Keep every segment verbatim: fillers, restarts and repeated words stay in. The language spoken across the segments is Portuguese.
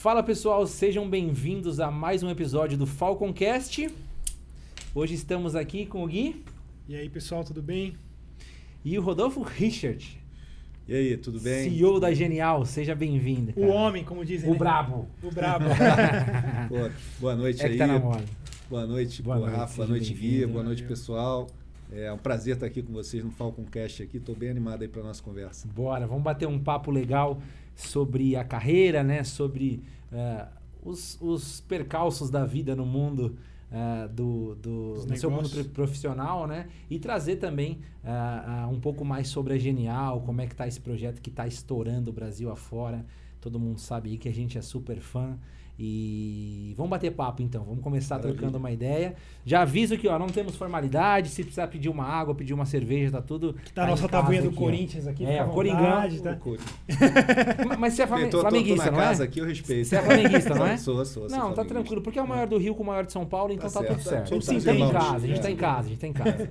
Fala pessoal, sejam bem-vindos a mais um episódio do Falconcast. Hoje estamos aqui com o Gui. E aí pessoal, tudo bem? E o Rodolfo Richard. E aí, tudo bem? C E O da Genial, seja bem-vindo. O homem, como dizem. O né? brabo. O brabo. Pô, boa noite é aí. Que tá na moda. Boa noite, boa pô, noite, Rafa, boa noite, Gui, bem-vindo. boa noite, pessoal. É um prazer estar aqui com vocês no Falconcast aqui. Estou bem animado aí para nossa conversa. Bora, vamos bater um papo legal sobre a carreira, né? Sobre uh, os, os percalços da vida no mundo. Uh, do, do no seu mundo profissional, né? E trazer também uh, uh, um pouco mais sobre a Genial, como é que tá esse projeto que tá estourando o Brasil afora. Todo mundo sabe aí que a gente é super fã. E vamos bater papo então, vamos começar Maravilha. Trocando uma ideia. Já aviso que ó, não temos formalidade, se precisar pedir uma água, pedir uma cerveja, tá tudo. Tá a nossa tabuinha do Corinthians aqui, é, o Coringão. Tá? Mas você é flamenguista, tô, tô, tô não é? Casa aqui, eu respeito. Você é flamenguista, não é? Sou, sou, sou Não, tá tranquilo, porque é o maior do Rio com o maior de São Paulo, então tá, tá tudo certo. A gente tá em casa, a gente tá em casa, a gente tá em casa.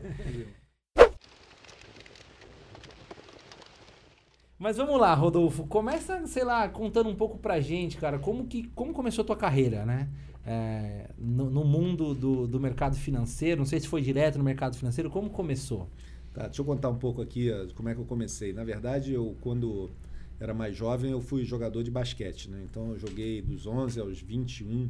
Mas vamos lá, Rodolfo, começa, sei lá, contando um pouco pra gente, cara, como, que, como começou a tua carreira, né? É, no, no mundo do, do mercado financeiro, não sei se foi direto no mercado financeiro, como começou? Tá, deixa eu contar um pouco aqui como é que eu comecei. Na verdade, eu quando era mais jovem, eu fui jogador de basquete, né? Então eu joguei dos onze aos vinte e um,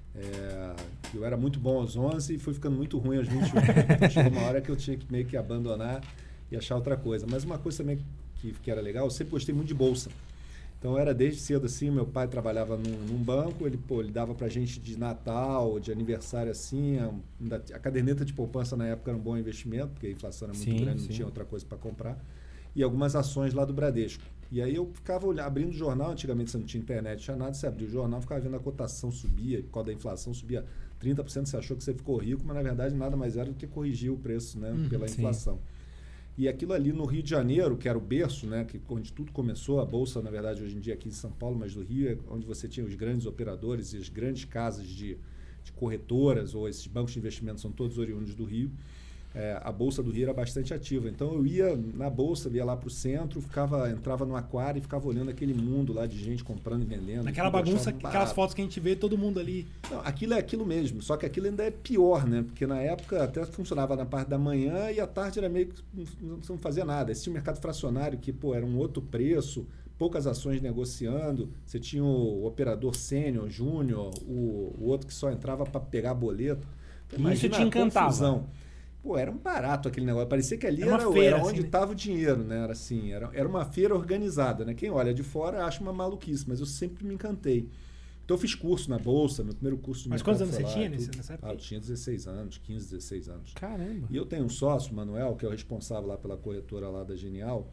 é, eu era muito bom aos onze e fui ficando muito ruim aos vinte e um. Então chegou uma hora que eu tinha que meio que abandonar e achar outra coisa. Mas uma coisa também que, que era legal, eu sempre gostei muito de bolsa. Então era desde cedo assim, meu pai trabalhava num, num banco, ele, pô, ele dava pra gente de Natal, de aniversário assim, a, a caderneta de poupança na época era um bom investimento, porque a inflação era muito sim, grande, sim. Não tinha outra coisa para comprar, e algumas ações lá do Bradesco. E aí eu ficava olhando, abrindo o jornal, antigamente você não tinha internet, não tinha nada, você abria o jornal, ficava vendo a cotação subia, por causa da inflação subia trinta por cento, você achou que você ficou rico, mas na verdade nada mais era do que corrigir o preço, né, hum, pela sim. inflação. E aquilo ali no Rio de Janeiro, que era o berço, né, que, onde tudo começou, a Bolsa, na verdade, hoje em dia aqui em São Paulo, mas do Rio, é onde você tinha os grandes operadores e as grandes casas de, de corretoras, ou esses bancos de investimento são todos oriundos do Rio. É, a Bolsa do Rio era bastante ativa. Então eu ia na Bolsa, ia lá para o centro, ficava, entrava no aquário e ficava olhando aquele mundo lá de gente comprando e vendendo. Aquela bagunça, aquelas fotos que a gente vê, todo mundo ali. Não, aquilo é aquilo mesmo, só que aquilo ainda é pior, né? Porque na época até funcionava na parte da manhã e à tarde era meio que não, não fazia nada. Esse tinha um mercado fracionário que, pô, era um outro preço, poucas ações negociando. Você tinha o operador sênior, júnior, o, o outro que só entrava para pegar boleto. Isso te encantava. Confusão. Pô, era um barato aquele negócio. Parecia que ali era, era, feira, era onde estava assim, o dinheiro, né? Era assim, era, era uma feira organizada, né? Quem olha de fora acha uma maluquice, mas eu sempre me encantei. Então eu fiz curso na Bolsa, meu primeiro curso de Mas quantos anos você tinha nessa época? Ah, eu tinha dezesseis anos, quinze, dezesseis anos. Caramba! E eu tenho um sócio, Manuel, que é o responsável lá pela corretora lá da Genial,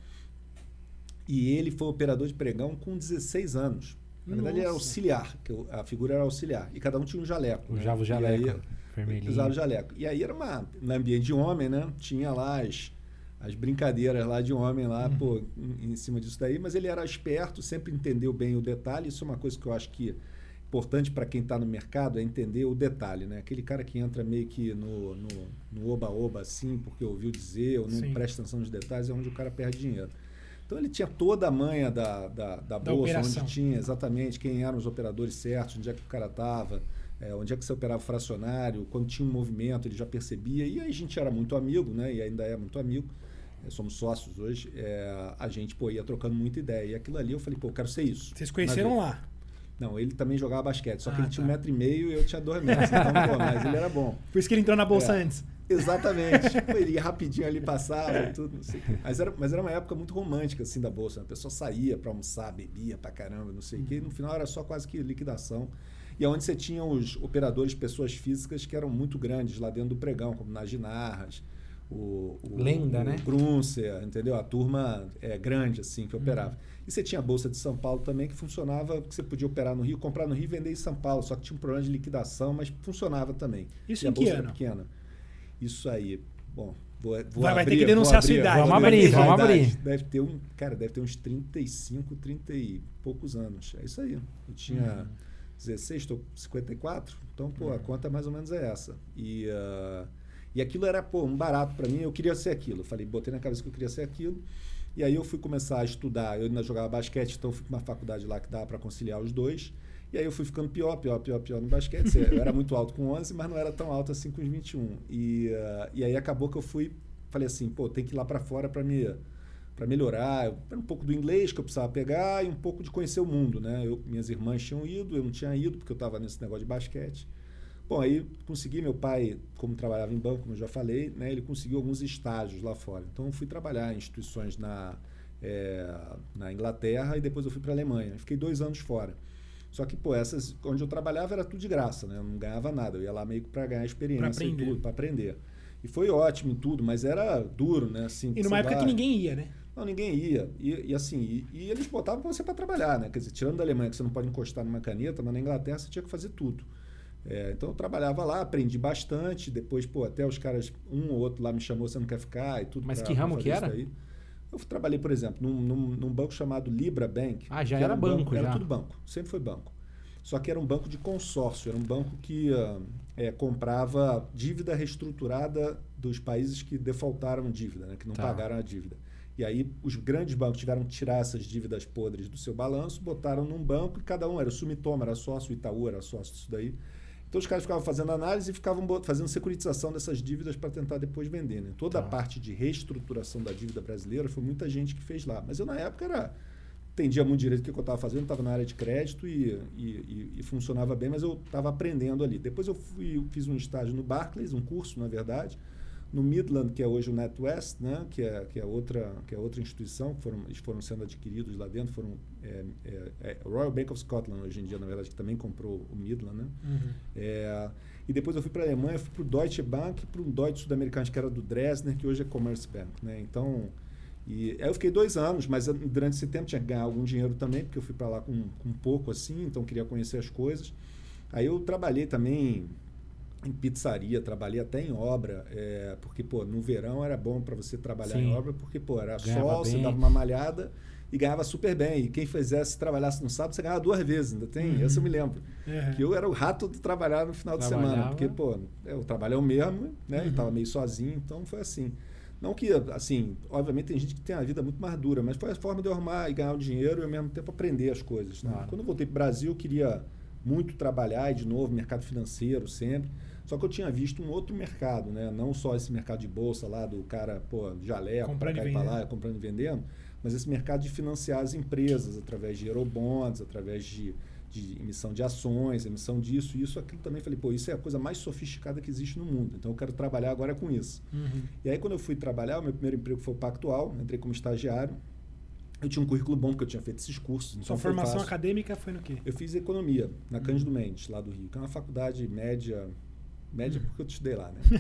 e ele foi operador de pregão com dezesseis anos. Na verdade, ele era auxiliar, que a figura era auxiliar. E cada um tinha um jaleco. Usava né? o jaleco. Vermelhinho. Usava o jaleco. E aí era uma... No ambiente de homem, né? Tinha lá as, as brincadeiras lá de homem lá, uhum. pô, em, em cima disso daí. Mas ele era esperto, sempre entendeu bem o detalhe. Isso é uma coisa que eu acho que é importante para quem está no mercado, é entender o detalhe, né? Aquele cara que entra meio que no, no, no oba-oba, assim, porque ouviu dizer, ou não Sim. presta atenção nos detalhes, é onde o cara perde dinheiro. Então ele tinha toda a manha da, da, da, da bolsa, operação. Onde tinha exatamente quem eram os operadores certos, onde é que o cara estava, é, onde é que você operava fracionário, quando tinha um movimento ele já percebia, e aí a gente era muito amigo, né? E ainda é muito amigo, é, somos sócios hoje, é, a gente pô, ia trocando muita ideia, e aquilo ali eu falei, pô, eu quero ser isso. Vocês conheceram lá? Não, ele também jogava basquete, só que ah, ele tá. tinha um metro e meio e eu tinha dois metros, então, pô, mas ele era bom. Por isso que ele entrou na Bolsa é. antes. Exatamente. Ele ia rapidinho ali, passava e tudo, não sei. Mas era, mas era uma época muito romântica, assim, da Bolsa. A pessoa saía para almoçar, bebia pra caramba, não sei o uhum. quê. E no final era só quase que liquidação. E onde você tinha os operadores, pessoas físicas que eram muito grandes lá dentro do pregão, como nas Ginarras, o, o, Lenda, o né? Gruncer, entendeu? A turma é, grande, assim, que operava. Uhum. E você tinha a Bolsa de São Paulo também, que funcionava, que você podia operar no Rio, comprar no Rio e vender em São Paulo. Só que tinha um problema de liquidação, mas funcionava também. Isso e em a Bolsa que ano? era pequena. Isso aí, bom, vou, vou vai, abrir, vai ter que denunciar a sua idade. Vamos abrir, vamos abrir. Deve ter um, cara, deve ter uns trinta e cinco, trinta e poucos anos. É isso aí. Eu tinha uhum. dezesseis, estou com cinquenta e quatro, então, pô, uhum. a conta mais ou menos é essa. E, uh, e aquilo era, pô, um barato para mim, eu queria ser aquilo. Eu falei, botei na cabeça que eu queria ser aquilo. E aí eu fui começar a estudar, eu ainda jogava basquete, então fui para uma faculdade lá que dava para conciliar os dois. E aí eu fui ficando pior, pior, pior, pior no basquete. Eu era muito alto com onze, mas não era tão alto assim com os vinte e um. E, uh, e aí acabou que eu fui, falei assim, pô, tem que ir lá para fora para me... para melhorar, um pouco do inglês que eu precisava pegar e um pouco de conhecer o mundo, né? Eu, minhas irmãs tinham ido, eu não tinha ido porque eu estava nesse negócio de basquete. Bom, aí consegui, meu pai, como trabalhava em banco, como eu já falei, né? Ele conseguiu alguns estágios lá fora. Então eu fui trabalhar em instituições na, é, na Inglaterra e depois eu fui para a Alemanha. Fiquei dois anos fora. Só que, pô, essas, onde eu trabalhava era tudo de graça, né? Eu não ganhava nada, eu ia lá meio que para ganhar experiência e tudo, para aprender. E foi ótimo em tudo, mas era duro, né? Assim, e numa época vai... que ninguém ia, né? Não, ninguém ia. E, e assim, e, e eles botavam você para trabalhar, né? Quer dizer, tirando da Alemanha que você não pode encostar numa caneta, mas na Inglaterra você tinha que fazer tudo. É, então eu trabalhava lá, aprendi bastante. Depois, pô, até os caras, um ou outro lá me chamou, você não quer ficar e tudo. Mas pra, que ramo que era? Eu trabalhei, por exemplo, num, num, num banco chamado Libra Bank. Ah, já era um banco, banco, já. Era tudo banco, sempre foi banco. Só que era um banco de consórcio, era um banco que uh, é, comprava dívida reestruturada dos países que defaultaram dívida, né, que não tá. pagaram a dívida. E aí os grandes bancos tiveram que tirar essas dívidas podres do seu balanço, botaram num banco e cada um era o Sumitomo, era sócio, o Itaú era sócio disso daí. Então os caras ficavam fazendo análise e ficavam fazendo securitização dessas dívidas para tentar depois vender. Né? Toda tá. a parte de reestruturação da dívida brasileira foi muita gente que fez lá. Mas eu na época era... entendia muito direito o que eu estava fazendo, estava na área de crédito e, e, e, e funcionava bem, mas eu estava aprendendo ali. Depois eu fui, eu fiz um estágio no Barclays, um curso, na verdade, no Midland, que é hoje o NatWest, né, que, é, que, é outra, que é outra instituição, que foram, eles foram sendo adquiridos lá dentro, foram é, é, é Royal Bank of Scotland, hoje em dia, na verdade, que também comprou o Midland. Né? Uhum. É, e depois eu fui para a Alemanha, fui para o Deutsche Bank, para um Deutsche Sudamericano, que era do Dresdner, que hoje é Commerzbank. Né? Então... E aí eu fiquei dois anos, mas durante esse tempo tinha que ganhar algum dinheiro também, porque eu fui para lá com, com pouco assim, então queria conhecer as coisas. Aí eu trabalhei também em pizzaria, trabalhei até em obra, é, porque pô, no verão era bom para você trabalhar Sim. em obra, porque pô, era ganhava sol, bem. Você dava uma malhada e ganhava super bem. E quem fizesse, trabalhasse no sábado, você ganhava duas vezes, ainda tem? Uhum. Esse eu me lembro. Uhum. Que eu era o rato de trabalhar no final de semana, porque pô, é, o trabalho é o mesmo, né? Uhum. Eu estava meio sozinho, então foi assim. Não que, assim, obviamente tem gente que tem a vida muito mais dura, mas foi a forma de eu arrumar e ganhar o dinheiro e ao mesmo tempo aprender as coisas. Né? Claro. Quando eu voltei para o Brasil, eu queria muito trabalhar e, de novo, mercado financeiro sempre. Só que eu tinha visto um outro mercado, né? Não só esse mercado de bolsa lá do cara, pô, jaleco, para cá e para lá, comprando e vendendo, mas esse mercado de financiar as empresas através de eurobonds, através de... de emissão de ações, emissão disso, isso, aquilo também. Falei, pô, isso é a coisa mais sofisticada que existe no mundo. Então, eu quero trabalhar agora com isso. Uhum. E aí, quando eu fui trabalhar, o meu primeiro emprego foi o Pactual, entrei como estagiário. Eu tinha um currículo bom, porque eu tinha feito esses cursos. Então Sua formação fácil. acadêmica foi no quê? Eu fiz economia, na uhum. Cândido Mendes, lá do Rio, que é uma faculdade média... Média uhum. porque eu estudei lá, né?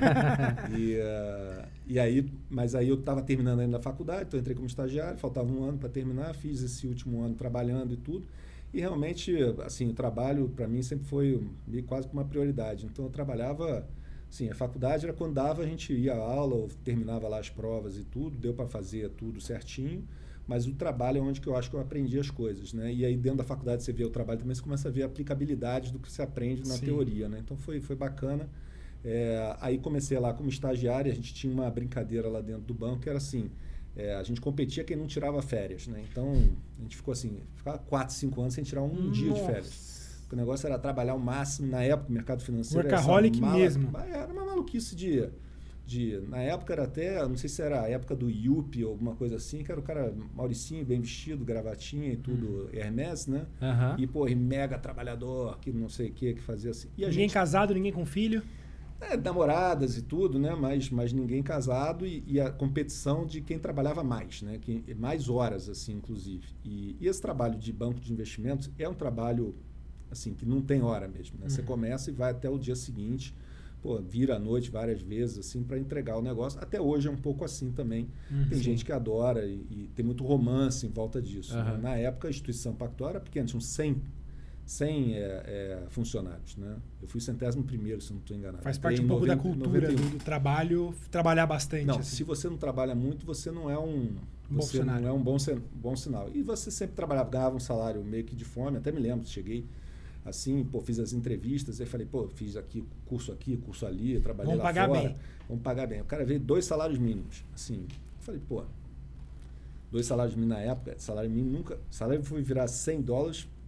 é, e, uh, e aí, mas aí eu estava terminando ainda a faculdade, então eu entrei como estagiário, faltava um ano para terminar, fiz esse último ano trabalhando e tudo. E realmente, assim, o trabalho para mim sempre foi quase que uma prioridade. Então eu trabalhava, assim, a faculdade era quando dava, a gente ia à aula, ou terminava lá as provas e tudo, deu para fazer tudo certinho, mas o trabalho é onde que eu acho que eu aprendi as coisas, né? E aí dentro da faculdade você vê o trabalho também, você começa a ver a aplicabilidade do que você aprende na Sim. teoria, né? Então foi, foi bacana. É, aí comecei lá como estagiário, a gente tinha uma brincadeira lá dentro do banco que era assim, É, a gente competia quem não tirava férias, né? Então, a gente ficou assim, ficava quatro, cinco anos sem tirar um Nossa. dia de férias. O negócio era trabalhar o máximo, na época, o mercado financeiro... Workaholic era mesmo. Era uma maluquice de, de... Na época era até, não sei se era a época do Yuppie ou alguma coisa assim, que era o cara Mauricinho, bem vestido, gravatinha e tudo, hum. Hermès, né? Uhum. E, pô, e mega trabalhador, que não sei o que, que fazia assim. E a ninguém gente, casado, ninguém com filho? É, namoradas e tudo, né? Mas, mas ninguém casado e, e a competição de quem trabalhava mais, né? Que, mais horas, assim, inclusive. E, e esse trabalho de banco de investimentos é um trabalho, assim, que não tem hora mesmo, né? Uhum. Você começa e vai até o dia seguinte, pô, vira à noite várias vezes, assim, para entregar o negócio. Até hoje é um pouco assim também. Uhum. Tem Sim. gente que adora e, e tem muito romance em volta disso. Uhum. Né? Na época, a instituição Pactual era pequena, tinham cem cem é, é, funcionários, né? Eu fui centésimo primeiro, se não estou enganado. Faz parte um pouco noventa, da cultura do, do trabalho, trabalhar bastante. Não, assim. Se você não trabalha muito, você não é um bom, você não é um bom, bom sinal. E você sempre trabalhava, ganhava um salário meio que de fome, até me lembro, cheguei assim, pô, fiz as entrevistas, aí falei, pô, fiz aqui, curso aqui, curso ali, trabalhei Vamos lá pagar fora. Bem. Vamos pagar bem. O cara veio dois salários mínimos, assim. Eu falei, pô, dois salários mínimos na época, salário mínimo nunca... Salário foi virar cem dólares...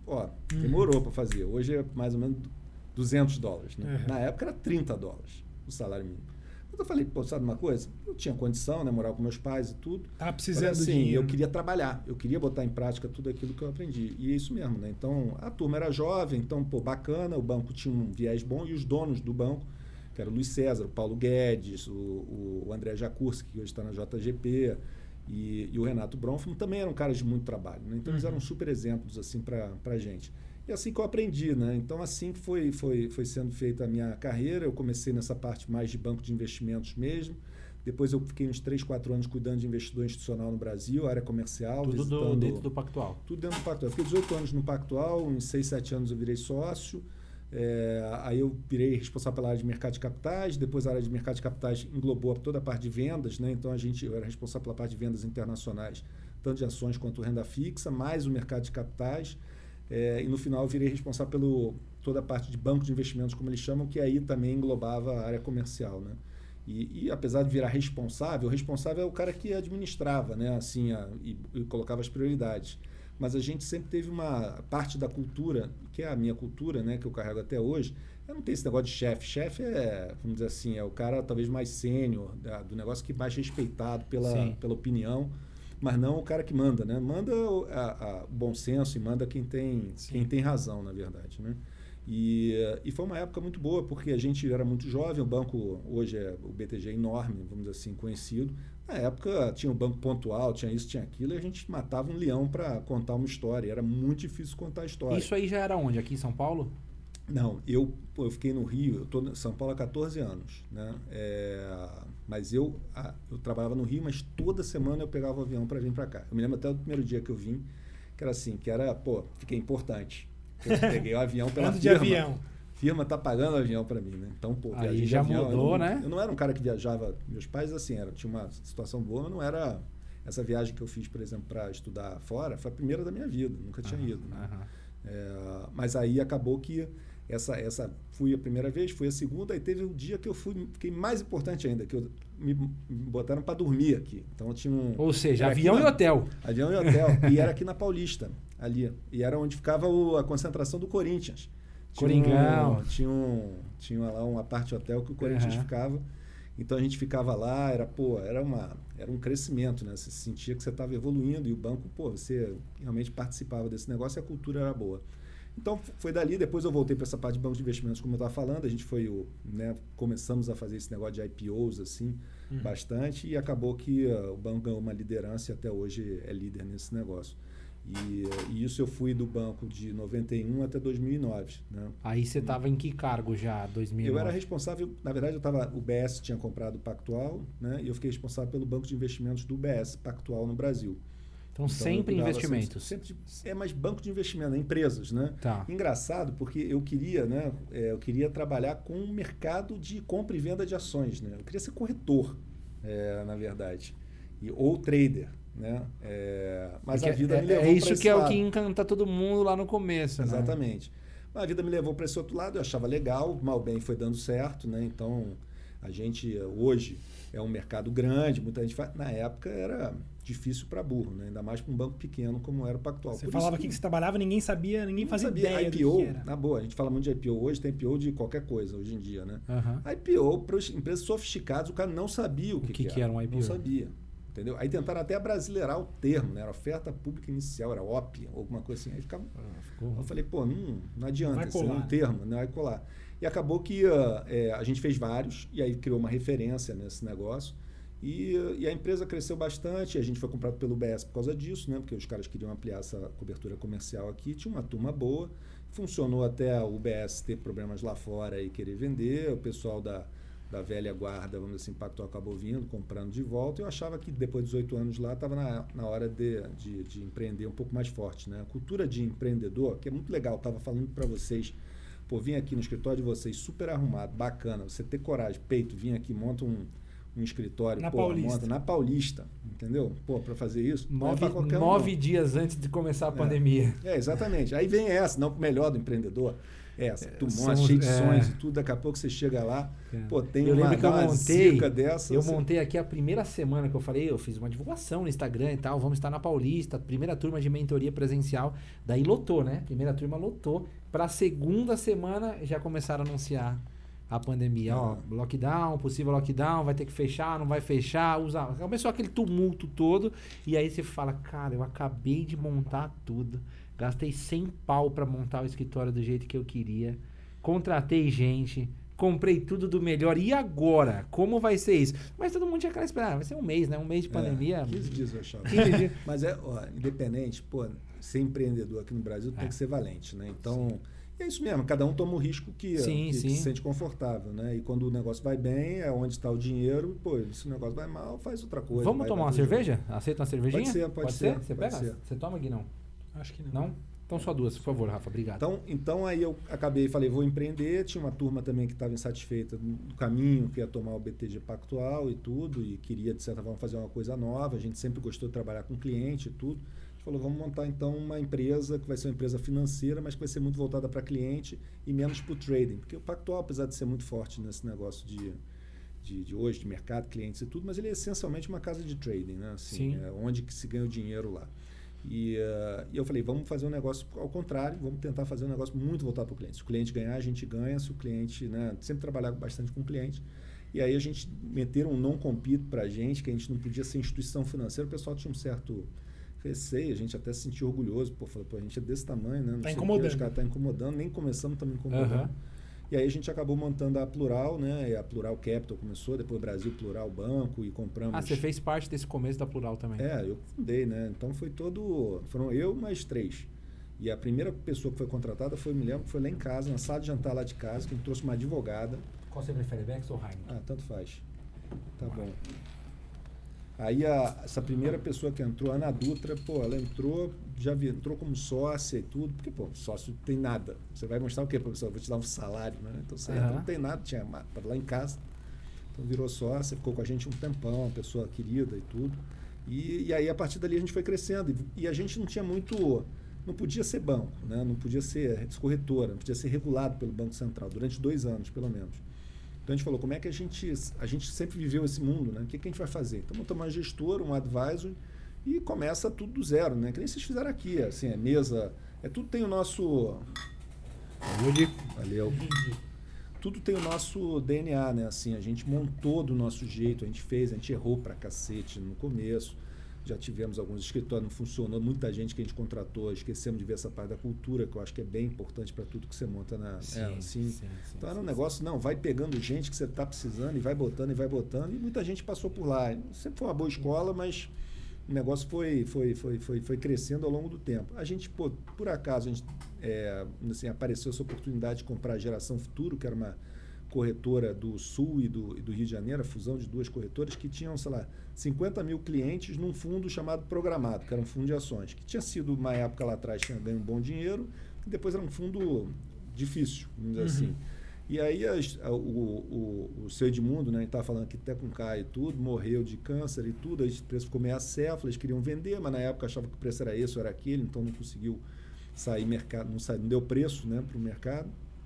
ó, demorou para fazer. Hoje é mais ou menos duzentos dólares. Né? Uhum. Na época era trinta dólares o salário mínimo. Eu falei, pô, sabe uma coisa? Eu tinha condição, né? Morar com meus pais e tudo. Tava precisando assim, de dinheiro. Eu queria trabalhar, eu queria botar em prática tudo aquilo que eu aprendi. E é isso mesmo, né? Então, a turma era jovem, então, pô, bacana, o banco tinha um viés bom e os donos do banco, que era o Luiz César, o Paulo Guedes, o, o, o André Jakurski, que hoje está na J G P, e, e o Renato Bronfman, também eram caras de muito trabalho, né? Então, uhum. eles eram super exemplos, assim, para a gente. E assim que eu aprendi, né? Então, assim que foi, foi, foi sendo feita a minha carreira, eu comecei nessa parte mais de banco de investimentos mesmo. Depois eu fiquei uns três, quatro anos cuidando de investidor institucional no Brasil, área comercial. Tudo do, dentro do Pactual? Tudo dentro do Pactual. Eu fiquei dezoito anos no Pactual, em seis, sete anos eu virei sócio. É, aí eu virei responsável pela área de mercado de capitais, depois a área de mercado de capitais englobou toda a parte de vendas, né? Então a gente, eu era responsável pela parte de vendas internacionais, tanto de ações quanto renda fixa, mais o mercado de capitais. É, e no final eu virei responsável pela toda a parte de banco de investimentos, como eles chamam, que aí também englobava a área comercial, né? E, e apesar de virar responsável, o responsável é o cara que administrava, né? Assim, a, e, e colocava as prioridades. Mas a gente sempre teve uma parte da cultura, que é a minha cultura, né? Que eu carrego até hoje. Eu não tenho esse negócio de chefe. Chefe é, vamos dizer assim, é o cara talvez mais sênior do negócio, que mais respeitado pela, pela opinião. Mas não o cara que manda, né? Manda o, a, a, o bom senso e manda quem tem, quem tem razão, na verdade, né? E, e foi uma época muito boa, porque a gente era muito jovem, o banco, hoje é o B T G enorme, vamos dizer assim, conhecido. Na época tinha o banco pontual, tinha isso, tinha aquilo, e a gente matava um leão para contar uma história. Era muito difícil contar a história. Isso aí já era onde? Aqui em São Paulo? Não, eu, pô, eu fiquei no Rio, eu estou em São Paulo há quatorze anos, né? É, mas eu, a, eu trabalhava no Rio, mas toda semana eu pegava o avião para vir para cá. Eu me lembro até do primeiro dia que eu vim, que era assim, que era, pô, fiquei importante. Eu peguei o avião pela Ando firma. de avião. Firma tá pagando o avião para mim, né? Então, pô, aí já avião, mudou, eu não, né? Eu não era um cara que viajava, meus pais, assim, era, tinha uma situação boa, mas não era... Essa viagem que eu fiz, por exemplo, para estudar fora, foi a primeira da minha vida, nunca tinha uhum, ido. Né? Uhum. É, mas aí acabou que essa, essa fui a primeira vez, fui a segunda, e teve um dia que eu fui, fiquei mais importante ainda, que eu, me, me botaram para dormir aqui. Então eu tinha um... Ou seja, avião na, e hotel. Avião e hotel. E era aqui na Paulista, ali. E era onde ficava o, a concentração do Corinthians. Coringão. Um, tinha, um, tinha lá uma parte hotel que o Corinthians uhum. ficava. Então a gente ficava lá, era, pô, era, uma, era um crescimento, né? Você sentia que você estava evoluindo e o banco, pô, você realmente participava desse negócio e a cultura era boa. Então foi dali, depois eu voltei para essa parte de banco de investimentos, como eu estava falando, a gente foi, o, né, começamos a fazer esse negócio de I P Os, assim, uhum. bastante, e acabou que uh, o banco ganhou uma liderança e até hoje é líder nesse negócio. E, e isso eu fui do banco de noventa e um até dois mil e nove. Né? Aí você estava em que cargo já, dois mil e nove? Eu era responsável, na verdade, eu tava, o B S tinha comprado o Pactual, né? E eu fiquei responsável pelo banco de investimentos do B S, Pactual, no Brasil. Então, então sempre investimentos? Sempre, sempre de, é, mas banco de investimento, né? Empresas, né? Tá. Engraçado, porque eu queria, né? É, eu queria trabalhar com o mercado de compra e venda de ações, né? Eu queria ser corretor, é, na verdade, e, ou trader. Né? É, mas Porque a vida é, me levou é isso que lado. É o que encanta todo mundo lá no começo. Exatamente. Né? Mas a vida me levou para esse outro lado, eu achava legal, mal bem foi dando certo, né? Então a gente hoje é um mercado grande, muita gente faz. Na época era difícil para burro, né? Ainda mais para um banco pequeno como era o Pactual. Você Por falava que, que você trabalhava, ninguém sabia, ninguém fazia sabia. ideia I P O, do que era. Na boa, a gente fala muito de I P O hoje, tem I P O de qualquer coisa hoje em dia, né? Uhum. I P O para empresas sofisticadas, o cara não sabia o, o que, que, que, que era um I P O. Não sabia. Entendeu? Aí tentaram até abrasileirar o termo, né? Era oferta pública inicial, era O P, alguma coisa assim. Aí ficava. Ah, ficou... Eu falei, pô, não, não adianta, isso é um termo, não vai colar. E acabou que uh, é, a gente fez vários, e aí criou uma referência nesse negócio. E, e a empresa cresceu bastante, a gente foi comprado pelo B S por causa disso, né? Porque os caras queriam ampliar essa cobertura comercial aqui, tinha uma turma boa, funcionou até o B S ter problemas lá fora e querer vender, o pessoal da. da velha guarda, vamos dizer assim, Pactual acabou vindo, comprando de volta. Eu achava que depois dos oito anos lá, estava na, na hora de, de, de empreender um pouco mais forte. Né? A cultura de empreendedor, que é muito legal, estava falando para vocês, pô, vim aqui no escritório de vocês, super arrumado, bacana, você ter coragem, peito, vim aqui, monta um, um escritório, na pô, Paulista. monta na Paulista, entendeu? Pô, para fazer isso, nove, não é nove um, dias antes de começar a pandemia. É, é, exatamente. Aí vem essa, não o melhor do empreendedor. É essa, tu São, monta cheio de é. sonhos e tudo, daqui a pouco você chega lá, é. pô, tem eu uma, lembro que eu uma montei, zica dessa. Eu você... montei aqui a primeira semana que eu falei, eu fiz uma divulgação no Instagram e tal, vamos estar na Paulista, primeira turma de mentoria presencial, daí lotou, né? Primeira turma lotou. Para a segunda semana já começaram a anunciar a pandemia, ó, lockdown, possível lockdown, vai ter que fechar, não vai fechar, usar. Começou aquele tumulto todo, e aí você fala, cara, eu acabei de montar tudo, gastei cem pau para montar o escritório do jeito que eu queria, contratei gente, comprei tudo do melhor, e agora? Como vai ser isso? Mas todo mundo tinha aquela esperança, vai ser um mês, né? Um mês de pandemia. É, quinze dias eu achava. quinze dias. Mas é, ó, independente, pô, ser empreendedor aqui no Brasil tem é. que ser valente, né? Então... Sim. É isso mesmo, cada um toma o risco que, sim, que, sim. que se sente confortável, né? E quando o negócio vai bem, é onde está o dinheiro, pô, se o negócio vai mal, faz outra coisa. Vamos vai, tomar vai uma cerveja? Jogo. Aceita uma cervejinha? Pode ser, pode, pode ser. ser. Você pode pega? Ser. Você toma, Gui, não? Acho que não. Não? Então só duas, por favor, Rafa, obrigado. Então, então aí eu acabei, falei, vou empreender, tinha uma turma também que estava insatisfeita no caminho, que ia tomar o B T G Pactual e tudo, e queria, de certa forma, fazer uma coisa nova, a gente sempre gostou de trabalhar com cliente e tudo. Falou, vamos montar então uma empresa que vai ser uma empresa financeira, mas que vai ser muito voltada para cliente e menos para o trading. Porque o Pactual, apesar de ser muito forte nesse negócio de, de, de hoje, de mercado, clientes e tudo, mas ele é essencialmente uma casa de trading, né? Assim, é onde que se ganha o dinheiro lá. E, uh, e eu falei, vamos fazer um negócio ao contrário, vamos tentar fazer um negócio muito voltado para o cliente. Se o cliente ganhar, a gente ganha. Se o cliente, né, sempre trabalhar bastante com o cliente. E aí a gente meteram um non-compete para a gente, que a gente não podia ser instituição financeira. O pessoal tinha um certo... receio, a gente até se sentiu orgulhoso, pô, falou, pô, a gente é desse tamanho, né? Não tá sei incomodando. O que, os caras tá incomodando, nem começamos, estamos incomodando. Uhum. E aí a gente acabou montando a Plural, né? E a Plural Capital começou, depois Brasil Plural Banco e compramos... Ah, você fez parte desse começo da Plural também. É, eu fundei, né? Então foi todo... Foram eu mais três. E a primeira pessoa que foi contratada foi, me lembro, foi lá em casa, na sala de jantar lá de casa, que me trouxe uma advogada. Qual você prefere, Bex ou Heineken? Ah, tanto faz. Tá bom. Aí a, essa primeira pessoa que entrou, a Ana Dutra, pô, ela entrou, já vi, entrou como sócia e tudo, porque, pô, sócio não tem nada. Você vai mostrar o quê, professor? Eu vou te dar um salário, né? Então você uhum. entra, não tem nada, tinha lá em casa. Então virou sócia, ficou com a gente um tempão, uma pessoa querida e tudo. E, e aí a partir dali a gente foi crescendo. E, e a gente não tinha muito... Não podia ser banco, né? Não podia ser corretora, não podia ser regulado pelo Banco Central, durante dois anos, pelo menos. Então a gente falou, como é que a gente, a gente sempre viveu esse mundo, né? O que, que a gente vai fazer? Então montamos uma gestora, um advisor e começa tudo do zero, né? Que nem vocês fizeram aqui, assim, a mesa, é tudo tem o nosso... Valeu, Valeu. Tudo tem o nosso D N A, né? Assim, a gente montou do nosso jeito, a gente fez, a gente errou pra cacete no começo. Já tivemos alguns escritórios, não funcionou, muita gente que a gente contratou, esquecemos de ver essa parte da cultura, que eu acho que é bem importante para tudo que você monta na... Sim, é, assim. sim, sim, então sim, era um sim, negócio, não, vai pegando gente que você está precisando e vai botando e vai botando, e muita gente passou por lá. Sempre foi uma boa escola, mas o negócio foi, foi, foi, foi, foi crescendo ao longo do tempo. A gente, pô, por acaso, a gente, é, assim, apareceu essa oportunidade de comprar a Geração Futuro, que era uma corretora do Sul e do, e do Rio de Janeiro, a fusão de duas corretoras que tinham, sei lá, cinquenta mil clientes num fundo chamado Programado, que era um fundo de ações, que tinha sido, uma época lá atrás, tinha ganho um bom dinheiro, e depois era um fundo difícil, vamos dizer uhum. assim. E aí as, a, o, o, o seu Edmundo, né, a gente estava falando aqui até com o Caio e tudo, morreu de câncer e tudo, aí o preço ficou meio acéfalo, eles queriam vender, mas na época achavam que o preço era esse ou era aquele, então não conseguiu sair mercado, não, saiu, não deu preço, né, para o mercado.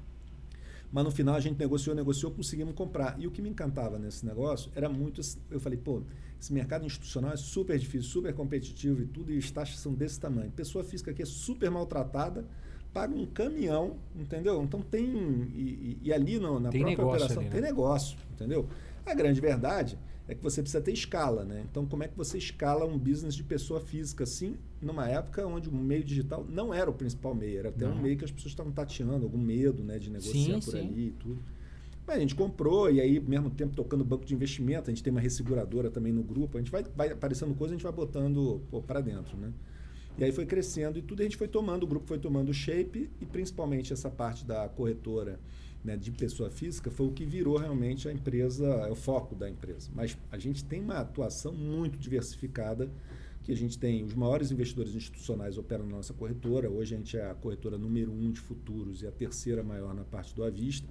Mas no final a gente negociou, negociou, conseguimos comprar. E o que me encantava nesse negócio era muito... Eu falei, pô, esse mercado institucional é super difícil, super competitivo e tudo, e as taxas são desse tamanho. Pessoa física aqui é super maltratada, paga um caminhão, entendeu? Então tem... E, e ali no, na tem própria operação ali, né? tem negócio, entendeu? A grande verdade é que você precisa ter escala, né? Então, como é que você escala um business de pessoa física assim, numa época onde o meio digital não era o principal meio, era até não. um meio que as pessoas estavam tateando, algum medo, né, de negociar sim, por sim. ali e tudo. Mas a gente comprou e aí, ao mesmo tempo, tocando banco de investimento, a gente tem uma resseguradora também no grupo, a gente vai, vai aparecendo coisa, a gente vai botando para dentro, né? E aí foi crescendo e tudo, a gente foi tomando, o grupo foi tomando shape e principalmente essa parte da corretora, né, de pessoa física foi o que virou realmente a empresa, é o foco da empresa. Mas a gente tem uma atuação muito diversificada, que a gente tem os maiores investidores institucionais operam na nossa corretora. Hoje a gente é a corretora número um de futuros e a terceira maior na parte do à vista.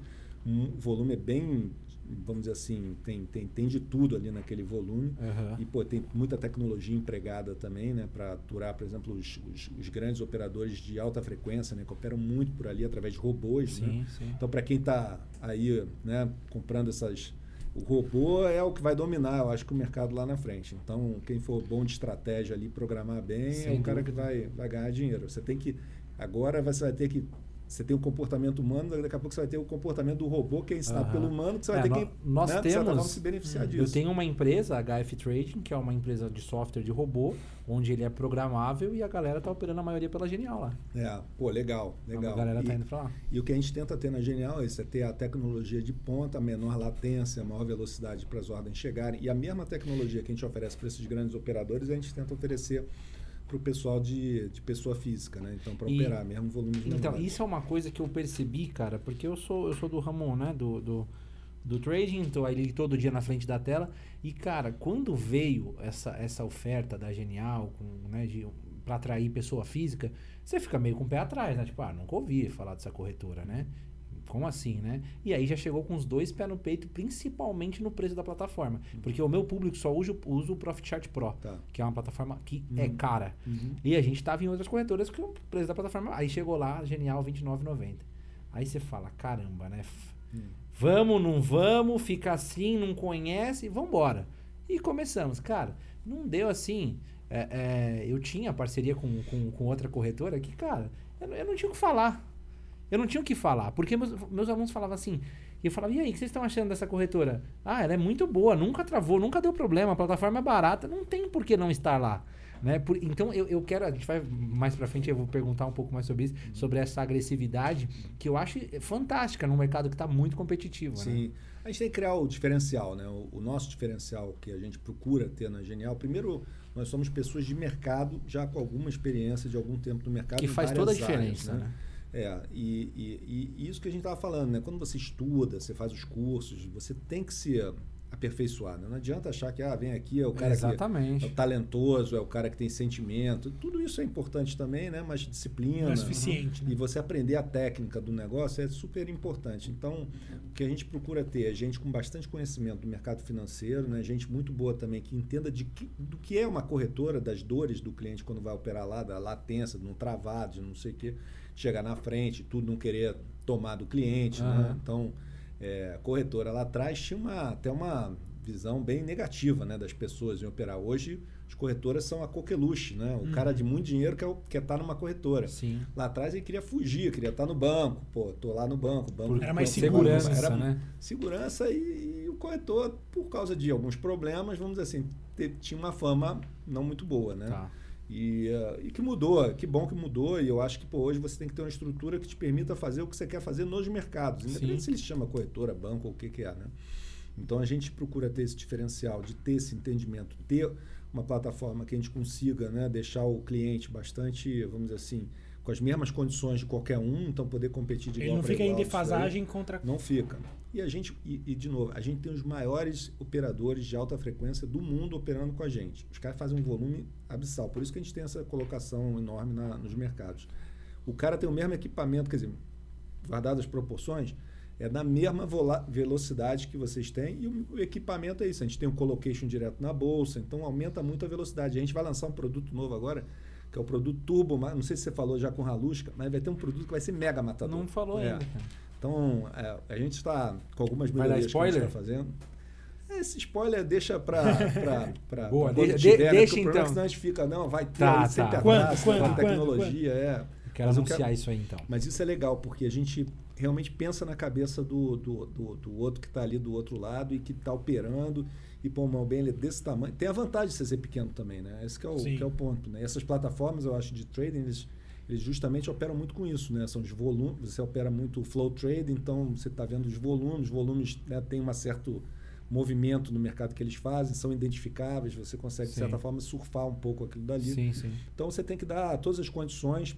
um, o volume é bem, vamos dizer assim, tem, tem, tem de tudo ali naquele volume. Uhum. E pô, tem muita tecnologia empregada também, né, para aturar, por exemplo, os, os, os grandes operadores de alta frequência, né, que operam muito por ali através de robôs. Sim, né? sim. Então, para quem está aí, né, comprando essas... O robô é o que vai dominar, eu acho, que o mercado lá na frente. Então, quem for bom de estratégia ali, programar bem, Sem é um cara dúvida. que vai, vai ganhar dinheiro. Você tem que... Agora você vai ter que... Você tem o comportamento humano, daqui a pouco você vai ter o comportamento do robô, que é ensinado Uhum. pelo humano, que você vai É, ter no, que, nós né, de certa temos, forma, se beneficiar disso. Eu tenho uma empresa, a H F Trading, que é uma empresa de software de robô, onde ele é programável e a galera tá operando a maioria pela Genial lá. É, pô, legal, legal. A galera e, tá indo pra lá. E o que a gente tenta ter na Genial é isso, é ter a tecnologia de ponta, a menor latência, a maior velocidade para as ordens chegarem. E a mesma tecnologia que a gente oferece para esses grandes operadores, a gente tenta oferecer para o pessoal de, de pessoa física, né? Então, para operar mesmo volume de Então, menores. isso é uma coisa que eu percebi, cara, porque eu sou, eu sou do ramo, né, do, do, do trading, tô ali todo dia na frente da tela, e, cara, quando veio essa, essa oferta da Genial, com, né, de, para atrair pessoa física, você fica meio com o pé atrás, né? Tipo, ah, nunca ouvi falar dessa corretora, né? Como assim, né? E aí já chegou com os dois pés no peito, principalmente no preço da plataforma. Porque o meu público só usa, usa o Profit Chart Pro, Tá. que é uma plataforma que Uhum. é cara. Uhum. E a gente estava em outras corretoras que o preço da plataforma... Aí chegou lá, Genial, vinte e nove reais e noventa centavos. Aí você fala, caramba, né? F- Hum. Vamos, não vamos, fica assim, não conhece, vambora. E começamos. Cara, não deu assim... é, é, eu tinha parceria com, com, com outra corretora que, cara, eu, não- eu não tinha o que falar. Eu não tinha o que falar, porque meus, meus alunos falavam assim, e eu falava, e aí, o que vocês estão achando dessa corretora? Ah, ela é muito boa, nunca travou, nunca deu problema, a plataforma é barata, não tem por que não estar lá. Né? Por, então, eu, eu quero, a gente vai mais pra frente, eu vou perguntar um pouco mais sobre isso, sobre essa agressividade, que eu acho fantástica num mercado que está muito competitivo. Sim. Né? A gente tem que criar o diferencial, né? O, o nosso diferencial que a gente procura ter na Genial. Primeiro, nós somos pessoas de mercado, já com alguma experiência de algum tempo no mercado. Que em faz várias toda a diferença, áreas, né? né? É, e, e, e isso que a gente estava falando, né? Quando você estuda, você faz os cursos, você tem que se aperfeiçoar, né? Não adianta achar que, ah, vem aqui, é o cara Exatamente. que é o talentoso, é o cara que tem sentimento. Tudo isso é importante também, né? Mas disciplina. Não é suficiente. Uhum. Né? E você aprender a técnica do negócio é super importante. Então, o que a gente procura ter é gente com bastante conhecimento do mercado financeiro, né? Gente muito boa também, que entenda de que, do que é uma corretora, das dores do cliente quando vai operar lá, da latência, de não travar, de não sei o quê, chegar na frente, tudo não querer tomar do cliente, Uhum. né? Então, é, a corretora lá atrás tinha uma, até uma visão bem negativa, né, das pessoas em operar. Hoje, as corretoras são a coqueluche, né? O Hum. cara cara de muito dinheiro quer, quer estar numa corretora. Sim. Lá atrás ele queria fugir, queria estar no banco. Pô, tô lá no banco. banco Era mais banco, segurança, banco, era né? Segurança e, e o corretor, por causa de alguns problemas, vamos dizer assim, te, tinha uma fama não muito boa, né? Tá. E, uh, e que mudou, que bom que mudou, e eu acho que pô, hoje você tem que ter uma estrutura que te permita fazer o que você quer fazer nos mercados, independente Sim. se ele se chama corretora, banco ou o que, que é, né? Então a gente procura ter esse diferencial, de ter esse entendimento, ter uma plataforma que a gente consiga, né, deixar o cliente bastante, vamos dizer assim, com as mesmas condições de qualquer um, então poder competir de Ele igual não para fica igual. em defasagem contra... Não fica. E a gente, e, e de novo, a gente tem os maiores operadores de alta frequência do mundo operando com a gente. Os caras fazem um volume abissal, por isso que a gente tem essa colocação enorme na, nos mercados. O cara tem o mesmo equipamento, quer dizer, guardado as proporções, é na mesma velocidade que vocês têm, e o, o equipamento é isso. A gente tem o colocation direto na bolsa, então aumenta muito a velocidade. A gente vai lançar um produto novo agora, que é o produto Turbo, não sei se você falou já com o Halushka, mas vai ter um produto que vai ser mega matador. Não falou é. ainda, cara. Então, é, a gente está com algumas Vai dar melhorias que a gente spoiler? está fazendo. Esse spoiler deixa para Boa, quando de- tiver, de- né? deixa Porque o problema é então. que senão a gente fica, não, vai ter, Tá, aí sempre tá. atrasa, Quando, a quando, tecnologia, é. Eu quero Mas eu anunciar quero- isso aí, então. Mas isso é legal, porque a gente realmente pensa na cabeça do, do, do, do outro que está ali do outro lado e que está operando. E pô, o Malbem ele é desse tamanho. Tem a vantagem de você ser pequeno também, né? Esse que é o, Sim. que é o ponto. Né? Essas plataformas, eu acho, de trading, eles, eles justamente operam muito com isso, né? São os volumes, você opera muito flow trade, então você está vendo os volumes, os volumes, né, tem um certo movimento no mercado que eles fazem, são identificáveis, você consegue, de Sim. certa forma, surfar um pouco aquilo dali. Sim, sim. Então você tem que dar todas as condições.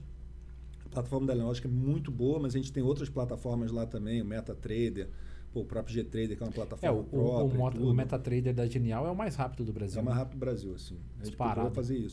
A plataforma da Lógica é muito boa, mas a gente tem outras plataformas lá também, o MetaTrader, pô, o próprio G-Trader, que é uma É, plataforma o, o, própria. o, e Mota- tudo. o MetaTrader da Genial é o mais rápido do Brasil. É o mais rápido do Brasil, assim. A gente Disparado. procura fazer isso.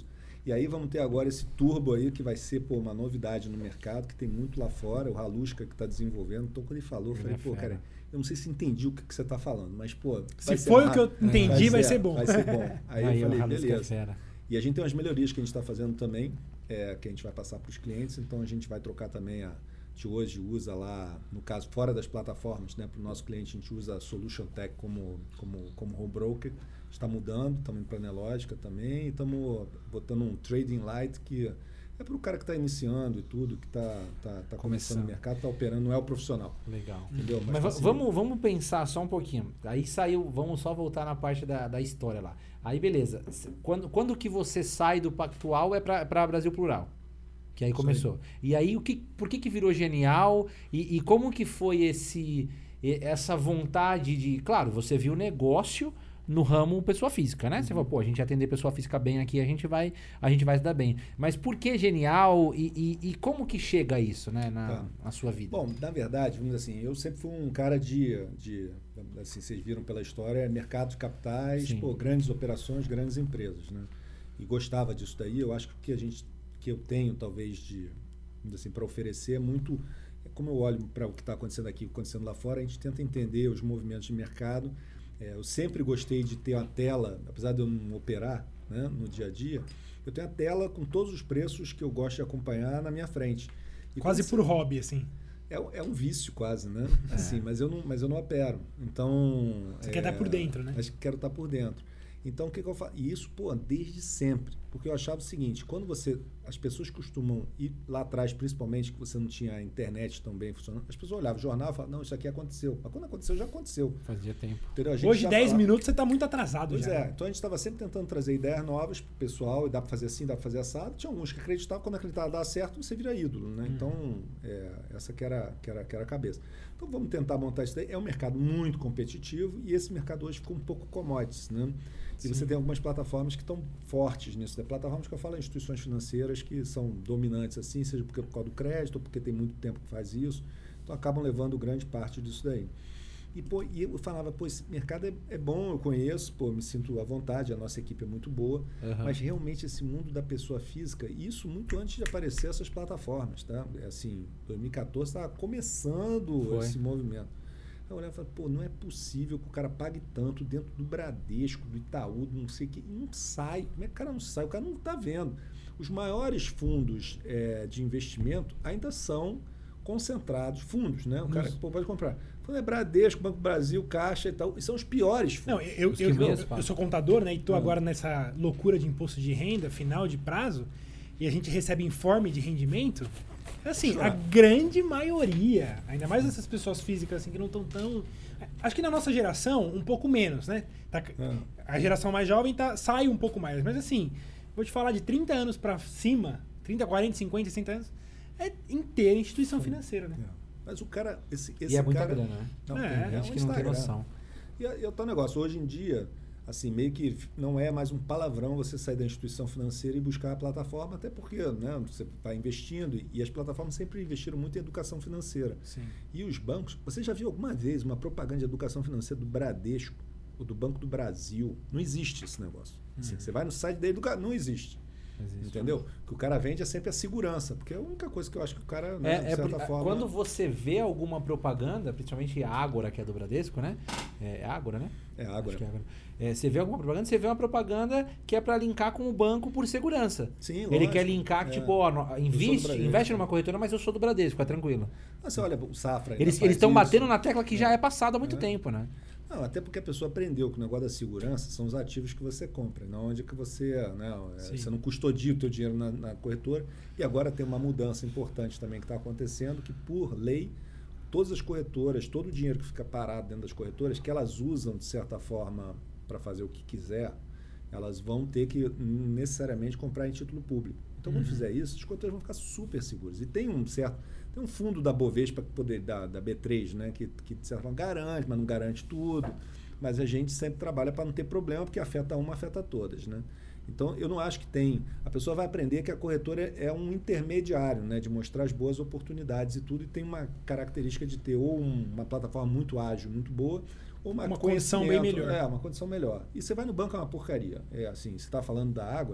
E aí vamos ter agora esse turbo aí, que vai ser pô, uma novidade no mercado, que tem muito lá fora, o Halushka que está desenvolvendo. Então, quando ele falou, eu falei, pô, cara, eu não sei se entendi o que, que você está falando, mas, pô... Se foi o que eu entendi, vai, vai ser bom. Vai ser bom. Aí, aí eu falei, beleza. É e a gente tem umas melhorias que a gente está fazendo também, é, que a gente vai passar para os clientes, então a gente vai trocar também a... A gente hoje usa lá, no caso, fora das plataformas, né, para o nosso cliente, a gente usa a Solution Tech como, como, como home broker. Está mudando, estamos indo para a Nelogica também, e estamos botando um Trading Light, que é para o cara que está iniciando e tudo, que está tá, tá começando no mercado, está operando, não é o profissional. Legal. Entendeu? Mas, Mas vamos, vamos pensar só um pouquinho. Aí saiu, vamos só voltar na parte da, da história lá. Aí beleza, quando, quando que você sai do Pactual é para Brasil Plural? Que aí começou. E aí, o que, por que que virou Genial? E, e como que foi esse, essa vontade de... Claro, você viu o negócio no ramo pessoa física, né? Uhum. Você falou, pô, a gente atender pessoa física bem aqui, a gente vai, a gente vai se dar bem. Mas por que Genial? E, e, e como que chega isso, né? Na, tá. na sua vida? Bom, na verdade, vamos dizer assim, eu sempre fui um cara de... de assim, vocês viram pela história, mercado de capitais, pô, grandes operações, grandes empresas, né? E gostava disso daí. Eu acho que o que a gente... que eu tenho, talvez, de assim, para oferecer é muito... É como eu olho para o que está acontecendo aqui, acontecendo lá fora, a gente tenta entender os movimentos de mercado. É, eu sempre gostei de ter uma tela, apesar de eu não operar, né, no dia a dia, eu tenho a tela com todos os preços que eu gosto de acompanhar na minha frente. E quase por você... hobby, assim. É, é um vício quase, né? É. Assim, mas, eu não, mas eu não opero. Então... Você é, quer estar por dentro, né? Mas quero estar por dentro. Então, o que, que eu faço? E isso, pô, desde sempre. Porque eu achava o seguinte, quando você... As pessoas costumam ir lá atrás, principalmente, que você não tinha a internet tão bem funcionando, as pessoas olhavam o jornal e falavam, não, isso aqui aconteceu. Mas quando aconteceu, já aconteceu. Fazia tempo. Hoje, dez minutos, você está muito atrasado pois já. Pois é. Então, a gente estava sempre tentando trazer ideias novas para o pessoal, e dá para fazer assim, dá para fazer assado. Tinha alguns que acreditavam, quando acreditava dar certo, você vira ídolo, né? Hum. Então, é, essa que era, que, era, que era a cabeça. Então, vamos tentar montar isso daí. É um mercado muito competitivo e esse mercado hoje ficou um pouco commodities, né? E Sim. você tem algumas plataformas que estão fortes nisso. Né? Plataformas que eu falo, instituições financeiras que são dominantes assim, seja porque por causa do crédito ou porque tem muito tempo que faz isso. Então acabam levando grande parte disso daí. E, pô, e eu falava, pô, esse mercado é, é bom, eu conheço, pô, me sinto à vontade, a nossa equipe é muito boa, uhum. mas realmente esse mundo da pessoa física, isso muito antes de aparecer essas plataformas, tá? Assim, dois mil e quatorze estava começando Foi. esse movimento. Eu olhava e falava, pô, não é possível que o cara pague tanto dentro do Bradesco, do Itaú, do não sei o que, e não sai. Como é que o cara não sai? O cara não está vendo. Os maiores fundos é, de investimento ainda são concentrados, fundos, né? O cara que pode comprar. Quando é Bradesco, Banco do Brasil, Caixa e tal, e são os piores fundos. Não, eu, eu, eu, eu sou contador, né? E estou agora nessa loucura de imposto de renda, final de prazo, e a gente recebe informe de rendimento. Assim, a grande maioria, ainda mais essas pessoas físicas assim, que não estão tão... Acho que na nossa geração, um pouco menos, né? Tá, é. A geração mais jovem tá, sai um pouco mais. Mas assim, vou te falar de trinta anos para cima, trinta, quarenta, cinquenta, sessenta anos, é inteira instituição Sim. financeira, né? É. Mas o cara... Esse, esse e é muita cara, grana, né? Não, é, tem, é, acho que não tem noção. E, e é o tal negócio, hoje em dia... Assim, meio que não é mais um palavrão você sair da instituição financeira e buscar a plataforma, até porque, né, você vai investindo e, e as plataformas sempre investiram muito em educação financeira. Sim. E os bancos, você já viu alguma vez uma propaganda de educação financeira do Bradesco ou do Banco do Brasil? Não existe esse negócio. Assim, uhum. Você vai no site da educação, não existe. Existe. Entendeu? O que o cara vende é sempre a segurança, porque é a única coisa que eu acho que o cara, né, é, de certa é, forma... Quando você vê alguma propaganda, principalmente a Ágora, que é do Bradesco, né? É Ágora, né? É Ágora. É Ágora. É, você vê alguma propaganda, você vê uma propaganda que é para linkar com o banco por segurança. Sim, Ele lógico. quer linkar, é. tipo, ó, investe, investe numa corretora, mas eu sou do Bradesco, fica tranquilo. Mas você olha o Safra... Eles estão batendo na tecla que é. já é passado há muito é. tempo, né? Não, até porque a pessoa aprendeu que o negócio da segurança são os ativos que você compra, não onde que você, né, você não custodia o teu dinheiro na, na corretora. E agora tem uma mudança importante também que está acontecendo, que por lei, todas as corretoras, todo o dinheiro que fica parado dentro das corretoras, que elas usam de certa forma para fazer o que quiser, elas vão ter que necessariamente comprar em título público. Então, quando uhum. fizer isso, as corretoras vão ficar super seguras. E tem um certo... Tem um fundo da Bovespa, poder, da, da B três, né, que, que de certa forma garante, mas não garante tudo. Mas a gente sempre trabalha para não ter problema, porque afeta uma, afeta todas. Né? Então, eu não acho que tem... A pessoa vai aprender que a corretora é um intermediário, né, de mostrar as boas oportunidades e tudo, e tem uma característica de ter ou um, uma plataforma muito ágil, muito boa, ou uma, uma condição bem melhor. É, uma condição melhor. E você vai no banco, é uma porcaria. É assim, você está falando da água...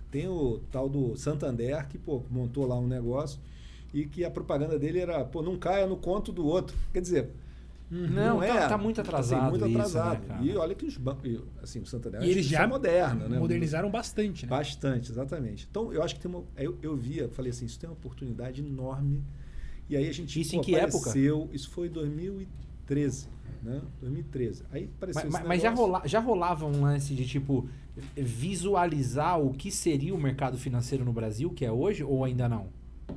Tem o tal do Santander, que pô, montou lá um negócio e que a propaganda dele era, pô, não caia no conto do outro. Quer dizer, não, não é, tá, tá muito atrasado. Assim, muito isso, atrasado. Né, e olha que os bancos, assim, o Santander e eles já é moderno, né? Modernizaram bastante, né? Bastante, exatamente. Então, eu acho que tem uma. Eu, eu via, falei assim, isso tem uma oportunidade enorme. E aí a gente. Isso pô, em que apareceu, época? Isso foi em dois mil e treze. Né? dois mil e treze. Aí apareceu mas, esse mas já, rola, já rolava um lance de tipo visualizar o que seria o mercado financeiro no Brasil, que é hoje, ou ainda não?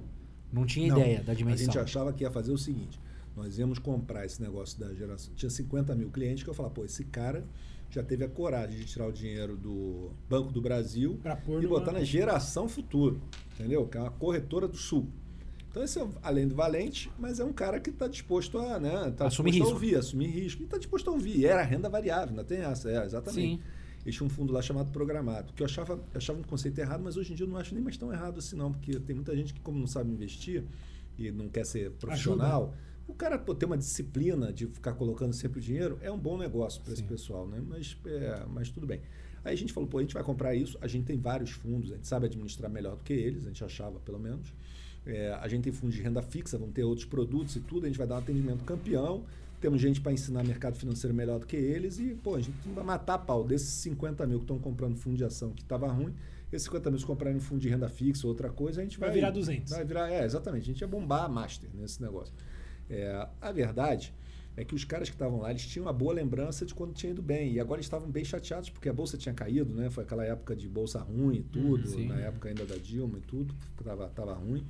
Não tinha não, ideia da dimensão. A gente achava que ia fazer o seguinte: nós íamos comprar esse negócio da geração. Tinha cinquenta mil clientes que eu falava, pô, esse cara já teve a coragem de tirar o dinheiro do Banco do Brasil e botar na geração futuro, entendeu? Que é uma corretora do Sul. Então, esse é além do valente, mas é um cara que está disposto a, né, tá assumir disposto risco. a ouvir, assumir risco. E está disposto a ouvir. E era renda variável, ainda tem essa, é, exatamente. Sim. Eles tinham um fundo lá chamado Programado, que eu achava, eu achava um conceito errado, mas hoje em dia eu não acho nem mais tão errado assim, não, porque tem muita gente que, como não sabe investir e não quer ser profissional, ajuda. O cara pô, ter uma disciplina de ficar colocando sempre o dinheiro é um bom negócio para esse pessoal, né? Mas, é, mas tudo bem. Aí a gente falou, pô, a gente vai comprar isso, a gente tem vários fundos, a gente sabe administrar melhor do que eles, a gente achava pelo menos. É, a gente tem fundos de renda fixa, vão ter outros produtos e tudo, a gente vai dar um atendimento campeão, temos gente para ensinar mercado financeiro melhor do que eles e, pô, a gente vai matar a pau desses cinquenta mil que estão comprando fundo de ação que estava ruim, esses cinquenta mil se comprarem fundo de renda fixa ou outra coisa, a gente vai... Vai virar duzentos. Vai virar, é, exatamente, a gente ia bombar a master nesse negócio. É, a verdade é que os caras que estavam lá, eles tinham uma boa lembrança de quando tinha ido bem, e agora eles estavam bem chateados porque a bolsa tinha caído, né? Foi aquela época de bolsa ruim e tudo, hum, na época ainda da Dilma e tudo, estava tava ruim.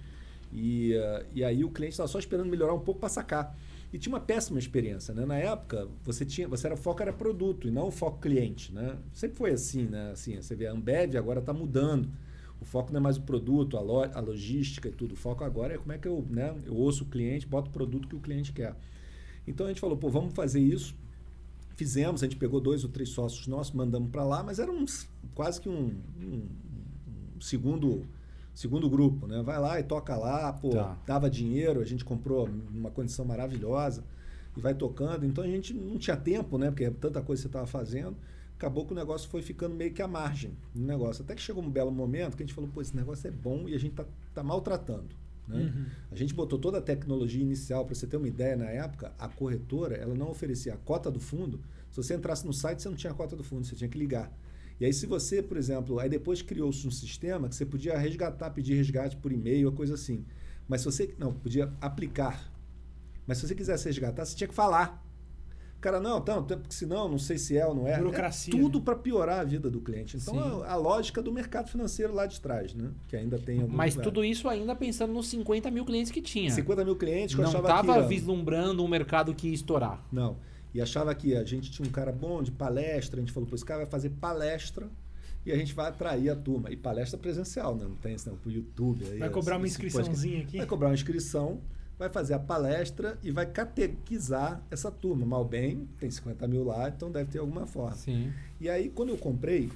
E, uh, e aí o cliente estava só esperando melhorar um pouco para sacar. E tinha uma péssima experiência, né? Na época, você tinha, você era, o foco era produto e não o foco cliente, né? Sempre foi assim, né? Assim, você vê a Ambev agora está mudando. O foco não é mais o produto, a, lo, a logística e tudo. O foco agora é como é que eu, né? Eu ouço o cliente, boto o produto que o cliente quer. Então a gente falou, pô, vamos fazer isso. Fizemos, a gente pegou dois ou três sócios nossos, mandamos para lá, mas era um, quase que um, um, um segundo... Segundo grupo, né? Vai lá e toca lá, pô, tá. Dava dinheiro, a gente comprou uma condição maravilhosa e vai tocando. Então a gente não tinha tempo, né? Porque tanta coisa que você estava fazendo. Acabou que o negócio foi ficando meio que à margem do negócio. Até que chegou um belo momento que a gente falou, pô, esse negócio é bom e a gente tá, tá maltratando. Né? Uhum. A gente botou toda a tecnologia inicial, para você ter uma ideia, na época, a corretora, ela não oferecia a cota do fundo. Se você entrasse no site, você não tinha a cota do fundo, você tinha que ligar. E aí se você, por exemplo, aí depois criou-se um sistema que você podia resgatar, pedir resgate por e-mail, ou coisa assim. Mas se você, não, podia aplicar. Mas se você quisesse resgatar, você tinha que falar. O cara, não, então, porque senão, não sei se é ou não é. Burocracia. É tudo né? para piorar a vida do cliente. Então, a, a lógica do mercado financeiro lá de trás, né? Que ainda tem algum Mas lugar. tudo isso ainda pensando nos cinquenta mil clientes que tinha. cinquenta mil clientes que eu não achava estava que ia... vislumbrando um mercado que ia estourar. Não. E achava que a gente tinha um cara bom de palestra, a gente falou, pô, esse cara vai fazer palestra e a gente vai atrair a turma. E palestra presencial, né? Não tem isso, não, pro YouTube. Aí, vai cobrar assim, uma inscriçãozinha pode... aqui? Vai cobrar uma inscrição, vai fazer a palestra e vai catequizar essa turma. Mal bem, tem cinquenta mil lá, então deve ter alguma forma. Sim. E aí, quando eu comprei,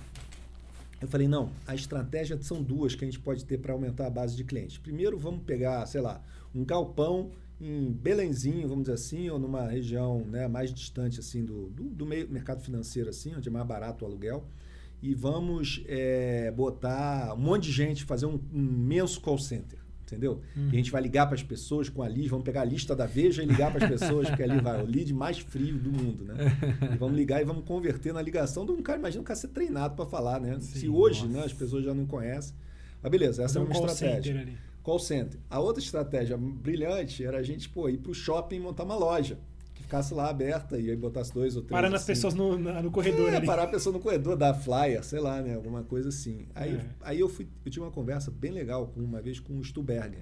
eu falei, não, a estratégia são duas que a gente pode ter para aumentar a base de clientes. Primeiro, vamos pegar, sei lá, um galpão em Belenzinho, vamos dizer assim, ou numa região, né, mais distante assim, do, do, do meio, mercado financeiro, assim, onde é mais barato o aluguel. E vamos é, botar um monte de gente, fazer um, um imenso call center, entendeu? Hum. E a gente vai ligar para as pessoas com a lista, vamos pegar a lista da Veja e ligar para as pessoas, porque ali vai o lead mais frio do mundo, né? E vamos ligar e vamos converter na ligação de um cara, imagina um cara ser treinado para falar, né? Sim, se hoje, né, as pessoas já não conhecem. Mas beleza, essa é uma call estratégia. Center ali. Call center. A outra estratégia brilhante era a gente pô, ir para o shopping e montar uma loja. Ficasse lá aberta e aí botasse dois ou três. Parando assim. as pessoas no, no corredor é, ali. parar a pessoa no corredor, dar flyer, sei lá, né? Alguma coisa assim. Aí, é. aí eu fui, eu tive uma conversa bem legal com uma vez com o Stuberger.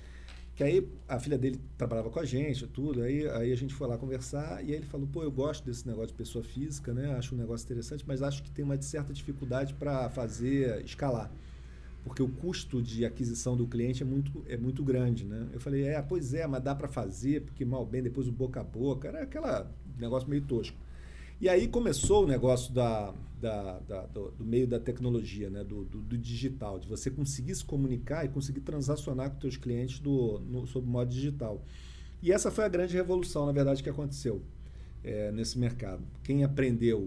Que aí a filha dele trabalhava com a gente, tudo. Aí, aí a gente foi lá conversar e aí ele falou, pô, eu gosto desse negócio de pessoa física, né? Acho um negócio interessante, mas acho que tem uma certa dificuldade para fazer escalar. Porque o custo de aquisição do cliente é muito, é muito grande, né? Eu falei, é, pois é, mas dá para fazer, porque mal bem, depois o boca a boca, era aquele negócio meio tosco. E aí começou o negócio da, da, da, do, do meio da tecnologia, né? do, do, do digital, de você conseguir se comunicar e conseguir transacionar com os teus clientes do, no, sob modo digital. E essa foi a grande revolução, na verdade, que aconteceu é, nesse mercado. Quem aprendeu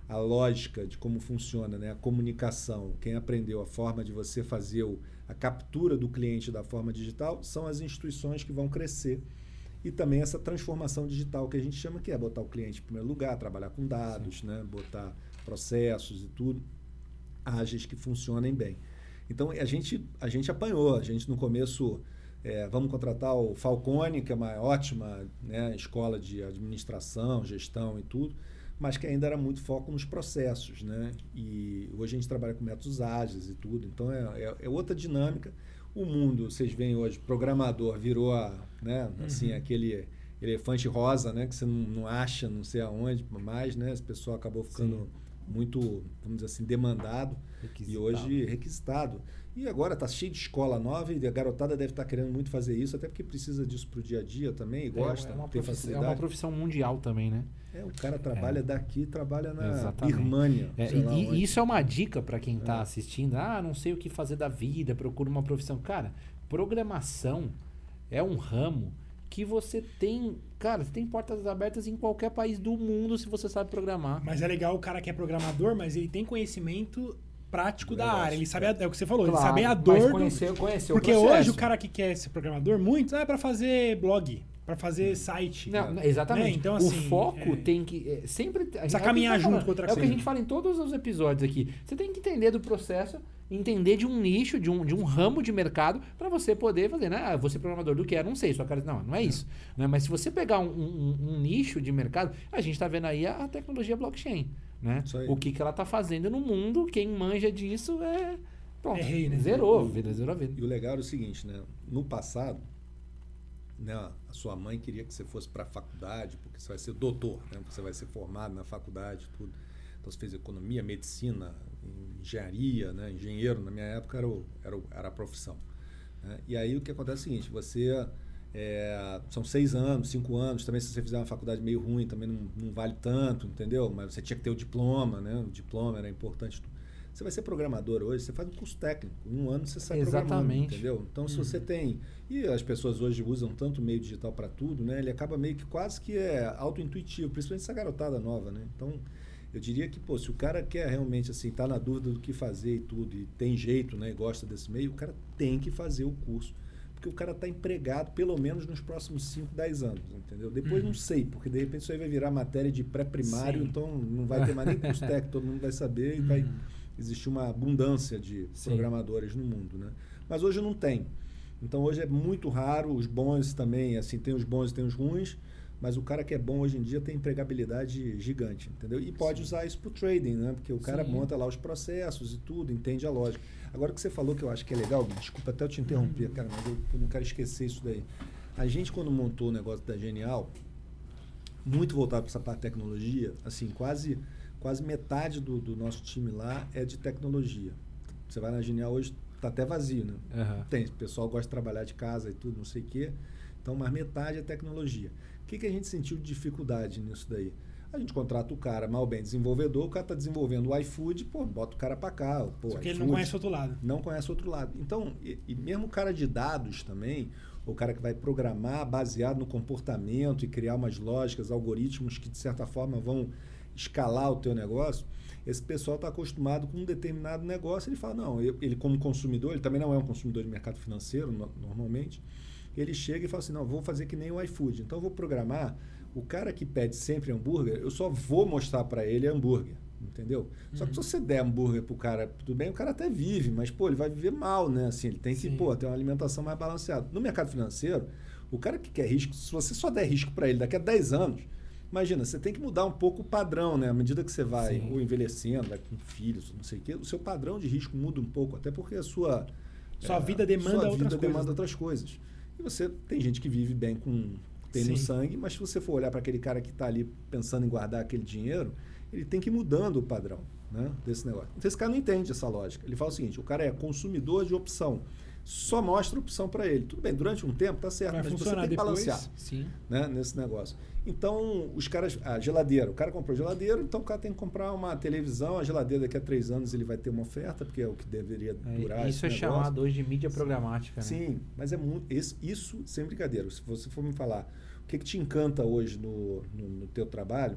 a lógica de como funciona, né, a comunicação, quem aprendeu a forma de você fazer o, a captura do cliente da forma digital, são as instituições que vão crescer. E também essa transformação digital que a gente chama, que é botar o cliente em primeiro lugar, trabalhar com dados, né, botar processos e tudo, ágeis que funcionem bem. Então, a gente, a gente apanhou. A gente, no começo, é, vamos contratar o Falcone, que é uma ótima, né, escola de administração, gestão e tudo, mas que ainda era muito foco nos processos, né? E hoje a gente trabalha com métodos ágeis e tudo. Então, é, é, é outra dinâmica. O mundo, vocês veem hoje, programador virou a, né, assim, uhum. aquele elefante rosa, né, que você não, não acha, não sei aonde mais, né? Esse pessoal acabou ficando Sim. muito, vamos dizer assim, demandado requisitado. E hoje requisitado. E agora está cheio de escola nova e a garotada deve estar tá querendo muito fazer isso, até porque precisa disso para o dia a dia também e gosta, é, é uma tem facilidade. É uma profissão mundial também, né? É, o cara trabalha é. daqui, trabalha na Exatamente. Birmânia. É, e, e isso é uma dica para quem está é. assistindo. Ah, não sei o que fazer da vida, procura uma profissão. Cara, programação é um ramo que você tem... Cara, você tem portas abertas em qualquer país do mundo se você sabe programar. Mas é legal o cara que é programador, mas ele tem conhecimento prático da área. Ele sabe a, é o que você falou, claro, ele sabe a dor. Mas conhecer, conhecer porque o processo. Hoje o cara que quer ser programador, muito, ah, é para fazer blog, para fazer site. Não, né? Exatamente. Né? Então, assim, o foco é... tem que... É, sempre... Precisa caminhar junto com outra coisa. É o que a gente fala em todos os episódios aqui. Você tem que entender do processo, entender de um nicho, de um, de um ramo de mercado, para você poder fazer, né? Ah, você é programador do que é? Não sei. Sua cara... Não, não é isso. É. Né? Mas se você pegar um, um, um nicho de mercado, a gente está vendo aí a, a tecnologia blockchain. Né? O que, que ela está fazendo no mundo, quem manja disso é... Pronto, é rei, né? Zerou, vida, zerou a vida. E o legal é o seguinte, né? No passado, né, a sua mãe queria que você fosse para a faculdade, porque você vai ser doutor, né? Você vai ser formado na faculdade, tudo. Então você fez economia, medicina, engenharia, né? Engenheiro, na minha época, era, o, era, o, era a profissão. Né? E aí o que acontece é o seguinte, você... É, são seis anos, cinco anos, também se você fizer uma faculdade meio ruim, também não, não vale tanto, entendeu? Mas você tinha que ter o diploma, né? O diploma era importante. Você vai ser programador hoje, você faz um curso técnico, em um ano você sai Exatamente. programando, entendeu? Então, se uhum. você tem... E as pessoas hoje usam tanto o meio digital para tudo, né? Ele acaba meio que quase que é auto-intuitivo, principalmente essa garotada nova, né? Então, eu diria que, pô, se o cara quer realmente, assim, tá na dúvida do que fazer e tudo, e tem jeito, né? E gosta desse meio, o cara tem que fazer o curso. Porque o cara está empregado pelo menos nos próximos cinco, dez anos, entendeu? Depois uhum. não sei, porque de repente isso aí vai virar matéria de pré-primário, então não vai ter mais nem curso técnico, todo mundo vai saber e uhum. vai existir uma abundância de Sim. programadores no mundo, né? Mas hoje não tem. Então hoje é muito raro, os bons também, assim, tem os bons e tem os ruins, mas o cara que é bom hoje em dia tem empregabilidade gigante, entendeu? E pode Sim. usar isso para o trading, né? Porque o cara Sim. monta lá os processos e tudo, entende a lógica. Agora o que você falou que eu acho que é legal, desculpa até eu te interromper, uhum. cara, mas eu, eu não quero esquecer isso daí. A gente, quando montou o negócio da Genial, muito voltado para essa parte de tecnologia, assim, quase, quase metade do, do nosso time lá é de tecnologia. Você vai na Genial hoje, tá até vazio, né? Uhum. Tem, o pessoal gosta de trabalhar de casa e tudo, não sei o quê. Então, mas metade é tecnologia. O que, que a gente sentiu de dificuldade nisso daí? A gente contrata o cara, mal bem desenvolvedor, o cara está desenvolvendo o iFood, pô, bota o cara para cá. Pô, Só que iFood, ele não conhece outro lado. Não conhece outro lado. Então, e, e mesmo o cara de dados também, o cara que vai programar baseado no comportamento e criar umas lógicas, algoritmos que, de certa forma, vão escalar o teu negócio, esse pessoal está acostumado com um determinado negócio, ele fala, não, ele como consumidor, ele também não é um consumidor de mercado financeiro, no, normalmente, ele chega e fala assim, não, vou fazer que nem o iFood, então eu vou programar. O cara que pede sempre hambúrguer, eu só vou mostrar para ele hambúrguer, entendeu? Uhum. Só que se você der hambúrguer pro cara, tudo bem, o cara até vive, mas, pô, ele vai viver mal, né? Assim, ele tem que, Sim. pô, ter uma alimentação mais balanceada. No mercado financeiro, o cara que quer risco, se você só der risco para ele daqui a dez anos, imagina, você tem que mudar um pouco o padrão, né? À medida que você vai Sim. ou envelhecendo, vai com filhos, não sei o quê, o seu padrão de risco muda um pouco, até porque a sua... Sua é, vida demanda sua outras vida coisas. demanda outras coisas. E você, tem gente que vive bem com... tem Sim. no sangue, mas se você for olhar para aquele cara que está ali pensando em guardar aquele dinheiro, ele tem que ir mudando o padrão, né, desse negócio. Então esse cara não entende essa lógica. Ele fala o seguinte, o cara é consumidor de opção, só mostra opção para ele. Tudo bem, durante um tempo tá certo, Vai mas você tem que depois, balancear Sim. Né, nesse negócio. Então, os caras... A geladeira, o cara comprou geladeira, então o cara tem que comprar uma televisão, a geladeira daqui a três anos ele vai ter uma oferta, porque é o que deveria durar é, Isso é negócio. chamado hoje de mídia programática, Sim, né? Sim, mas é muito... Isso, isso sem brincadeira. Se você for me falar o que, que te encanta hoje no, no, no teu trabalho,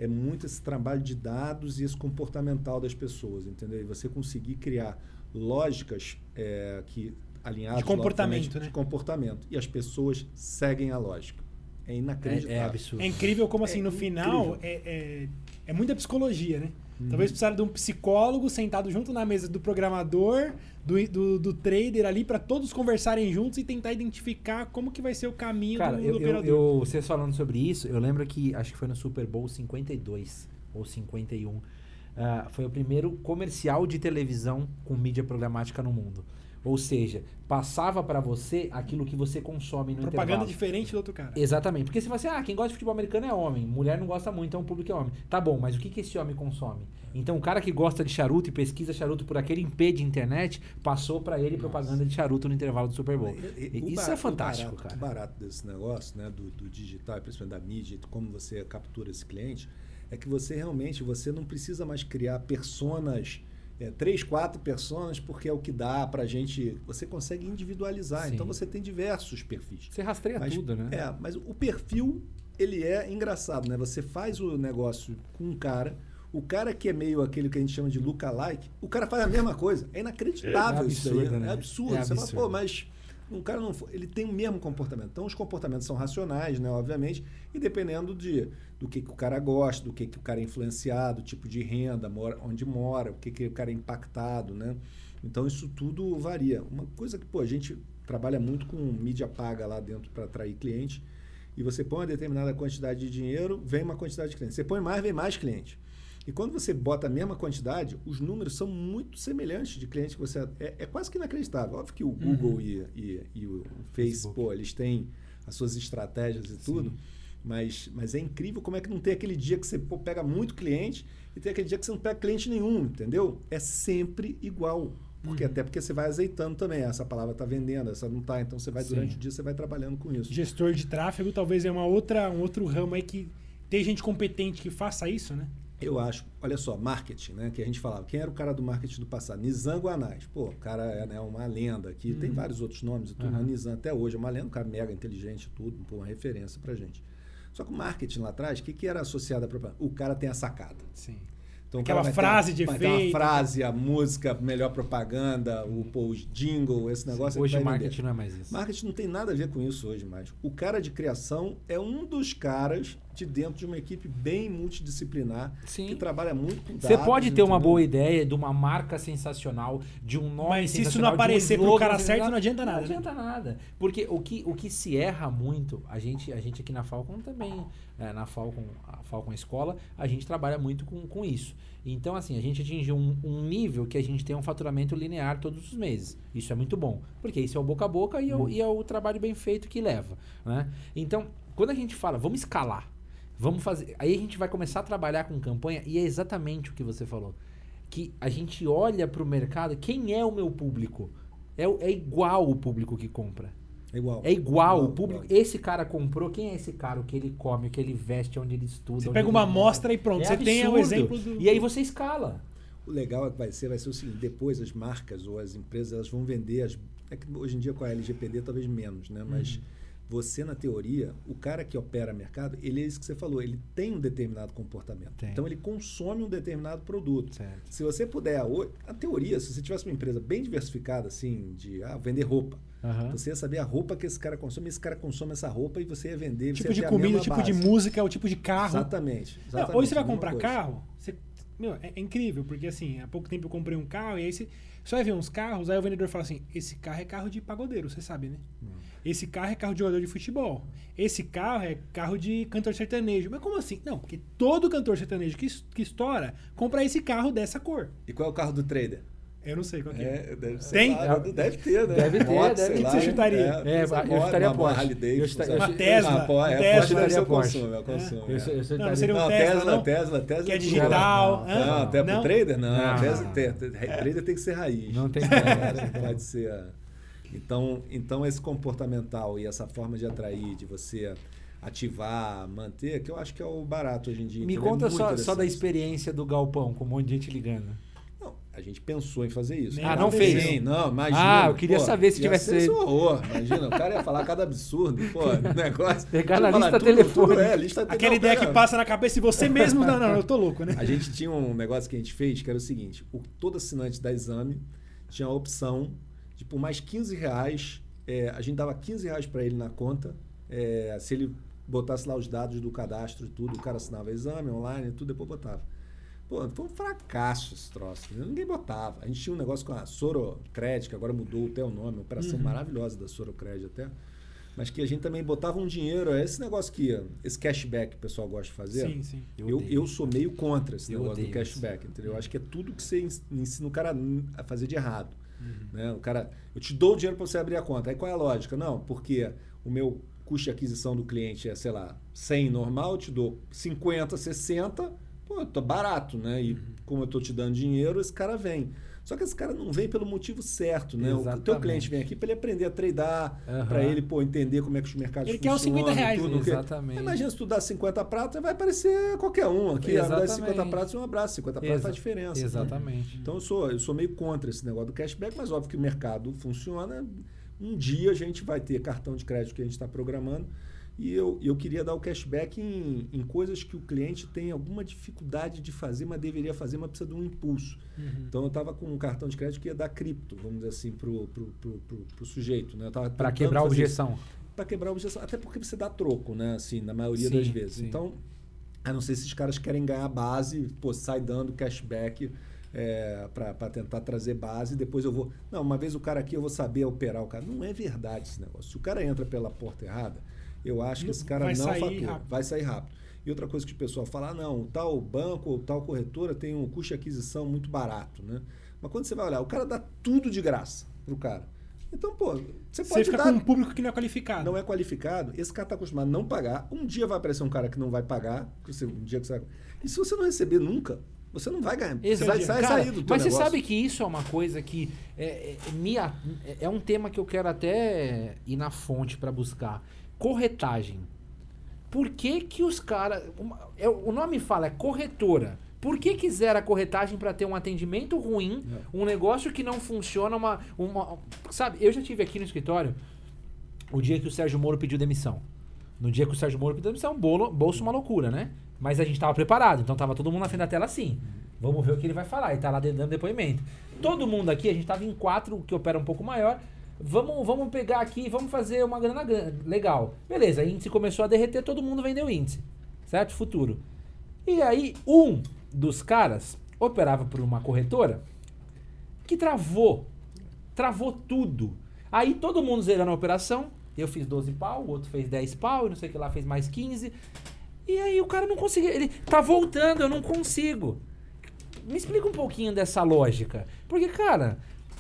é muito esse trabalho de dados e esse comportamental das pessoas, entendeu? E você conseguir criar lógicas é, que alinhadas de comportamento, né? de comportamento. E as pessoas seguem a lógica. É inacreditável. É, é absurdo. É incrível como, assim, é no incrível. final, é, é, é muita psicologia, né? Uhum. Talvez precisasse de um psicólogo sentado junto na mesa do programador, do, do, do trader ali, para todos conversarem juntos e tentar identificar como que vai ser o caminho Cara, do, eu, do eu, operador. eu, vocês falando sobre isso, eu lembro que, acho que foi no Super Bowl cinquenta e dois ou cinquenta e um, uh, foi o primeiro comercial de televisão com mídia programática no mundo. Ou seja, passava para você aquilo que você consome no Propaganda intervalo. diferente do outro cara. Exatamente. Porque você fala assim, ah, quem gosta de futebol americano é homem, mulher não gosta muito, então o público é homem. Tá bom, mas o que, que esse homem consome? Então o cara que gosta de charuto e pesquisa charuto por aquele I P de internet, passou para ele Nossa. propaganda de charuto no intervalo do Super Bowl. E, e, Isso barato, é fantástico, o barato, cara. O barato desse negócio, né, do, do digital, principalmente da mídia, como você captura esse cliente, é que você realmente você não precisa mais criar personas... É, três, quatro personas, porque é o que dá pra gente... Você consegue individualizar. Sim. Então, você tem diversos perfis. Você rastreia mas, tudo, né? É, mas o perfil, ele é engraçado, né? Você faz o negócio com um cara, o cara que é meio aquele que a gente chama de lookalike, o cara faz a mesma coisa. É inacreditável é, é absurdo, isso daí. Né? É absurdo. É você absurdo. Fala, pô, mas... Um cara não ele tem o mesmo comportamento. Então, os comportamentos são racionais, né, obviamente, e dependendo de, do que, que o cara gosta, do que, que o cara é influenciado, tipo de renda, mora, onde mora, o que, que o cara é impactado, né? Então, isso tudo varia. Uma coisa que, pô, a gente trabalha muito com mídia paga lá dentro para atrair cliente, e você põe uma determinada quantidade de dinheiro, vem uma quantidade de clientes. Você põe mais, vem mais cliente. E quando você bota a mesma quantidade, os números são muito semelhantes de clientes que você... É, é quase que inacreditável. Óbvio que o Google uhum. e, e, e o Facebook, pô, eles têm as suas estratégias e tudo, mas, mas é incrível como é que não tem aquele dia que você pô, pega muito cliente e tem aquele dia que você não pega cliente nenhum, entendeu? É sempre igual. Porque, uhum. Até porque você vai azeitando também. Essa palavra está vendendo, essa não está. Então, você vai Sim. durante o dia, você vai trabalhando com isso. Gestor de tráfego talvez é uma outra, um outro ramo aí que tem gente competente que faça isso, né? Eu acho, olha só, marketing, né? Que a gente falava, quem era o cara do marketing do passado? Nizam Guanais. Pô, o cara é, né, uma lenda aqui, uhum. tem vários outros nomes e tudo, uhum. mas Nizam até hoje é uma lenda, um cara mega inteligente e tudo, pô, uma referência pra gente. Só que o marketing lá atrás, o que, que era associado a propaganda? O cara tem a sacada. Sim. Então, aquela frase ter, de efeito. Aquela frase, a música, melhor propaganda, o, pô, os jingle, esse negócio. Hoje o marketing não é mais isso. Marketing não tem nada a ver com isso hoje mais. O cara de criação é um dos caras de dentro de uma equipe bem multidisciplinar, Sim. que trabalha muito com dados. Você pode ter entendeu? uma boa ideia de uma marca sensacional, de um nome Mas se isso não sensacional, aparecer de um pro cara certo, não adianta nada. Não adianta né? nada. Porque o que, o que se erra muito, a gente, a gente aqui na Falcon também, é, na Falcon, a Falcon Escola, a gente trabalha muito com, com isso. Então, assim, a gente atingiu um, um nível que a gente tem um faturamento linear todos os meses. Isso é muito bom, porque isso é o boca a boca e é o, hum. e é o trabalho bem feito que leva. Né? Então, quando a gente fala, vamos escalar, vamos fazer... Aí a gente vai começar a trabalhar com campanha e é exatamente o que você falou. Que a gente olha para o mercado, quem é o meu público? É, é igual o público que compra. É igual. É igual, igual o público. Igual. Esse cara comprou, quem é esse cara? O que ele come, o que ele veste, onde ele estuda. Você pega uma amostra e pronto. É você absurdo. tem o exemplo do... E aí você escala. O legal é que vai ser, vai ser o seguinte, depois as marcas ou as empresas, elas vão vender, as, é que hoje em dia com a L G P D talvez menos, né? Mas uhum. você, na teoria, o cara que opera mercado, ele é isso que você falou, ele tem um determinado comportamento. Tem. Então ele consome um determinado produto. Certo. Se você puder, a teoria, se você tivesse uma empresa bem diversificada, assim, de ah, vender roupa, uhum. você ia saber a roupa que esse cara consome, esse cara consome essa roupa e você ia vender. O tipo de comida, o tipo base. de música, o tipo de carro. Exatamente. exatamente Não, hoje você vai comprar coisa. carro, você, meu, é, é incrível, porque assim, há pouco tempo eu comprei um carro e aí você, você vai ver uns carros, aí o vendedor fala assim, esse carro é carro de pagodeiro, você sabe, né? Hum. Esse carro é carro de jogador de futebol. Esse carro é carro de cantor sertanejo. Mas como assim? Não, porque todo cantor sertanejo que, que estoura compra esse carro dessa cor. E qual é o carro do trader? Eu não sei qual que é. é deve ser Tem? Lá, deve ter, né? Deve ter, moto, deve ter. O que você chutaria? É, é, eu chutaria a Porsche. Uma Tesla. Ah, é, a Tesla é Porsche. Consumo, é consumo, é. Eu, eu, eu não, não seria um não, Tesla, Tesla, não? Tesla, Tesla. Que é digital. Não, não, até pro trader? Não, não. Tesla, trader tem que ser raiz. Não tem que Pode ser... Então, então, esse comportamental e essa forma de atrair, de você ativar, manter, que eu acho que é o barato hoje em dia. Me então conta é só, só da experiência do galpão, com um monte de gente ligando. Não, a gente pensou em fazer isso. Ah, não fez? Sim, não, imagina. Ah, eu queria pô, saber se tivesse... Esse horror, imagina, o cara ia falar cada absurdo, pô, negócio... Pegar na lista tudo, telefônica. Tudo, é, lista Aquela não, ideia pera, que passa na cabeça e você mesmo... Não, não, eu tô louco, né? A gente tinha um negócio que a gente fez, que era o seguinte, o, todo assinante da Exame tinha a opção de, por mais quinze reais, é, a gente dava quinze reais para ele na conta, é, se ele botasse lá os dados do cadastro e tudo, o cara assinava Exame, online e tudo, depois botava. Pô, foi um fracasso esse troço. Ninguém botava. A gente tinha um negócio com a Sorocred, que agora mudou até o nome, uma operação uhum. maravilhosa da Sorocred até. Mas que a gente também botava um dinheiro, esse negócio que, esse cashback que o pessoal gosta de fazer. Sim, sim. Eu, eu, eu sou meio contra esse eu negócio do cashback, isso. entendeu? Eu acho que é tudo que você ensina o cara a fazer de errado. Uhum. Né? O cara, eu te dou o dinheiro para você abrir a conta. Aí qual é a lógica? Não, porque o meu custo de aquisição do cliente é, sei lá, cem normal, eu te dou cinquenta, sessenta... Pô, tô barato, né? E uhum. como eu tô te dando dinheiro, esse cara vem. Só que esse cara não vem pelo motivo certo, né? Exatamente. O teu cliente vem aqui para ele aprender a tradar, uhum. para ele, pô, entender como é que os mercados ele funcionam. Ele quer os cinquenta reais. Tudo, Exatamente. Que... Imagina se tu dá cinquenta pratos, vai aparecer qualquer um aqui. Dá cinquenta pratos e um abraço. cinquenta pratos Exa faz diferença. Exatamente. Né? Então eu sou, eu sou meio contra esse negócio do cashback, mas óbvio que o mercado funciona. Um dia a gente vai ter cartão de crédito que a gente está programando. E eu, eu queria dar o cashback em, em coisas que o cliente tem alguma dificuldade de fazer, mas deveria fazer, mas precisa de um impulso. Uhum. Então, eu estava com um cartão de crédito que ia dar cripto, vamos dizer assim, para o pro, pro, pro, pro sujeito. Né? Para quebrar a objeção. Para quebrar a objeção. Até porque você dá troco, né? Assim, na maioria sim, das vezes. Sim. Então, a não ser se esses caras querem ganhar base, pô, sai dando cashback é, para tentar trazer base, depois eu vou... Não, uma vez o cara aqui, eu vou saber operar o cara. Não é verdade esse negócio. Se o cara entra pela porta errada, eu acho que esse cara vai não fatura, rápido. vai sair rápido. E outra coisa que o pessoal fala, ah, não, tal banco ou tal corretora tem um custo de aquisição muito barato, né? Mas quando você vai olhar, o cara dá tudo de graça pro cara. Então, pô, você pode Você fica dar... com um público que não é qualificado. Não é qualificado. Esse cara está acostumado a não pagar. Um dia vai aparecer um cara que não vai pagar. Um dia que você vai... E se você não receber nunca, você não vai ganhar. Você vai sair, cara, sair do teu Mas negócio. Você sabe que isso é uma coisa que é, é, me, é um tema que eu quero até ir na fonte para buscar. Corretagem. Por que que os caras... É, o nome fala, é corretora. Por que quiser a corretagem para ter um atendimento ruim, é. um negócio que não funciona, uma, uma... Sabe, eu já tive aqui no escritório o dia que o Sérgio Moro pediu demissão. No dia que o Sérgio Moro pediu demissão, bolo, bolso uma loucura, né? Mas a gente tava preparado, então tava todo mundo na frente da tela assim. Vamos ver o que ele vai falar. Ele tá lá dando depoimento. Todo mundo aqui, a gente tava em quatro, que opera um pouco maior. Vamos, vamos pegar aqui, vamos fazer uma grana legal. Beleza, índice começou a derreter, todo mundo vendeu índice. Certo? Futuro. E aí, um dos caras operava por uma corretora que travou. Travou tudo. Aí todo mundo zerando a operação. Eu fiz doze pau, o outro fez dez pau, e não sei o que lá fez mais quinze. E aí o cara não conseguia. Ele tá voltando, eu não consigo. Me explica um pouquinho dessa lógica. Porque, cara...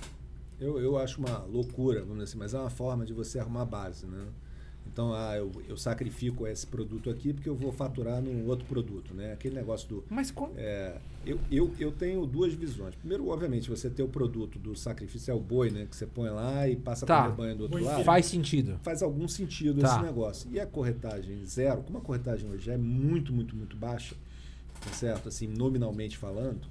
Eu, eu acho uma loucura, vamos dizer assim, mas é uma forma de você arrumar base, né? Então, ah, eu, eu sacrifico esse produto aqui porque eu vou faturar num outro produto, né? Aquele negócio do... Mas como... É, eu, eu, eu tenho duas visões. Primeiro, obviamente, você ter o produto do sacrifício, é o boi, né? Que você põe lá e passa tá. para o rebanho do outro lado. Faz sentido. Faz algum sentido tá. esse negócio. E a corretagem zero, como a corretagem hoje é muito, muito, muito baixa, tá certo? Assim, nominalmente falando,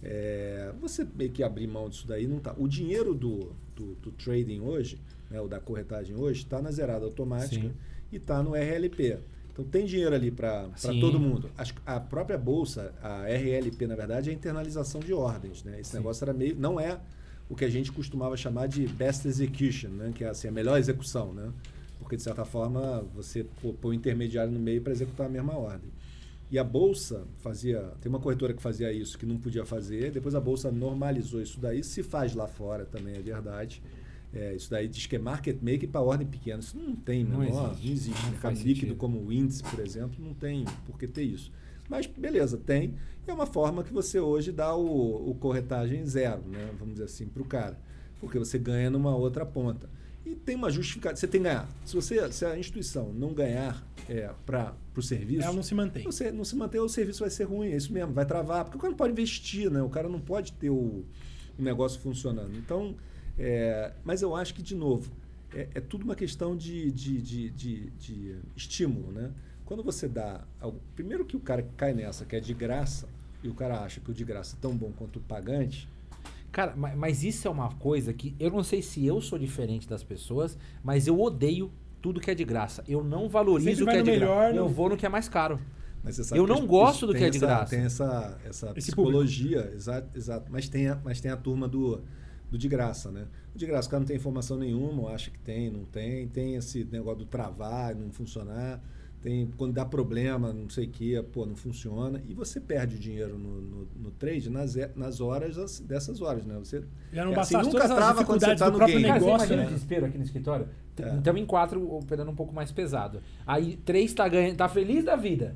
é, você meio que abrir mão disso daí não tá. O dinheiro do, do, do trading hoje, né, o da corretagem hoje, está na zerada automática. Sim. E está no R L P. Então tem dinheiro ali para todo mundo. A, a própria bolsa, a R L P, na verdade, é a internalização de ordens. Né? Esse Sim. negócio era meio. Não é o que a gente costumava chamar de best execution, né? Que é assim, a melhor execução. Né? Porque, de certa forma, você põe o intermediário no meio para executar a mesma ordem. E a bolsa fazia... Tem uma corretora que fazia isso, que não podia fazer. Depois a bolsa normalizou isso daí. Se faz lá fora também, é verdade. É, isso daí diz que é market maker para ordem pequena. Isso não tem, não menor, existe. Não existe. Não Mercado faz líquido sentido. como o índice, por exemplo, não tem por que ter isso. Mas, beleza, tem. É uma forma que você hoje dá o, o corretagem zero, né? Vamos dizer assim, para o cara. Porque você ganha numa outra ponta. E tem uma justificativa. Você tem que ganhar. Se, você, se a instituição não ganhar é, para o serviço... Ela não se mantém. Você não se mantém, o serviço vai ser ruim. É isso mesmo, vai travar. Porque o cara não pode investir, né? O cara não pode ter o, o negócio funcionando. Então... É, mas eu acho que, de novo, é, é tudo uma questão de, de, de, de, de estímulo, né? Quando você dá... Algo, primeiro que o cara cai nessa, que é de graça, e o cara acha que o de graça é tão bom quanto o pagante, Cara, mas, mas isso é uma coisa que eu não sei se eu sou diferente das pessoas, mas eu odeio tudo que é de graça. Eu não valorizo o que é de melhor, graça. No... Eu vou no que é mais caro. Mas você sabe eu não gosto do que é de essa, graça. Tem essa, essa psicologia, exato, exato. Mas tem a, mas tem a turma do, do de graça, né? O de graça, o cara não tem informação nenhuma, acha que tem, não tem. Tem esse negócio do travar, não funcionar. Tem, quando dá problema, não sei o que, pô, não funciona. E você perde dinheiro no, no, no trade nas, nas horas dessas horas, né? Você já não é, basta assim, nunca trava quando você tá no game. Cara, negócio, você imagina né? o desespero aqui no escritório? É. Estamos em quatro operando um pouco mais pesado. Aí três tá, ganhando, tá feliz da vida.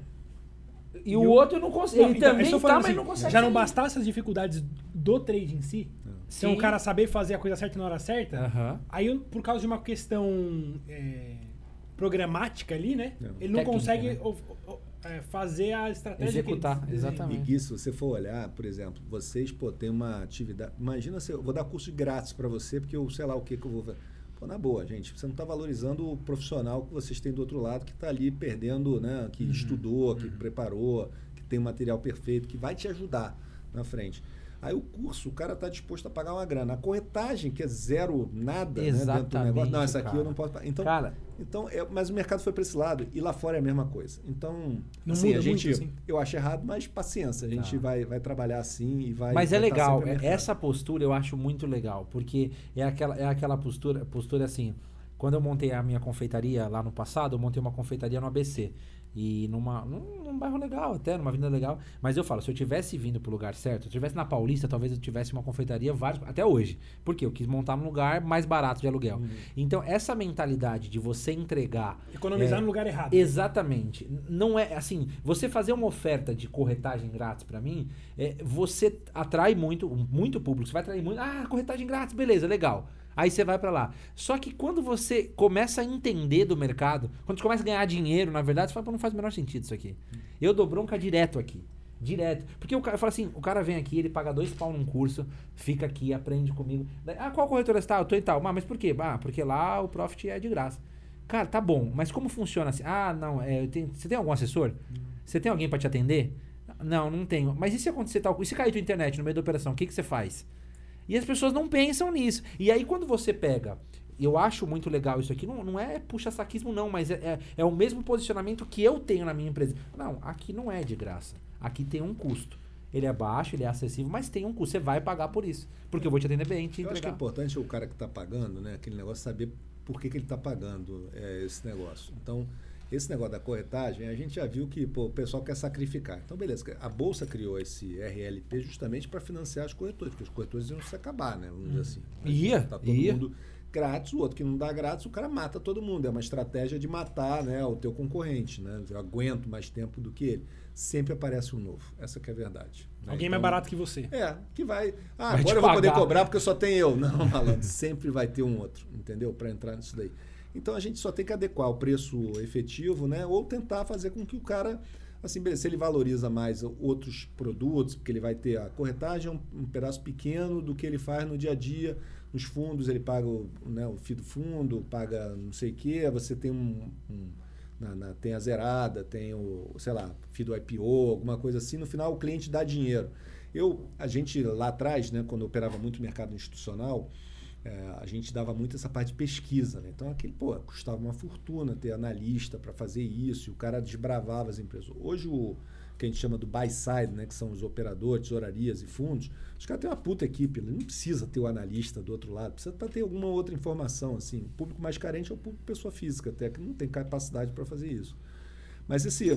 E, e o, o outro não consegue. Ele então, também tá, assim, mas não consegue. Já não bastasse as dificuldades do trade em si? Sim. Então o cara saber fazer a coisa certa na hora certa, uhum. aí eu, por causa de uma questão é, programática ali, né? Não. Ele não Técnica, consegue né? o, o, é, fazer a estratégia. Executar, que ele exatamente. E isso, se você for olhar, por exemplo, vocês, pô, tem uma atividade. Imagina se eu vou dar curso grátis para você, porque eu sei lá o que, que eu vou fazer. Pô, na boa, gente, você não está valorizando o profissional que vocês têm do outro lado, que está ali perdendo, né? Que uhum. estudou, que uhum. preparou, que tem um material perfeito, que vai te ajudar na frente. Aí o curso, o cara está disposto a pagar uma grana. A corretagem, que é zero, nada, né, dentro do negócio. Não, essa aqui cara. eu não posso pagar. Então, cara, então é, mas o mercado foi para esse lado e lá fora é a mesma coisa. Então, não assim, muda a gente, muito, assim. eu acho errado, mas paciência. A gente tá. vai, vai trabalhar assim e vai... Mas vai é legal. Tá essa postura eu acho muito legal, porque é aquela, é aquela postura, postura assim... Quando eu montei a minha confeitaria lá no passado, eu montei uma confeitaria no A B C. E numa, num, num bairro legal até, numa avenida legal. Mas eu falo, se eu tivesse vindo pro lugar certo, se eu tivesse na Paulista, talvez eu tivesse uma confeitaria vários, até hoje. Por quê? Eu quis montar num lugar mais barato de aluguel. Uhum. Então, essa mentalidade de você entregar... Economizar é, no lugar errado. Exatamente. Não é assim, você fazer uma oferta de corretagem grátis pra mim, é, você atrai muito, muito público. Você vai atrair muito. Ah, corretagem grátis, beleza, legal. Aí você vai pra lá. Só que quando você começa a entender do mercado, quando você começa a ganhar dinheiro, na verdade, você fala, pô, não faz o menor sentido isso aqui. Eu dou bronca direto aqui. Direto. Porque o cara fala assim, o cara vem aqui, ele paga dois pau num curso, fica aqui, aprende comigo. Daí, ah, qual corretora você tá? Eu tô e tal. Ah, mas por quê? Ah, porque lá o profit é de graça. Cara, tá bom, mas como funciona assim? Ah, não, é, tem, você tem algum assessor? Você tem alguém pra te atender? Não, não tenho. Mas e se acontecer tal coisa? E se cair tua internet no meio da operação, o que, que você faz? E as pessoas não pensam nisso. E aí quando você pega... Eu acho muito legal isso aqui. Não, não é puxa-saquismo, não. Mas é, é, é o mesmo posicionamento que eu tenho na minha empresa. Não, aqui não é de graça. Aqui tem um custo. Ele é baixo, ele é acessível, mas tem um custo. Você vai pagar por isso. Porque eu vou te atender bem, te eu entregar. acho que é importante o cara que está pagando, né? Aquele negócio, saber por que, que ele está pagando é, esse negócio. Então... Esse negócio da corretagem, a gente já viu que pô, o pessoal quer sacrificar. Então, beleza, a Bolsa criou esse R L P justamente para financiar as corretoras, porque os corretores iam se acabar, né? Vamos dizer assim. Ia, tá todo ia. mundo grátis, o outro que não dá grátis, o cara mata todo mundo. É uma estratégia de matar, né, o teu concorrente, né? Eu aguento mais tempo do que ele. Sempre aparece um novo. Essa que é a verdade. Né? Alguém então, mais barato que você. É, que vai... Ah, vai agora eu vou poder cobrar porque só tem eu. Não, malandro, sempre vai ter um outro, entendeu? Para entrar nisso daí. Então, a gente só tem que adequar o preço efetivo, né? Ou tentar fazer com que o cara, assim, beleza, se ele valoriza mais outros produtos, porque ele vai ter a corretagem, um, um pedaço pequeno do que ele faz no dia a dia. Nos fundos, ele paga o, né, o F I I do fundo, paga não sei o quê, você tem um... um na, na, tem a zerada, tem o, sei lá, F I I do I P O, alguma coisa assim. No final, o cliente dá dinheiro. Eu, a gente lá atrás, né, quando eu operava muito mercado institucional, É, a gente dava muito essa parte de pesquisa, né? Então, aquele, pô, custava uma fortuna ter analista para fazer isso, e o cara desbravava as empresas. Hoje, o que a gente chama do buy side, né? Que são os operadores, tesourarias e fundos, os caras têm uma puta equipe, não precisa ter o analista do outro lado, precisa ter alguma outra informação, assim. O público mais carente é o público pessoa física, até que não tem capacidade para fazer isso. Mas esse...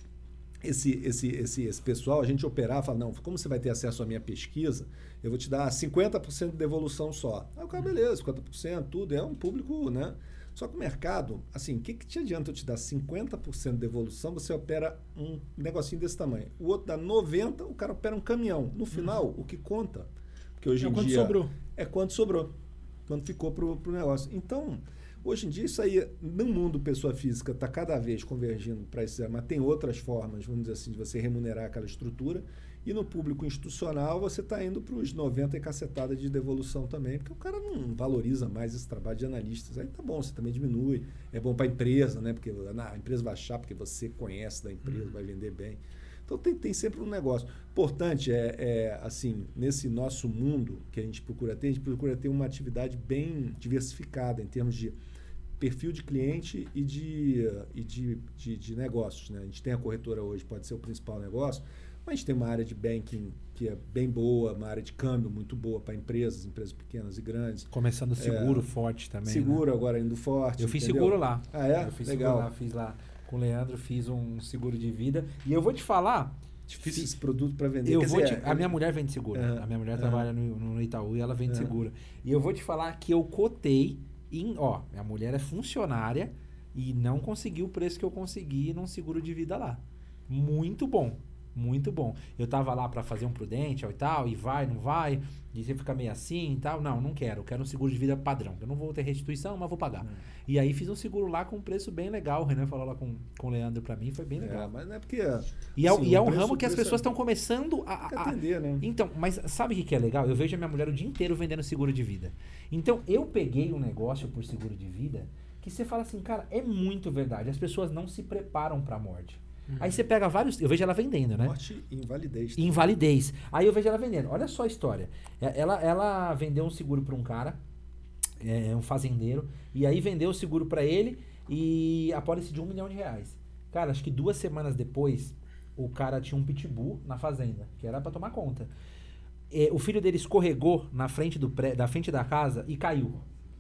Esse, esse, esse, esse pessoal, a gente operar, fala, não, como você vai ter acesso à minha pesquisa, eu vou te dar cinquenta por cento de devolução só. Aí o cara, beleza, cinquenta por cento, tudo, é um público, né? Só que o mercado, assim, o que, que te adianta eu te dar cinquenta por cento de devolução, você opera um negocinho desse tamanho. O outro dá noventa por cento, o cara opera um caminhão. No final, uhum. o que conta, porque hoje é em quanto dia... sobrou. É quanto sobrou, quanto ficou pro, pro negócio. Então... Hoje em dia, isso aí, no mundo pessoa física, está cada vez convergindo para isso, mas tem outras formas, vamos dizer assim, de você remunerar aquela estrutura. E no público institucional, você está indo para os noventa e cacetada de devolução também, porque o cara não valoriza mais esse trabalho de analistas. Aí tá bom, você também diminui. É bom para a empresa, né? Porque a empresa vai achar porque você conhece da empresa, vai vender bem. Então tem, tem sempre um negócio. Importante é, é, assim, nesse nosso mundo que a gente procura ter, a gente procura ter uma atividade bem diversificada em termos de perfil de cliente e de, e de, de, de negócios, né? A gente tem a corretora hoje, pode ser o principal negócio, mas a gente tem uma área de banking que é bem boa, uma área de câmbio muito boa para empresas, empresas pequenas e grandes. Começando seguro é, forte também. Seguro, né? Agora indo forte. Eu fiz entendeu? seguro lá. Ah, é? Eu fiz Legal. seguro lá, fiz lá com o Leandro, fiz um seguro de vida. E eu vou te falar... Difícil esse produto para vender. Eu Quer vou dizer, te, a minha mulher vende seguro. Uhum, a minha mulher uhum. trabalha no, no Itaú e ela vende uhum. seguro. E eu vou te falar que eu cotei em... Ó, minha mulher é funcionária e não conseguiu o preço que eu consegui num seguro de vida lá. Muito bom. Muito bom. Eu tava lá para fazer um prudente e tal, e vai, não vai, e você fica meio assim e tal. Não, não quero. Eu quero um seguro de vida padrão. Eu não vou ter restituição, mas vou pagar. Hum. E aí fiz um seguro lá com um preço bem legal. O Renan falou lá com, com o Leandro para mim, foi bem legal. É, mas não é porque... E é, assim, e é um preço, ramo que as pessoas estão é... começando a... a atender, né? Então, mas sabe o que é legal? Eu vejo a minha mulher o dia inteiro vendendo seguro de vida. Então, eu peguei um negócio por seguro de vida que você fala assim, cara, é muito verdade. As pessoas não se preparam para a morte. Uhum. Aí você pega vários... Eu vejo ela vendendo, né? Morte e invalidez. Também. Invalidez. Aí eu vejo ela vendendo. Olha só a história. Ela, ela vendeu um seguro para um cara, é, um fazendeiro, e aí vendeu o seguro para ele e a pólice de um milhão de reais. Cara, acho que duas semanas depois, o cara tinha um pitbull na fazenda, que era para tomar conta. É, o filho dele escorregou na frente, do pré, da frente da casa e caiu.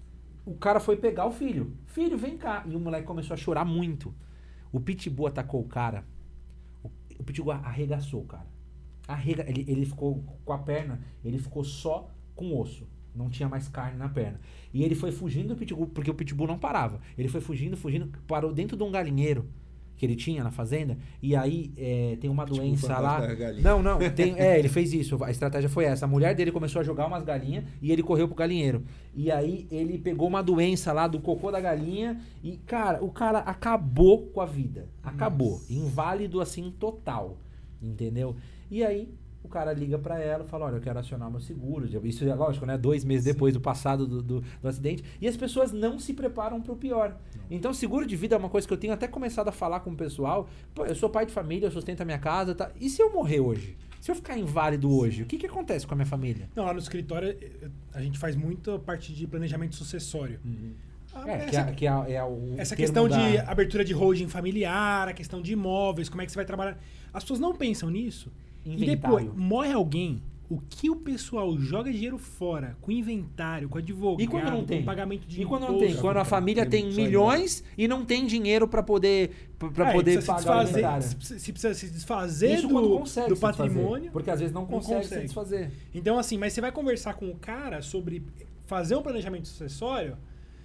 O cara foi pegar o filho. Filho, vem cá. E o moleque começou a chorar muito. O pitbull atacou o cara. O, o pitbull arregaçou o cara. Arrega, ele, ele ficou com a perna, ele ficou só com osso. Não tinha mais carne na perna. E ele foi fugindo do pitbull, porque o pitbull não parava. Ele foi fugindo, fugindo, parou dentro de um galinheiro que ele tinha na fazenda. E aí é, tem uma pitbull doença lá. Não, não. Tem, é, ele fez isso. A estratégia foi essa. A mulher dele começou a jogar umas galinhas e ele correu pro galinheiro. E aí ele pegou uma doença lá do cocô da galinha e, cara, o cara acabou com a vida. Acabou. Nossa. Inválido assim total. Entendeu? E aí o cara liga pra ela e fala, olha, eu quero acionar meu seguro. Isso é lógico, né? Dois meses Sim. depois do passado do, do, do acidente. E as pessoas não se preparam pro pior. Não. Então, seguro de vida é uma coisa que eu tenho até começado a falar com o pessoal. Pô, eu sou pai de família, eu sustento a minha casa, tá? E se eu morrer hoje? Se eu ficar inválido hoje, o que que acontece com a minha família? Não, lá no escritório a gente faz muita parte de planejamento sucessório. Uhum. Ah, é, essa, que é, que é, é o essa questão da... de abertura de holding familiar, a questão de imóveis, como é que você vai trabalhar. As pessoas não pensam nisso. Inventário. E depois, morre alguém, o que o pessoal joga dinheiro fora, com inventário, com advogado, e quando não tem? com pagamento de E quando imposto, não tem? Quando a família tem, tem milhões e não tem dinheiro para poder, pra é, poder pagar desfazer, o inventário. Se, se precisa se desfazer Isso do, consegue do se patrimônio... Desfazer, porque às vezes não consegue, não consegue se desfazer. Então assim, mas você vai conversar com o cara sobre fazer um planejamento sucessório,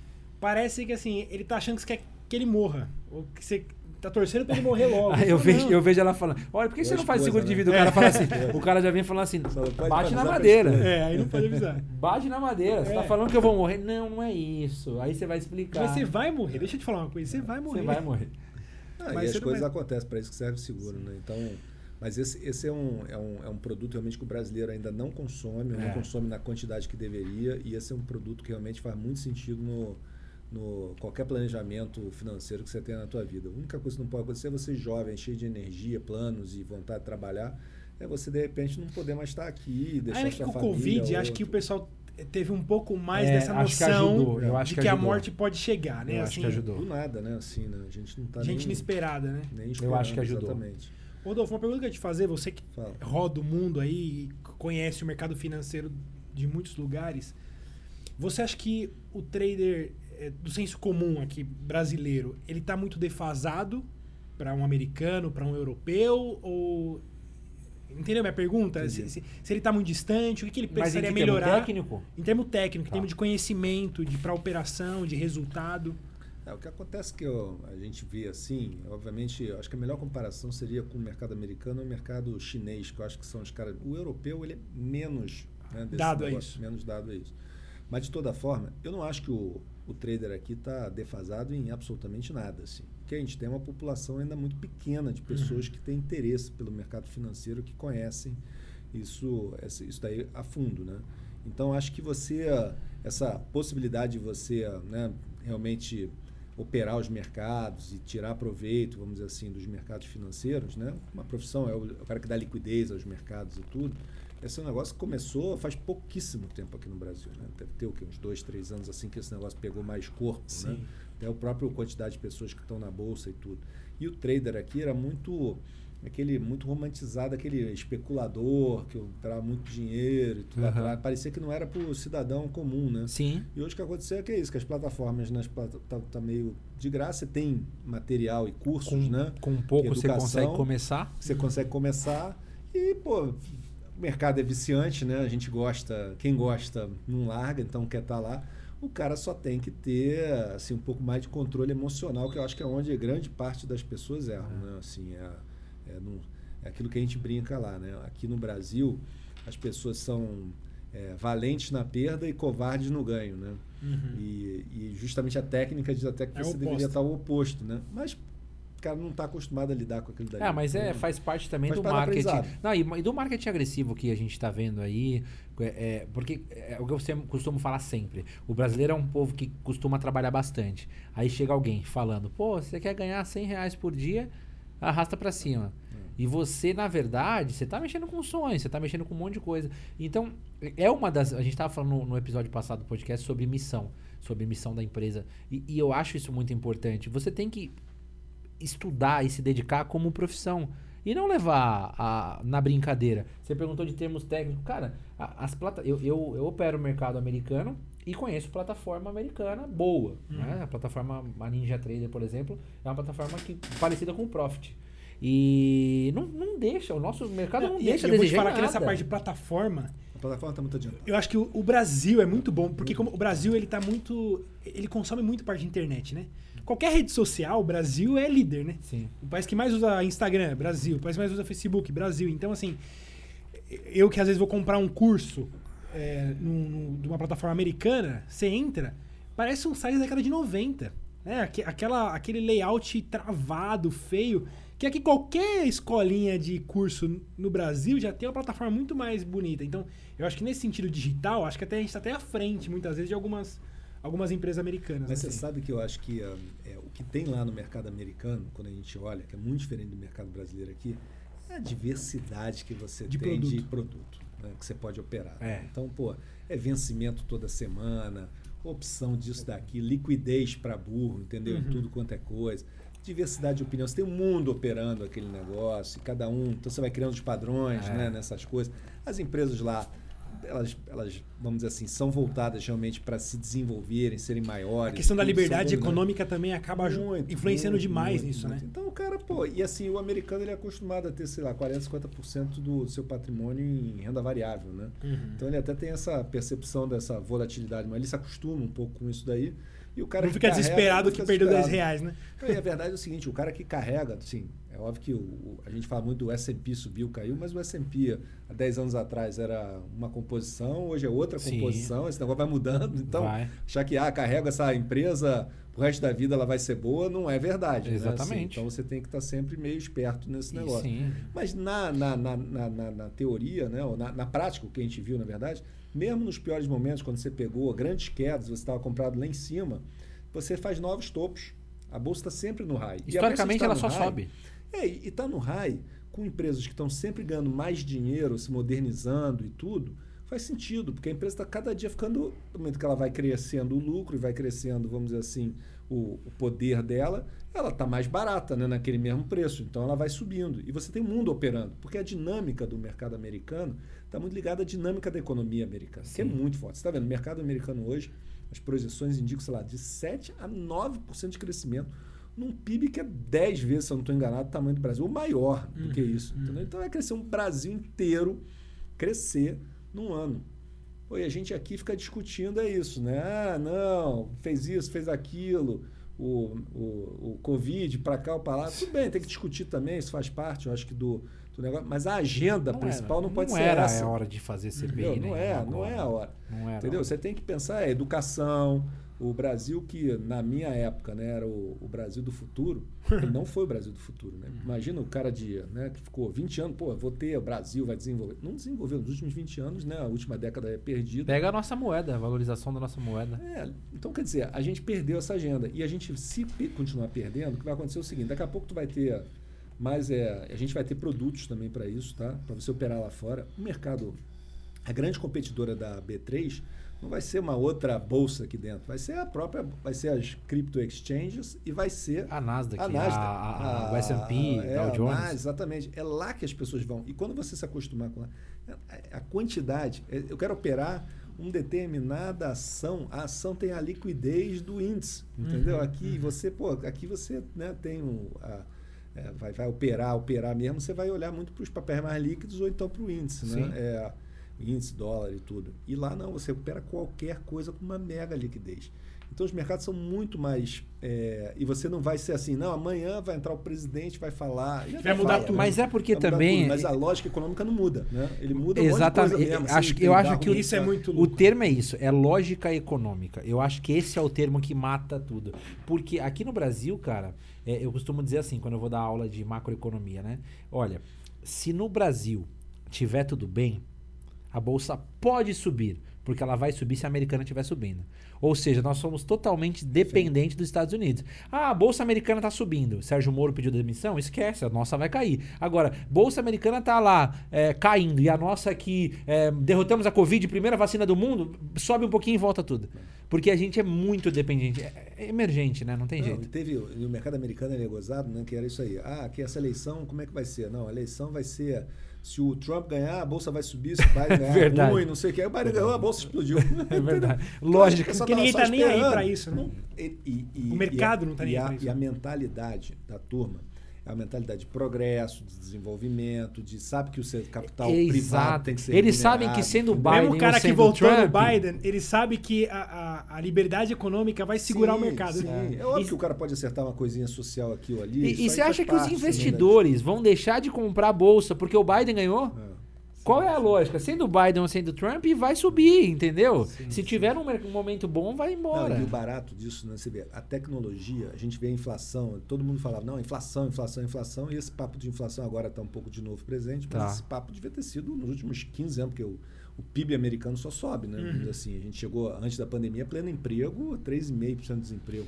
parece que assim, ele tá achando que você quer que ele morra. Ou que você... tá torcendo pra ele morrer logo. eu, vejo, eu vejo ela falando, olha, por que você não faz seguro de vida? O cara fala assim, o cara já vem falando assim, bate na madeira. É, aí não pode avisar. Bate na madeira, você é. tá falando que eu vou morrer. Não, não é isso. Aí você vai explicar. Mas você vai morrer, deixa eu te falar uma coisa, você vai morrer. Você vai morrer. Ah, mas e as coisas vai... acontecem, para isso que serve o seguro, né? Então, mas esse, esse é, um, é, um, é um produto realmente que o brasileiro ainda não consome, é. não consome na quantidade que deveria, e esse é um produto que realmente faz muito sentido no... no qualquer planejamento financeiro que você tenha na tua vida. A única coisa que não pode acontecer é você jovem, cheio de energia, planos e vontade de trabalhar, é você de repente não poder mais estar aqui, deixar ah, sua que família... O Covid, acho que o pessoal teve um pouco mais é, dessa noção que eu acho de que, que a morte pode chegar, né? Eu assim, acho que ajudou. Do nada, né? Assim, né? A gente não tá gente nem, inesperada, né? Nem eu acho que ajudou. Exatamente. Rodolfo, uma pergunta que eu ia te fazer, você que Fala. roda o mundo aí e conhece o mercado financeiro de muitos lugares, você acha que o trader do senso comum aqui, brasileiro, ele está muito defasado para um americano, para um europeu? Ou... Entendeu a minha pergunta? Se, se, se ele está muito distante, o que, que ele precisaria melhorar? Em termo técnico? Em termo técnico, tá. em termo de conhecimento, de para operação, de resultado. É, o que acontece que eu, a gente vê assim, obviamente, eu acho que a melhor comparação seria com o mercado americano e o mercado chinês, que eu acho que são os caras... O europeu, ele é menos... Né, desse dado negócio, a isso. Menos dado a isso. Mas, de toda forma, eu não acho que o, o trader aqui está defasado em absolutamente nada. Assim. Porque a gente tem uma população ainda muito pequena de pessoas uhum. que têm interesse pelo mercado financeiro, que conhecem isso, isso daí a fundo. Né? Então, acho que você, essa possibilidade de você, né, realmente operar os mercados e tirar proveito, vamos dizer assim, dos mercados financeiros, né? Uma profissão é o, é o cara que dá liquidez aos mercados e tudo. Esse é um negócio que começou faz pouquíssimo tempo aqui no Brasil, né? Deve ter o quê? Uns dois, três anos assim que esse negócio pegou mais corpo, né? Até a própria quantidade de pessoas que estão na bolsa e tudo. E o trader aqui era muito, aquele, muito romantizado, aquele especulador que operava muito dinheiro e tudo. Uhum. Parecia que não era para o cidadão comum, né? Sim. E hoje o que aconteceu é que é isso, que as plataformas, né, tá, tá meio de graça, tem material e cursos, com, né? Com um pouco educação, você consegue começar. Você consegue começar e, pô, o mercado é viciante, né? A gente gosta, quem gosta não larga, então quer estar lá. O cara só tem que ter assim, um pouco mais de controle emocional, que eu acho que é onde grande parte das pessoas erram. Né? Assim, é, é, no, é aquilo que a gente brinca lá. Né? Aqui no Brasil, as pessoas são é, valentes na perda e covardes no ganho. Né? Uhum. E, e justamente a técnica diz até que é você deveria estar o oposto. Né? Mas o cara não está acostumado a lidar com aquilo daí. É, mas é, faz parte também faz do parte marketing. Não, e, e do marketing agressivo que a gente está vendo aí. É, porque é o que eu costumo falar sempre. O brasileiro é um povo que costuma trabalhar bastante. Aí chega alguém falando, pô, você quer ganhar cem reais por dia, arrasta para cima. É. E você, na verdade, você tá mexendo com sonhos, você tá mexendo com um monte de coisa. Então, é uma das... A gente tava falando no, no episódio passado do podcast sobre missão, sobre missão da empresa. E, e eu acho isso muito importante. Você tem que estudar e se dedicar como profissão. E não levar a, na brincadeira. Você perguntou de termos técnicos. Cara, a, as plata, eu, eu, eu opero o mercado americano e conheço plataforma americana boa. Hum. Né? A plataforma a Ninja Trader, por exemplo, é uma plataforma que, parecida com o Profit. E não, não deixa, o nosso mercado não, não deixa eu desejar vou te falar nada. que nessa parte de plataforma... A plataforma está muito adiantada. Eu acho que o, o Brasil é muito bom, porque como o Brasil ele tá muito... Ele consome muito parte de internet, né? Qualquer rede social, o Brasil é líder, né? Sim. O país que mais usa Instagram, Brasil. O país que mais usa Facebook, Brasil. Então, assim, eu que às vezes vou comprar um curso é, num, num, de uma plataforma americana, você entra, parece um site da década de noventa. Né? Aquela, aquele layout travado, feio, que aqui qualquer escolinha de curso no Brasil já tem uma plataforma muito mais bonita. Então, eu acho que nesse sentido digital, acho que até a gente está até à frente, muitas vezes, de algumas... algumas empresas americanas. Mas assim. Você sabe que eu acho que uh, é, o que tem lá no mercado americano, quando a gente olha, que é muito diferente do mercado brasileiro aqui, é a diversidade que você de tem produto. de produto, né, que você pode operar. É. Então, pô, é vencimento toda semana, opção disso daqui, liquidez para burro, entendeu? Uhum. Tudo quanto é coisa. Diversidade de opinião. Você tem um mundo operando aquele negócio, e cada um... Então, você vai criando os padrões, é. né, nessas coisas. As empresas lá... Elas, elas, vamos dizer assim, são voltadas realmente para se desenvolverem, serem maiores. A questão da liberdade bons, econômica né? também acaba muito, influenciando muito, demais muito, nisso, muito. né? Então, o cara, pô, e assim, o americano ele é acostumado a ter, sei lá, quarenta, cinquenta por cento do seu patrimônio em renda variável, né? Uhum. Então, ele até tem essa percepção dessa volatilidade, mas ele se acostuma um pouco com isso daí. E o cara não fica carrega, desesperado não fica que perdeu dez reais, né? E a verdade é o seguinte, o cara que carrega, assim, é óbvio que o, o, a gente fala muito do S and P subiu, caiu, mas o S and P há dez anos atrás era uma composição, hoje é outra Sim. composição, esse negócio vai mudando. Então, vai. achar que ah, carrega essa empresa, pro resto da vida ela vai ser boa, não é verdade. Exatamente. Né? Assim, então você tem que estar sempre meio esperto nesse negócio. Sim. Mas na, na, na, na, na, na teoria, né, ou na, na prática, o que a gente viu, na verdade, mesmo nos piores momentos, quando você pegou grandes quedas, você estava comprado lá em cima, você faz novos topos. A bolsa está sempre no high. Historicamente, ela só high, sobe. É, e está no high, com empresas que estão sempre ganhando mais dinheiro, se modernizando e tudo, faz sentido, porque a empresa está cada dia ficando, no momento que ela vai crescendo o lucro e vai crescendo, vamos dizer assim, o, o poder dela, ela está mais barata, né, naquele mesmo preço. Então, ela vai subindo. E você tem o mundo operando, porque a dinâmica do mercado americano está muito ligada à dinâmica da economia americana, Sim. que é muito forte. Você está vendo, o mercado americano hoje, as projeções indicam, sei lá, de sete a nove por cento de crescimento num P I B que é dez vezes, se eu não estou enganado, o tamanho do Brasil, ou maior do uhum, que isso. Uhum. Entendeu? Então vai crescer um Brasil inteiro, crescer num ano. Pô, e a gente aqui fica discutindo é isso, né? Ah, não, fez isso, fez aquilo, o, o, o Covid para cá ou para lá. Tudo bem, tem que discutir também, isso faz parte, eu acho que do, do negócio. Mas a agenda não principal era, não pode não ser era essa. Não era a hora de fazer C P I, não, não é, não é a hora. Não era entendeu? Você tem que pensar, é educação, O Brasil que, na minha época, né, era o, o Brasil do futuro, ele não foi o Brasil do futuro. Né? Imagina o cara de, né, que ficou vinte anos, pô, vou ter, o Brasil vai desenvolver. Não desenvolveu nos últimos vinte anos, né? A última década é perdida. Pega a nossa moeda, a valorização da nossa moeda. É, então, quer dizer, a gente perdeu essa agenda. E a gente, se continuar perdendo, o que vai acontecer é o seguinte, daqui a pouco tu vai ter mais, é, a gente vai ter produtos também para isso, tá? Para você operar lá fora. O mercado, a grande competidora da B três, não vai ser uma outra bolsa aqui dentro, vai ser a própria, vai ser as crypto exchanges e vai ser a Nasdaq, a, Nasdaq, a, a, a, a S and P, é, Dow Jones. Ah, exatamente, é lá que as pessoas vão. E quando você se acostumar com a, a quantidade, eu quero operar uma determinada ação, a ação tem a liquidez do índice, entendeu? Uhum, aqui uhum. você, pô, aqui você, né, tem um, a, é, vai, vai operar, operar mesmo, você vai olhar muito para os papéis mais líquidos ou então para o índice, Sim. né? É, índice, dólar e tudo. E lá não, você opera qualquer coisa com uma mega liquidez. Então os mercados são muito mais... É, e você não vai ser assim, não, amanhã vai entrar o presidente, vai falar... Vai, vai mudar fala, tudo. Mas é porque também... Tudo, mas a lógica econômica não muda, né? Ele muda um Exatamente. monte de coisa mesmo. Acho, assim, eu acho que isso é muito louco. O termo é isso, é lógica econômica. Eu acho que esse é o termo que mata tudo. Porque aqui no Brasil, cara, é, eu costumo dizer assim, quando eu vou dar aula de macroeconomia, né? Olha, se no Brasil tiver tudo bem, a bolsa pode subir, porque ela vai subir se a americana estiver subindo. Ou seja, nós somos totalmente dependentes Sim. dos Estados Unidos. Ah, a bolsa americana está subindo. Sérgio Moro pediu demissão? Esquece, a nossa vai cair. Agora, bolsa americana está lá é, caindo e a nossa aqui, é, derrotamos a Covid, primeira vacina do mundo, sobe um pouquinho e volta tudo. Porque a gente é muito dependente. É, é emergente, né? Não tem Não, jeito. Teve, no mercado americano ele é gozado, né? Que era isso aí. Ah, que essa eleição, como é que vai ser? Não, a eleição vai ser... Se o Trump ganhar, a bolsa vai subir, se o Biden ganhar, verdade. ruim, não sei o que. Aí o Biden ganhou, a bolsa explodiu. É verdade. Lógico. Porque ninguém está nem aí para isso, né? E, e, e, o mercado a, não está nem aí para isso. E a mentalidade da turma é a mentalidade de progresso, de desenvolvimento, de sabe que o seu capital Exato. privado tem que ser Eles sabem que sendo o Biden mesmo o cara ou que votou Trump, no Biden, ele sabe que a, a, a liberdade econômica vai segurar sim, o mercado. Sim. É, é óbvio e, que o cara pode acertar uma coisinha social aqui ou ali. E, e você acha que os investidores vão deixar de comprar a bolsa porque o Biden ganhou? É. Qual é a lógica? Sendo o Biden ou sendo o Trump, vai subir, entendeu? Sim, Se sim. tiver um, um momento bom, vai embora. Não, e o barato disso, né? Você vê, a tecnologia, a gente vê a inflação, todo mundo falava, não, inflação, inflação, inflação, e esse papo de inflação agora está um pouco de novo presente, mas tá. esse papo devia ter sido nos últimos quinze anos, porque o, o P I B americano só sobe, né? Uhum. Assim, a gente chegou, antes da pandemia, pleno emprego, três vírgula cinco por cento de desemprego.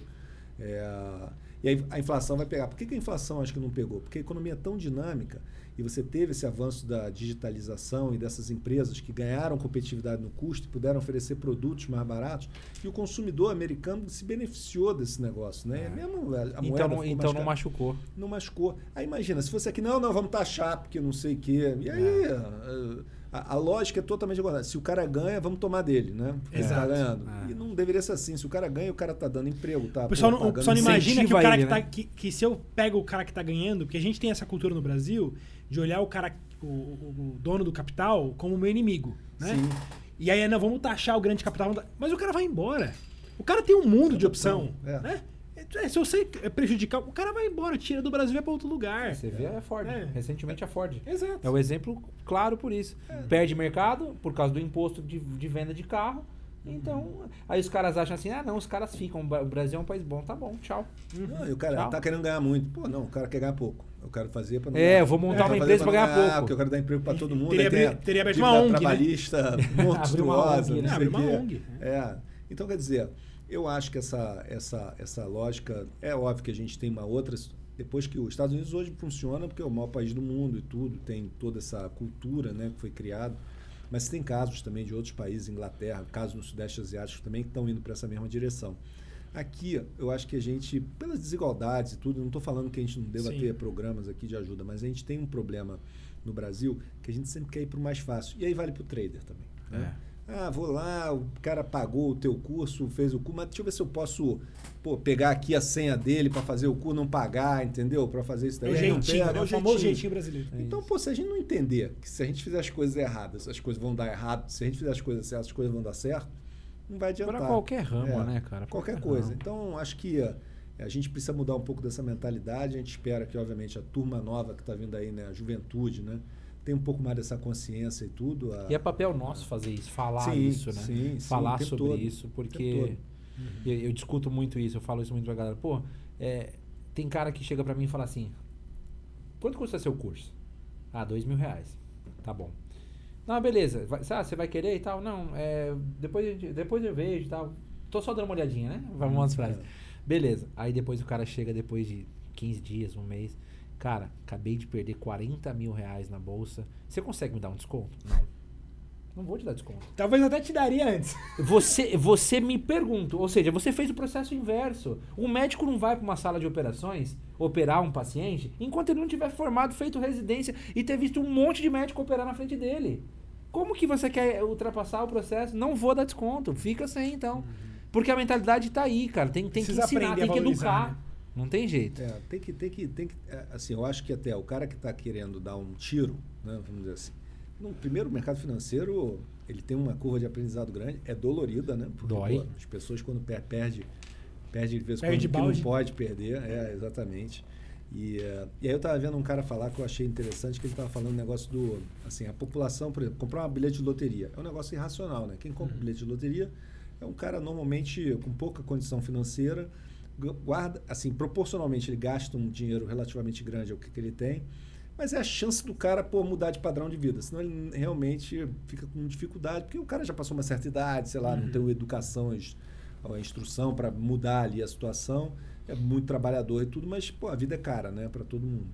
É, e aí a inflação vai pegar. Por que, que a inflação acho que não pegou? Porque a economia é tão dinâmica e você teve esse avanço da digitalização e dessas empresas que ganharam competitividade no custo e puderam oferecer produtos mais baratos, e o consumidor americano se beneficiou desse negócio, né? É. Mesmo a, a então não, então não machucou. Não machucou. Aí imagina, se fosse aqui, não, não, vamos taxar, porque não sei o quê. E aí... É. A, a lógica é totalmente igual. Se o cara ganha, vamos tomar dele, né? Porque Exato. Ele tá ganhando. Ah. E não deveria ser assim. Se o cara ganha, o cara tá dando emprego, tá? O pessoal, pô, não, o pessoal não imagina que o cara ele, que tá... né? Que, que se eu pego o cara que tá ganhando, porque a gente tem essa cultura no Brasil de olhar o cara, o, o, o dono do capital como meu inimigo, né? Sim. E aí, não, vamos taxar o grande capital. Mas o cara vai embora. O cara tem um mundo de opção, é. né? Se você prejudicar, o cara vai embora, tira do Brasil e vai para outro lugar. Você vê a Ford, é. recentemente a Ford. Exato. É o exemplo claro por isso. É. Perde mercado por causa do imposto de, de venda de carro. Então, uhum. aí os caras acham assim, ah não, os caras ficam, o Brasil é um país bom, tá bom, tchau. Uhum. Não, e o cara tchau. tá querendo ganhar muito. Pô, não, o cara quer ganhar pouco. Eu quero fazer para não É, ganhar. eu vou montar é, uma empresa para ganhar, ganhar pouco. Porque eu quero dar emprego para todo mundo. Teria, tem abri, teria aberto uma ONG, trabalhista né? monstruosa. Abrir uma, não uma ONG. É. Então, quer dizer, eu acho que essa, essa, essa lógica, é óbvio que a gente tem uma outra... Depois que os Estados Unidos hoje funciona, porque é o maior país do mundo e tudo, tem toda essa cultura, né, que foi criada. Mas tem casos também de outros países, Inglaterra, casos no Sudeste Asiático também, que estão indo para essa mesma direção. Aqui, eu acho que a gente, pelas desigualdades e tudo, não estou falando que a gente não deva Sim. ter programas aqui de ajuda, mas a gente tem um problema no Brasil que a gente sempre quer ir para o mais fácil. E aí vale para o trader também. Né? É. Ah, vou lá, o cara pagou o teu curso, fez o curso, mas deixa eu ver se eu posso pô, pegar aqui a senha dele para fazer o curso, não pagar, entendeu? Para fazer isso daí. É o jeitinho, pega, é o famoso jeitinho brasileiro. É então, pô, se a gente não entender que se a gente fizer as coisas erradas, as coisas vão dar errado, se a gente fizer as coisas certas, as coisas vão dar certo, não vai adiantar. Para qualquer ramo, é, né, cara? Pra qualquer, qualquer coisa. Ramo. Então, acho que a, a gente precisa mudar um pouco dessa mentalidade. A gente espera que, obviamente, a turma nova que está vindo aí, né, a juventude, né, tem um pouco mais dessa consciência e tudo. A, e é papel nosso fazer isso, falar sim, isso, né? Sim, falar sim, sobre todo, isso, porque Uhum. Eu, eu discuto muito isso, eu falo isso muito pra galera. Pô, é, tem cara que chega pra mim e fala assim, quanto custa seu curso? Ah, dois mil reais. Tá bom. Não, beleza. Vai, ah, você vai querer e tal? Não, é, depois, depois eu vejo e tal. Tô só dando uma olhadinha, né? Vamos umas frases. Beleza. Aí depois o cara chega depois de quinze dias, um mês. Cara, acabei de perder quarenta mil reais na bolsa. Você consegue me dar um desconto? Não. Não vou te dar desconto. Talvez até te daria antes. Você, você me pergunta, ou seja, você fez o processo inverso. O médico não vai para uma sala de operações operar um paciente enquanto ele não tiver formado, feito residência e ter visto um monte de médico operar na frente dele. Como que você quer ultrapassar o processo? Não vou dar desconto, fica sem então. Uhum. Porque a mentalidade tá aí, cara. Tem, tem que ensinar, tem que educar. Né? Não tem jeito. É, tem que, tem que, tem que, é, assim, eu acho que até o cara que está querendo dar um tiro, né, vamos dizer assim, no primeiro, o mercado financeiro, ele tem uma curva de aprendizado grande, é dolorida, né? Porque, Dói. Pô, as pessoas quando per perde, perde de vez em quando, que não pode perder, é, exatamente. E, uh, e aí eu estava vendo um cara falar que eu achei interessante, que ele estava falando um negócio do, assim, a população, por exemplo, comprar uma bilhete de loteria, é um negócio irracional, né? Quem compra um bilhete de loteria é um cara normalmente com pouca condição financeira, guarda, assim, proporcionalmente ele gasta um dinheiro relativamente grande ao que, que ele tem, mas é a chance do cara, pô, mudar de padrão de vida. Senão ele realmente fica com dificuldade, porque o cara já passou uma certa idade, sei lá, uhum. não tem educação, a instrução para mudar ali a situação. É muito trabalhador e tudo, mas, pô, a vida é cara, né, para todo mundo.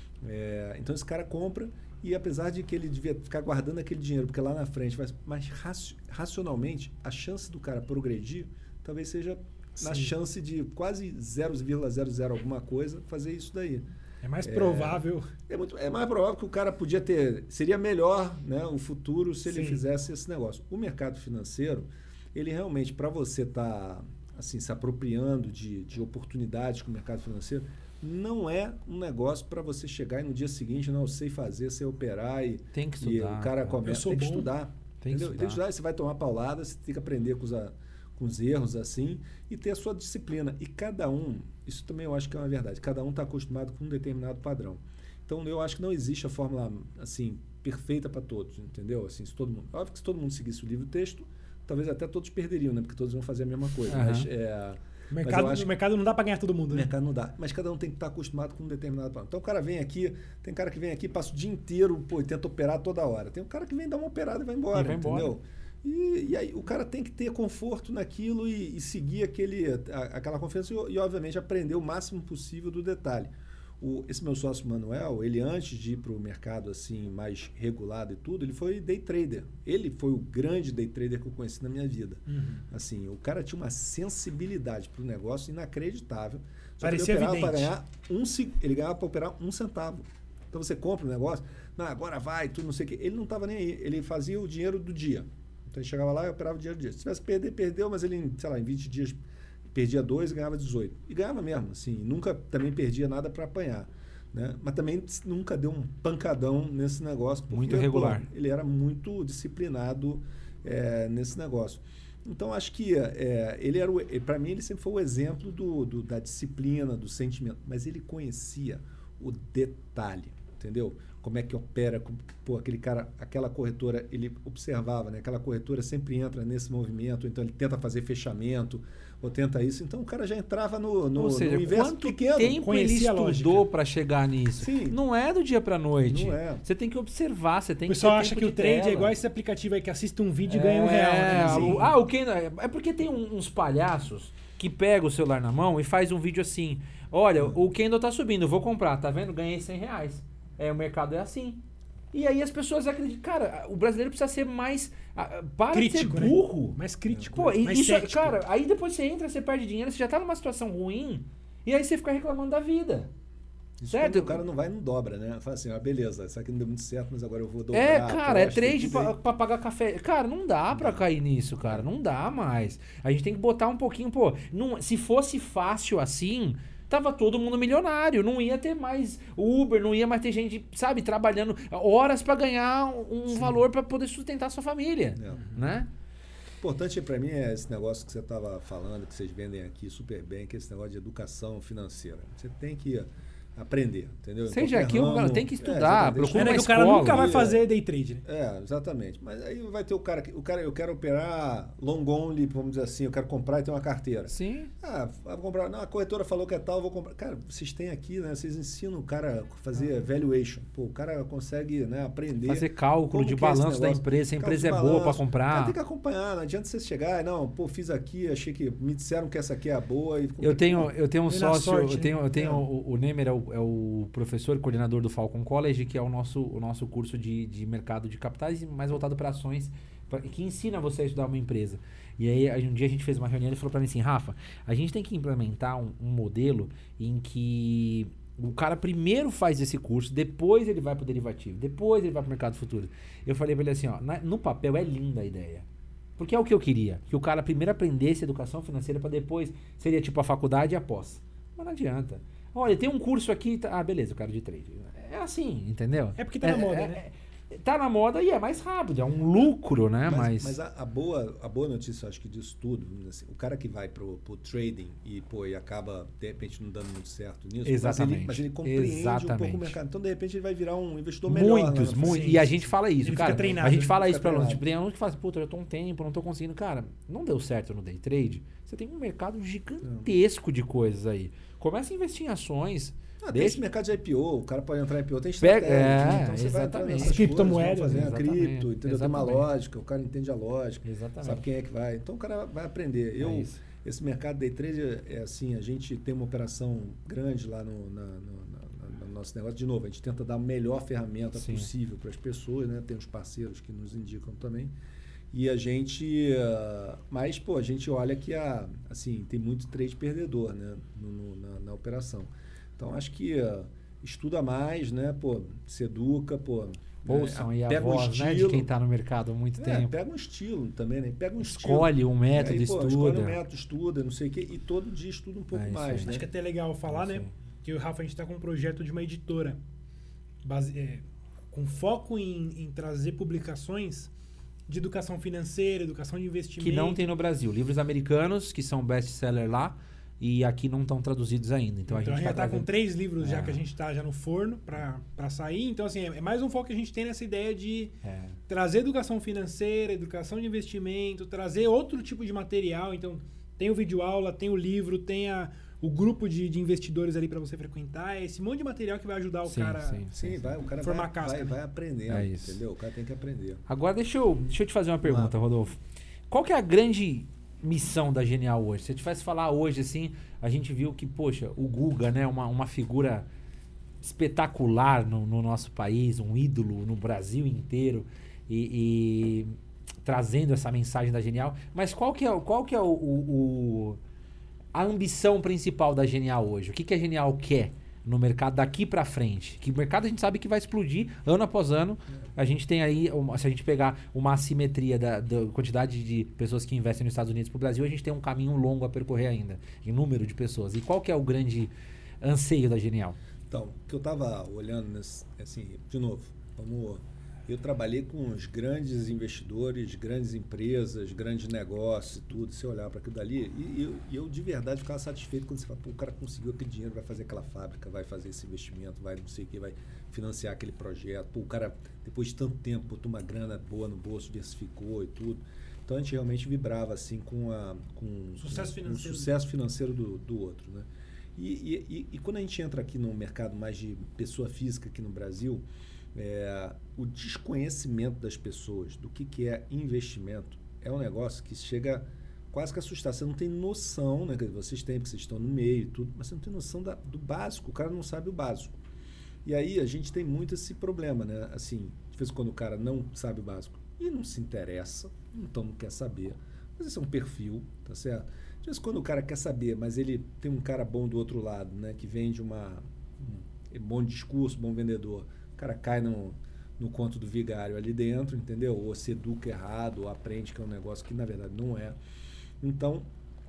É, então esse cara compra e apesar de que ele devia ficar guardando aquele dinheiro, porque lá na frente vai, mas racionalmente, a chance do cara progredir talvez seja Sim. na chance de quase zero vírgula zero zero alguma coisa fazer isso daí. É mais provável. É, é, muito, é mais provável que o cara podia ter... Seria melhor, né, o futuro se ele Sim. fizesse esse negócio. O mercado financeiro, ele realmente, para você estar tá, assim, se apropriando de, de oportunidades com o mercado financeiro, não é um negócio para você chegar e no dia seguinte, não, eu sei fazer, sei operar e, tem que estudar, e o cara começa... Tem que bom. estudar. Tem que estudar. Tem que estudar e você vai tomar paulada, você tem que aprender com os... A, com os erros assim, e ter a sua disciplina. E cada um, isso também eu acho que é uma verdade, cada um está acostumado com um determinado padrão. Então eu acho que não existe a fórmula assim, perfeita para todos, entendeu? Assim, se todo mundo, óbvio que se todo mundo seguisse o livro e o texto, talvez até todos perderiam, né? Porque todos vão fazer a mesma coisa. Uhum. Mas, é, o mercado, mas o mercado não dá para ganhar todo mundo, né? O mercado não dá, mas cada um tem que estar acostumado com um determinado padrão. Então o cara vem aqui, tem cara que vem aqui, passa o dia inteiro, pô, e tenta operar toda hora. Tem um cara que vem dar uma operada e vai embora, e vai entendeu? Embora. E, e aí o cara tem que ter conforto naquilo e, e seguir aquele, a, aquela confiança e, e, obviamente, aprender o máximo possível do detalhe. O, esse meu sócio Manuel, ele antes de ir para o mercado assim, mais regulado e tudo, ele foi day trader. Ele foi o grande day trader que eu conheci na minha vida. Uhum. Assim, o cara tinha uma sensibilidade para o negócio inacreditável. Só Parecia que ele evidente. Ganhar um, ele ganhava para operar um centavo. Então você compra o negócio, não, agora vai, tudo não sei o quê. Ele não estava nem aí, ele fazia o dinheiro do dia. Então ele chegava lá e operava o dinheiro do dia. Se tivesse perder, perdeu, mas ele, sei lá, em vinte dias perdia dois e ganhava dezoito. E ganhava mesmo, assim, nunca também perdia nada para apanhar. Né? Mas também nunca deu um pancadão nesse negócio. Porque, muito regular. Pô, ele era muito disciplinado é, nesse negócio. Então acho que é, ele era, para mim, ele sempre foi o exemplo do, do, da disciplina, do sentimento. Mas ele conhecia o detalhe, entendeu? Como é que opera, pô, aquele cara, aquela corretora, ele observava, né? Aquela corretora sempre entra nesse movimento, então ele tenta fazer fechamento, ou tenta isso, então o cara já entrava no, no, ou seja, no inverso quanto pequeno. tempo ele estudou para chegar nisso? Sim. Não é do dia para noite. Não é. Você tem que observar, você tem que... O pessoal acha que o trade é igual esse aplicativo aí que assiste um vídeo é, e ganha um real. Né? Assim. Ah, o Kendo, é porque tem uns palhaços que pegam o celular na mão e faz um vídeo assim, olha, hum. o Kendo tá subindo, eu vou comprar, tá vendo? Ganhei cem reais. É, o mercado é assim. E aí as pessoas acreditam. Cara, o brasileiro precisa ser mais... Para crítico, de ser burro. Né? Mais crítico. Pô, mais isso, cético. Cara, aí depois você entra, você perde dinheiro, você já tá numa situação ruim, e aí você fica reclamando da vida. Isso certo? O cara não vai e não dobra, né? Fala assim, ah, beleza, isso aqui não deu muito certo, mas agora eu vou dobrar. É, cara, é trade pra, pra pagar café. Cara, não dá pra cair nisso, cara. Não dá mais. A gente tem que botar um pouquinho, pô... Não, se fosse fácil assim... Tava todo mundo milionário, não ia ter mais Uber, não ia mais ter gente, sabe, trabalhando horas para ganhar um Sim. valor para poder sustentar a sua família, é. né? Importante para mim é esse negócio que você estava falando, que vocês vendem aqui super bem, que é esse negócio de educação financeira. Você tem que aprender, entendeu? Seja aqui, o cara tem que estudar, é, procura uma é que escola. O cara nunca vai fazer day trade, né? É, exatamente. Mas aí vai ter o cara, o cara, eu quero operar long only, vamos dizer assim, eu quero comprar e ter uma carteira. Sim. Ah, vou comprar, não, a corretora falou que é tal, eu vou comprar. Cara, vocês têm aqui, né, vocês ensinam o cara a fazer ah. valuation. Pô, o cara consegue, né, aprender. Fazer cálculo de balanço da empresa, se a empresa é boa para comprar. O cara tem que acompanhar, não adianta você chegar, não, pô, fiz aqui, achei que me disseram que essa aqui é a boa. E eu tenho, eu tenho um e sócio, sorte, eu tenho, eu tenho é. o, o Nemer é o, é o professor coordenador do Falcon College, que é o nosso, o nosso curso de, de mercado de capitais, mais voltado para ações, pra, que ensina você a estudar uma empresa. E aí, um dia a gente fez uma reunião e ele falou para mim assim, Rafa, a gente tem que implementar um, um modelo em que o cara primeiro faz esse curso, depois ele vai para o derivativo, depois ele vai para o mercado futuro. Eu falei para ele assim, ó, na, no papel é linda a ideia. Porque é o que eu queria, que o cara primeiro aprendesse educação financeira para depois, seria tipo a faculdade e a pós. Mas não adianta. Olha, tem um curso aqui, tá, ah, beleza, eu quero de trade. É assim, entendeu? É porque tá é, na moda, é, né? É, tá na moda e é mais rápido, é um lucro, né? Mas, mas mas a, a, boa, a boa notícia, eu acho que disso tudo, assim, o cara que vai pro, pro trading e, pô, e acaba, de repente, não dando muito certo nisso, exatamente. Mas, ele, mas ele compreende exatamente. um pouco o mercado. Então, de repente, ele vai virar um investidor melhor. Muitos, né? muitos. Sim, e a sim, gente sim. fala isso, ele cara. Treinado, a gente fala ele isso pra treinado. alunos. Tipo, tem aluno que fala assim, puta, eu tô um tempo, não tô conseguindo. Cara, não deu certo no day trade. Você tem um mercado gigantesco de coisas aí. Começa a investir em ações. Ah, tem esse mercado de I P O, o cara pode entrar em I P O, tem estratégia. É, então você exatamente. vai criptomoedas, fazer a exatamente. cripto, entendeu? Tem uma lógica, o cara entende a lógica, exatamente. sabe quem é que vai. Então o cara vai aprender. Eu, é esse mercado day trade é assim, a gente tem uma operação grande lá no, na, no, na, no nosso negócio. De novo, a gente tenta dar a melhor ferramenta Sim. possível para as pessoas, né? Tem os parceiros que nos indicam também. E a gente, uh, mas pô, a gente olha que a, assim, tem muito trade perdedor, né? No, no, na, na operação. Então acho que uh, estuda mais, né? Pô, se educa, pô. Ouçam né? aí a pega voz, um estilo, né, de quem está no mercado há muito é, tempo. Pega um estilo também, né? Pega um escolhe estilo. um método, aí, pô, estuda. Escolhe um método, estuda, não sei o quê. E todo dia estuda um pouco é mais, né? né? Acho que é até legal falar, é né? Que o Rafa, a gente está com um projeto de uma editora base, é, com foco em, em trazer publicações de educação financeira, educação de investimento. Que não tem no Brasil. Livros americanos, que são best-seller lá, e aqui não estão traduzidos ainda. Então, então a gente está trazendo... com três livros é. já que a gente está já no forno para sair. Então, assim, é mais um foco que a gente tem nessa ideia de é. trazer educação financeira, educação de investimento, trazer outro tipo de material. Então, tem o videoaula, tem o livro, tem a, o grupo de, de investidores ali para você frequentar. É esse monte de material que vai ajudar o sim, cara sim, sim, vai, o cara formar vai, casca. Vai, né? vai aprendendo, é isso. entendeu? O cara tem que aprender. Agora, deixa eu, deixa eu te fazer uma pergunta, Rodolfo. Qual que é a grande missão da Genial hoje? Se eu tivesse falar hoje, assim, a gente viu que, poxa, o Guga, né, uma, uma figura espetacular no, no nosso país, um ídolo no Brasil inteiro e, e trazendo essa mensagem da Genial. Mas qual que é, qual que é o, o, o, a ambição principal da Genial hoje? O que, que a Genial quer no mercado daqui para frente? Que o mercado a gente sabe que vai explodir ano após ano. A gente tem aí, se a gente pegar uma assimetria da, da quantidade de pessoas que investem nos Estados Unidos para o Brasil, a gente tem um caminho longo a percorrer ainda, em número de pessoas. E qual que é o grande anseio da Genial? Então, o que eu estava olhando, nesse, assim, de novo, vamos, eu trabalhei com os grandes investidores, grandes empresas, grandes negócios e tudo, você olhar para aquilo dali, e eu, eu de verdade ficava satisfeito quando você fala, pô, o cara conseguiu aquele dinheiro, vai fazer aquela fábrica, vai fazer esse investimento, vai não sei o que, vai financiar aquele projeto, pô, o cara, depois de tanto tempo, botou uma grana boa no bolso, diversificou e tudo. Então, a gente realmente vibrava assim com a com sucesso com, financeiro, com o sucesso financeiro do, do outro, né? E, e, e quando a gente entra aqui no mercado mais de pessoa física aqui no Brasil, é, o desconhecimento das pessoas do que, que é investimento é um negócio que chega quase que a assustar. Você não tem noção, né? Vocês têm, porque vocês estão no meio e tudo, mas você não tem noção da, do básico. O cara não sabe o básico. E aí a gente tem muito esse problema, né? Assim, de vez em quando o cara não sabe o básico e não se interessa, então não quer saber. Mas esse é um perfil, tá certo? De vez em quando o cara quer saber, mas ele tem um cara bom do outro lado, né? Que vende uma, um bom discurso, bom vendedor. O cara cai no, no conto do vigário ali dentro, entendeu? Ou se educa errado, ou aprende que é um negócio que na verdade não é. Então,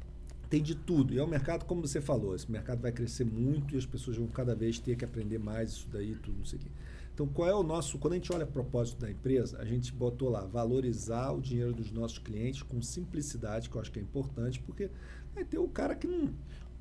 tem de tudo. E é um mercado, como você falou, esse mercado vai crescer muito e as pessoas vão cada vez ter que aprender mais isso daí, tudo, não sei o quê. Então, qual é o nosso... Quando a gente olha o propósito da empresa, a gente botou lá, valorizar o dinheiro dos nossos clientes com simplicidade, que eu acho que é importante, porque vai ter o cara que não...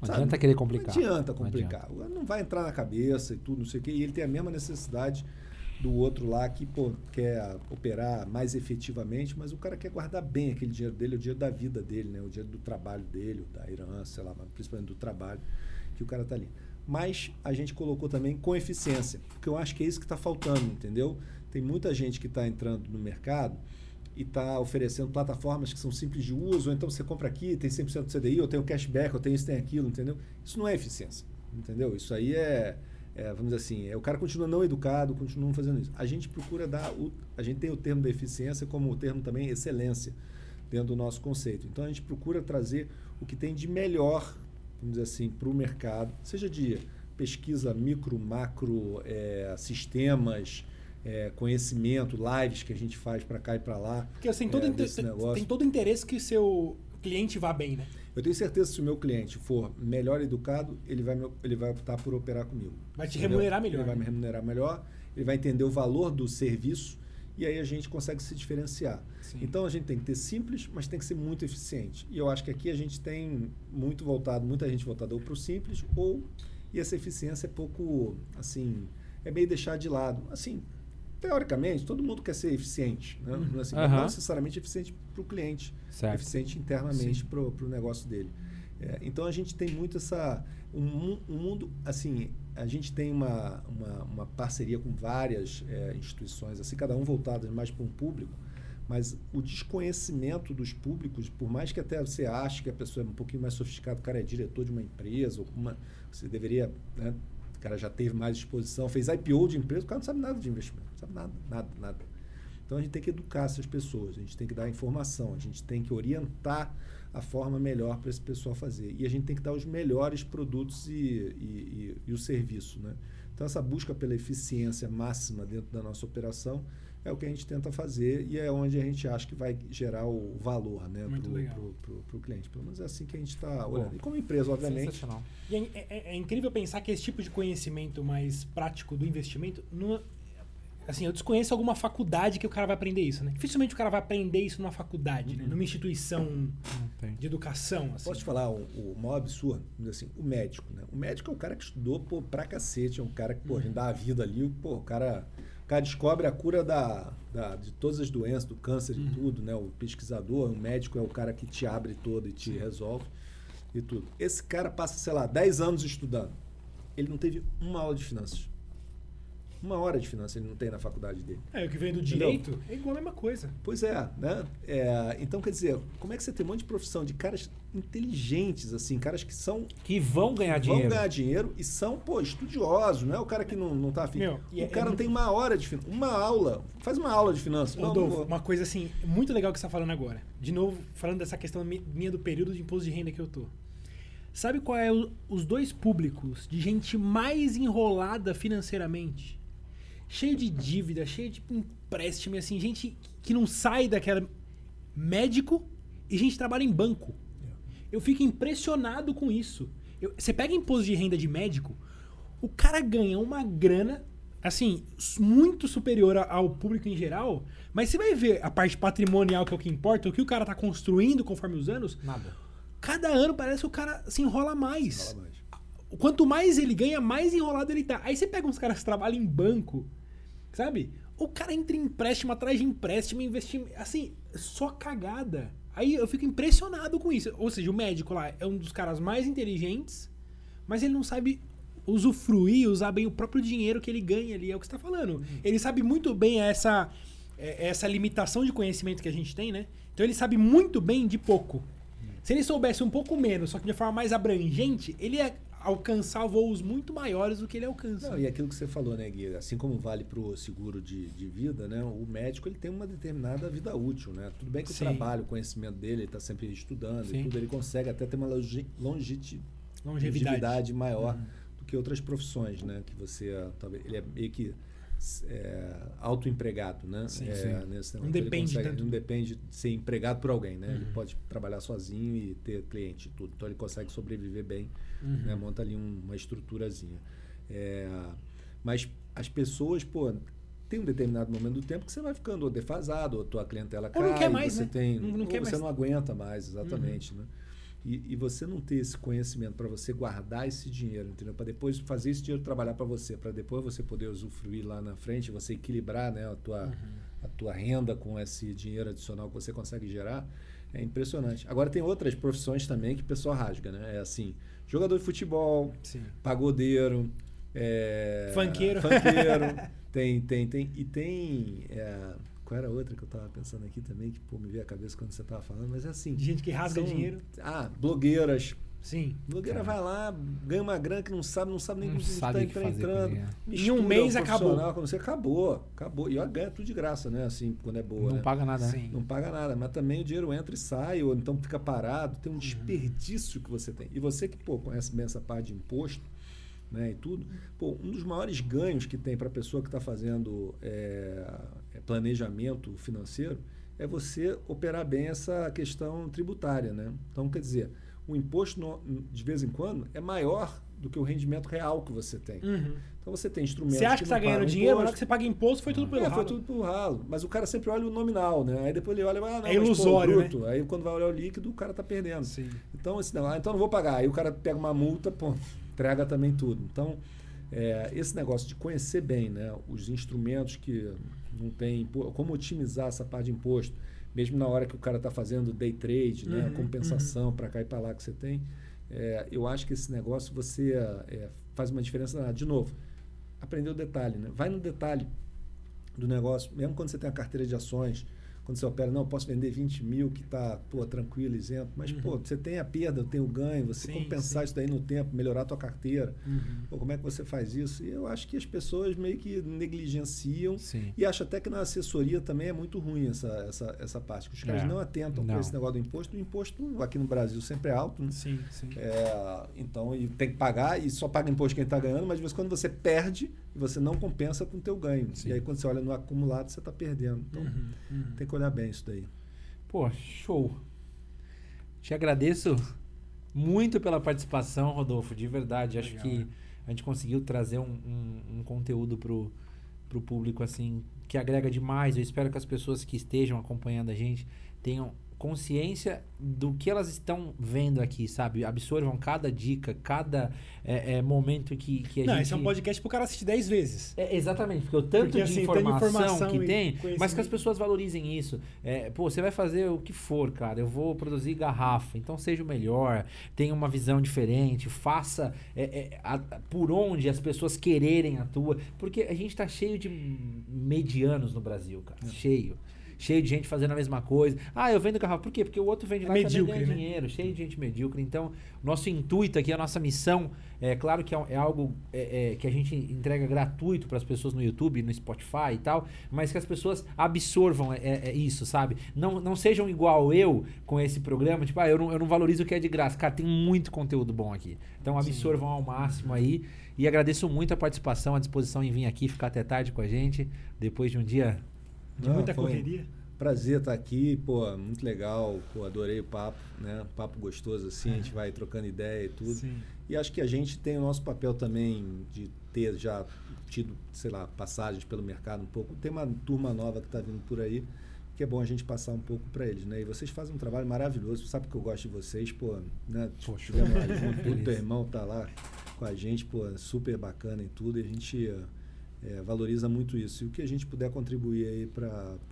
Não sabe? adianta querer complicar. Não adianta complicar. Não, adianta. Não vai entrar na cabeça e tudo, não sei o quê. E ele tem a mesma necessidade do outro lá que pô, quer operar mais efetivamente, mas o cara quer guardar bem aquele dinheiro dele, o dinheiro da vida dele, né? O dinheiro do trabalho dele, da herança, sei lá, principalmente do trabalho que o cara tá ali. Mas a gente colocou também com eficiência, porque eu acho que é isso que está faltando, entendeu? Tem muita gente que está entrando no mercado e está oferecendo plataformas que são simples de uso, ou então você compra aqui, tem cem por cento do C D I, ou tem o cashback, ou tem isso, tem aquilo, entendeu? Isso não é eficiência, entendeu? Isso aí é, é vamos dizer assim, é, o cara continua não educado, continua fazendo isso. A gente procura dar, o, a gente tem o termo da eficiência como o termo também excelência dentro do nosso conceito. Então a gente procura trazer o que tem de melhor, vamos dizer assim, para o mercado, seja de pesquisa micro, macro, é, sistemas, é, conhecimento, lives que a gente faz para cá e para lá. Porque assim, todo é, inter... tem todo o interesse que o seu cliente vá bem, né? Eu tenho certeza que se o meu cliente for melhor educado, ele vai, ele vai optar por operar comigo. Vai te entendeu? remunerar melhor. Ele vai né? me remunerar melhor, ele vai entender o valor do serviço e aí a gente consegue se diferenciar. Sim. Então a gente tem que ter simples, mas tem que ser muito eficiente. E eu acho que aqui a gente tem muito voltado, muita gente voltada ou para o simples, ou e essa eficiência é pouco, assim, é meio deixar de lado. Assim, teoricamente, todo mundo quer ser eficiente, né? Uhum. Assim, uhum. Não necessariamente eficiente para o cliente, certo. Eficiente internamente para o negócio dele. É, então a gente tem muito essa um, um mundo assim, a gente tem uma, uma, uma parceria com várias é, instituições, assim, cada um voltado mais para um público, mas o desconhecimento dos públicos, por mais que até você ache que a pessoa é um pouquinho mais sofisticada, o cara é diretor de uma empresa, ou uma, você deveria, né, o cara já teve mais exposição, fez I P O de empresa, o cara não sabe nada de investimento, não sabe nada, nada, nada. Então a gente tem que educar essas pessoas, a gente tem que dar informação, a gente tem que orientar a forma melhor para esse pessoal fazer. E a gente tem que dar os melhores produtos e, e, e, e o serviço, né? Então essa busca pela eficiência máxima dentro da nossa operação é o que a gente tenta fazer e é onde a gente acha que vai gerar o valor, né, para o cliente. Pelo menos é assim que a gente está olhando. E como empresa, obviamente. E é, é, é incrível pensar que esse tipo de conhecimento mais prático do investimento, não, assim, eu desconheço alguma faculdade que o cara vai aprender isso, né? Dificilmente o cara vai aprender isso numa faculdade, uhum. né? Numa instituição de educação. Assim. Posso te falar o, o maior absurdo? Assim, o médico, né? O médico é o cara que estudou pô, pra cacete, é um cara que pô, uhum. dá a vida ali, pô, o cara... O cara descobre a cura da, da, de todas as doenças, do câncer e uhum. tudo, né? O pesquisador, o médico é o cara que te abre todo e te Sim. resolve e tudo. Esse cara passa, sei lá, dez anos estudando. Ele não teve uma aula de finanças. Uma hora de finanças ele não tem na faculdade dele. É, o que vem do direito Entendeu? É igual a mesma coisa. Pois é, né? É, então, quer dizer, como é que você tem um monte de profissão de caras inteligentes, assim, caras que são... Que vão ganhar vão dinheiro. Vão ganhar dinheiro e são, pô, estudiosos, não é o cara que não, não tá afim. Meu, o é, cara é não muito... tem uma hora de finanças, uma aula, faz uma aula de finanças. Rodolfo, não, uma coisa assim, muito legal que você tá falando agora. De novo, falando dessa questão minha do período de imposto de renda que eu tô. Sabe qual é o, os dois públicos de gente mais enrolada financeiramente? Cheio de dívida, cheio de empréstimo, assim, gente que não sai daquela... Médico e gente que trabalha em banco. Eu fico impressionado com isso. Eu, você pega imposto de renda de médico, o cara ganha uma grana, assim, muito superior ao público em geral, mas você vai ver a parte patrimonial, que é o que importa, o que o cara tá construindo conforme os anos... Nada. Cada ano parece que o cara se enrola mais. Se enrola mais. Quanto mais ele ganha, mais enrolado ele tá. Aí você pega uns caras que trabalham em banco... Sabe? O cara entra em empréstimo atrás de empréstimo, investimento, assim, só cagada. Aí eu fico impressionado com isso. Ou seja, o médico lá é um dos caras mais inteligentes, mas ele não sabe usufruir, usar bem o próprio dinheiro que ele ganha ali, é o que você tá falando. Uhum. Ele sabe muito bem essa, essa limitação de conhecimento que a gente tem, né? Então ele sabe muito bem de pouco. Uhum. Se ele soubesse um pouco menos, só que de forma mais abrangente, ele ia alcançar voos muito maiores do que ele alcança. Não, e aquilo que você falou, né, Gui? Assim como vale para o seguro de, de vida, né? O médico ele tem uma determinada vida útil, né? Tudo bem que Sim. o trabalho, o conhecimento dele, ele está sempre estudando Sim. e tudo, ele consegue até ter uma longe, longiti, longevidade. longevidade maior uhum. do que outras profissões, né? Que você, talvez, ele é meio que é, autoempregado, né? Sim, é, sim. Nesse não depende consegue, tanto. Não depende de ser empregado por alguém, né? Uhum. Ele pode trabalhar sozinho e ter cliente e tudo. Então ele consegue sobreviver bem, uhum. né? Monta ali um, uma estruturazinha. É, mas as pessoas, pô, tem um determinado momento do tempo que você vai ficando ou defasado, ou tua clientela cai, ou não quer mais, você né? tem, não, não ou quer você mais. não aguenta mais, exatamente, uhum. né? e, e você não ter esse conhecimento para você guardar esse dinheiro, entendeu? Para depois fazer esse dinheiro trabalhar para você, para depois você poder usufruir lá na frente, você equilibrar, né, a tua, uhum. a tua renda com esse dinheiro adicional que você consegue gerar, é impressionante. Agora tem outras profissões também que o pessoal rasga, né? É assim, jogador de futebol, Sim. pagodeiro, é, funkeiro. funkeiro tem, tem, tem, e tem... É, qual era a outra que eu estava pensando aqui também, que pô, me veio a cabeça quando você estava falando, mas é assim... Gente que rasga são, dinheiro. Ah, blogueiras. Sim. Blogueira cara. vai lá, ganha uma grana que não sabe, não sabe nem como está entrando. Em um mês acabou. Como você acabou, acabou. E ela ganha tudo de graça, né? Assim, quando é boa. Não né? paga nada, Sim. Não paga nada. Mas também o dinheiro entra e sai, ou então fica parado. Tem um desperdício uhum. que você tem. E você que, pô, conhece bem essa parte de imposto, né? E tudo. Pô, um dos maiores ganhos que tem para a pessoa que está fazendo é, planejamento financeiro é você operar bem essa questão tributária, né? Então, quer dizer, o imposto, no, de vez em quando, é maior do que o rendimento real que você tem. Uhum. Então, você tem instrumentos Você acha que que está ganhando dinheiro, mas na hora que você paga imposto, foi tudo pelo é, ralo. foi tudo pelo ralo. Mas o cara sempre olha o nominal, né? Aí depois ele olha, ah, não, é ilusório, mas, pô, o bruto. Né? Aí quando vai olhar o líquido, o cara está perdendo. Sim. Então, esse, não, ah, então não vou pagar. Aí o cara pega uma multa, pô, entrega também tudo. Então, é, esse negócio de conhecer bem, né, os instrumentos que não tem, como otimizar essa parte de imposto, mesmo na hora que o cara está fazendo day trade, né, uhum, compensação uhum. para cá e para lá que você tem, é, eu acho que esse negócio você é, faz uma diferença. De novo, aprender o detalhe, né? Vai no detalhe do negócio, mesmo quando você tem a carteira de ações, quando você opera, não, posso vender vinte mil que está tranquilo, isento, mas uhum. pô, você tem a perda, tem o ganho, você sim, compensar sim. isso daí no tempo, melhorar a tua carteira. Uhum. Pô, como é que você faz isso? E eu acho que as pessoas meio que negligenciam sim. e acho até que na assessoria também é muito ruim essa, essa, essa parte, que os caras é. não atentam para esse negócio do imposto. O imposto aqui no Brasil sempre é alto, né? Sim, sim. É, então, e tem que pagar, e só paga imposto quem está ganhando, mas de vez em quando você perde e você não compensa com o teu ganho. Sim. E aí quando você olha no acumulado, você está perdendo. Então, uhum. Uhum. tem que olhar bem isso daí. Pô, show. Te agradeço muito pela participação, Rodolfo, de verdade. Legal, acho que né? a gente conseguiu trazer um, um, um conteúdo pro, pro público assim que agrega demais. Eu espero que as pessoas que estejam acompanhando a gente tenham consciência do que elas estão vendo aqui, sabe? Absorvam cada dica, cada é, é, momento que, que a Não, gente... esse é um podcast pro cara assistir dez vezes. É, exatamente, porque o tanto porque, de, assim, informação de informação que tem, mas que as pessoas valorizem isso. É, pô, você vai fazer o que for, cara. Eu vou produzir garrafa, então seja o melhor, tenha uma visão diferente, faça é, é, a, a, por onde as pessoas quererem a tua, porque a gente tá cheio de medianos no Brasil, cara, é. cheio. Cheio de gente fazendo a mesma coisa. Ah, eu vendo garrafa. Por quê? Porque o outro vende lá e também ganha né? dinheiro. Cheio de gente medíocre. Então, nosso intuito aqui, a nossa missão, é claro que é, é algo é, é, que a gente entrega gratuito para as pessoas no YouTube, no Spotify e tal, mas que as pessoas absorvam é, é isso, sabe? Não, não sejam igual eu com esse programa, tipo, ah, eu não, eu não valorizo o que é de graça. Cara, tem muito conteúdo bom aqui. Então, absorvam Sim. ao máximo aí. E agradeço muito a participação, a disposição em vir aqui, ficar até tarde com a gente, depois de um dia... De Não, muita correria. Prazer estar aqui, pô, muito legal, pô, adorei o papo, né? Papo gostoso assim, é. a gente vai trocando ideia e tudo. Sim. E acho que a gente tem o nosso papel também de ter já tido, sei lá, passagens pelo mercado um pouco. Tem uma turma nova que está vindo por aí, que é bom a gente passar um pouco para eles, né? E vocês fazem um trabalho maravilhoso, sabe que eu gosto de vocês, pô, né? Poxa, tivemos lá junto, o teu irmão tá lá com a gente, pô, super bacana e tudo, e a gente... É, valoriza muito isso. E o que a gente puder contribuir aí para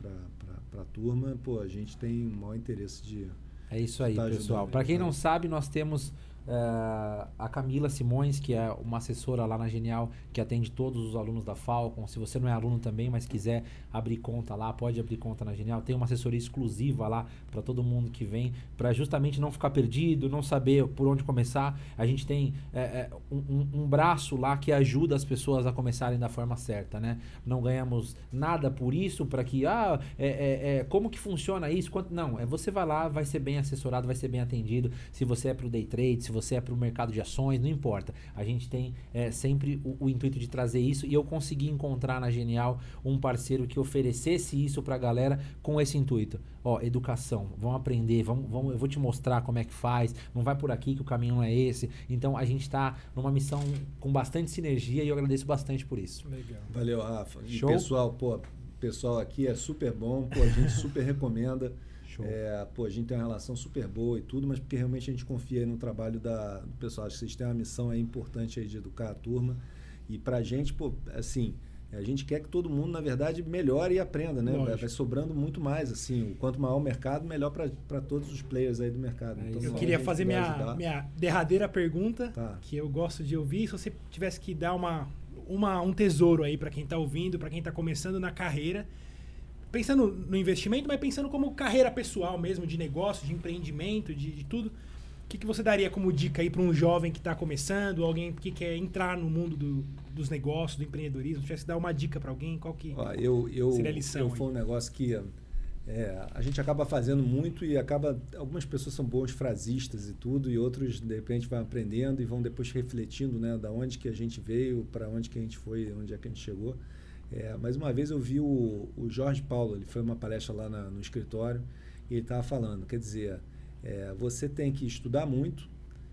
a turma, pô, a gente tem o maior interesse de... É isso aí, tá pessoal. Para quem não sabe, nós temos uh, a Camila Simões, que é uma assessora lá na Genial, que atende todos os alunos da Falcon. Se você não é aluno também, mas quiser abrir conta lá, pode abrir conta na Genial. Tem uma assessoria exclusiva lá para todo mundo que vem, para justamente não ficar perdido, não saber por onde começar. A gente tem é, é, um, um braço lá que ajuda as pessoas a começarem da forma certa, né? Não ganhamos nada por isso, para que, ah, é, é, é, como que funciona isso? Quanto, não, é você vai lá, vai ser bem assessorado, vai ser bem atendido. Se você é para o day trade, se você é para o mercado de ações, não importa. A gente tem é, sempre o, o intuito de trazer isso, e eu consegui encontrar na Genial um parceiro que oferecesse isso para a galera com esse intuito. Ó, educação, vão aprender, vão, vão, eu vou te mostrar como é que faz, não vai por aqui que o caminho não é esse. Então a gente está numa missão com bastante sinergia e eu agradeço bastante por isso. Legal. Valeu, Rafa. E Show? pessoal, pô, pessoal aqui é super bom, pô, a gente super recomenda. É, pô, a gente tem uma relação super boa e tudo, mas porque realmente a gente confia aí no trabalho da, do pessoal. Acho que vocês têm uma missão aí importante aí de educar a turma. E pra gente, pô, assim, a gente quer que todo mundo, na verdade, melhore e aprenda, né? Vai, vai sobrando muito mais, assim. O quanto maior o mercado, melhor para todos os players aí do mercado. É, então, eu queria fazer minha, minha derradeira pergunta, tá. que eu gosto de ouvir. Se você tivesse que dar uma, uma, um tesouro aí para quem está ouvindo, para quem está começando na carreira, pensando no investimento, mas pensando como carreira pessoal mesmo, de negócio, de empreendimento, de, de tudo. O que, que você daria como dica aí para um jovem que está começando, alguém que quer entrar no mundo do, dos negócios, do empreendedorismo? Se tivesse que dar uma dica para alguém, qual que Ó, eu, eu, seria a lição? Eu, foi um negócio que é, a gente acaba fazendo muito e acaba... Algumas pessoas são bons frasistas e tudo, e outros, de repente, vão aprendendo e vão depois refletindo, né, da onde que a gente veio, para onde que a gente foi, onde é que a gente chegou. É, mas uma vez eu vi o, o Jorge Paulo, ele foi uma palestra lá na, no escritório, e ele estava falando, quer dizer... É, você tem que estudar muito,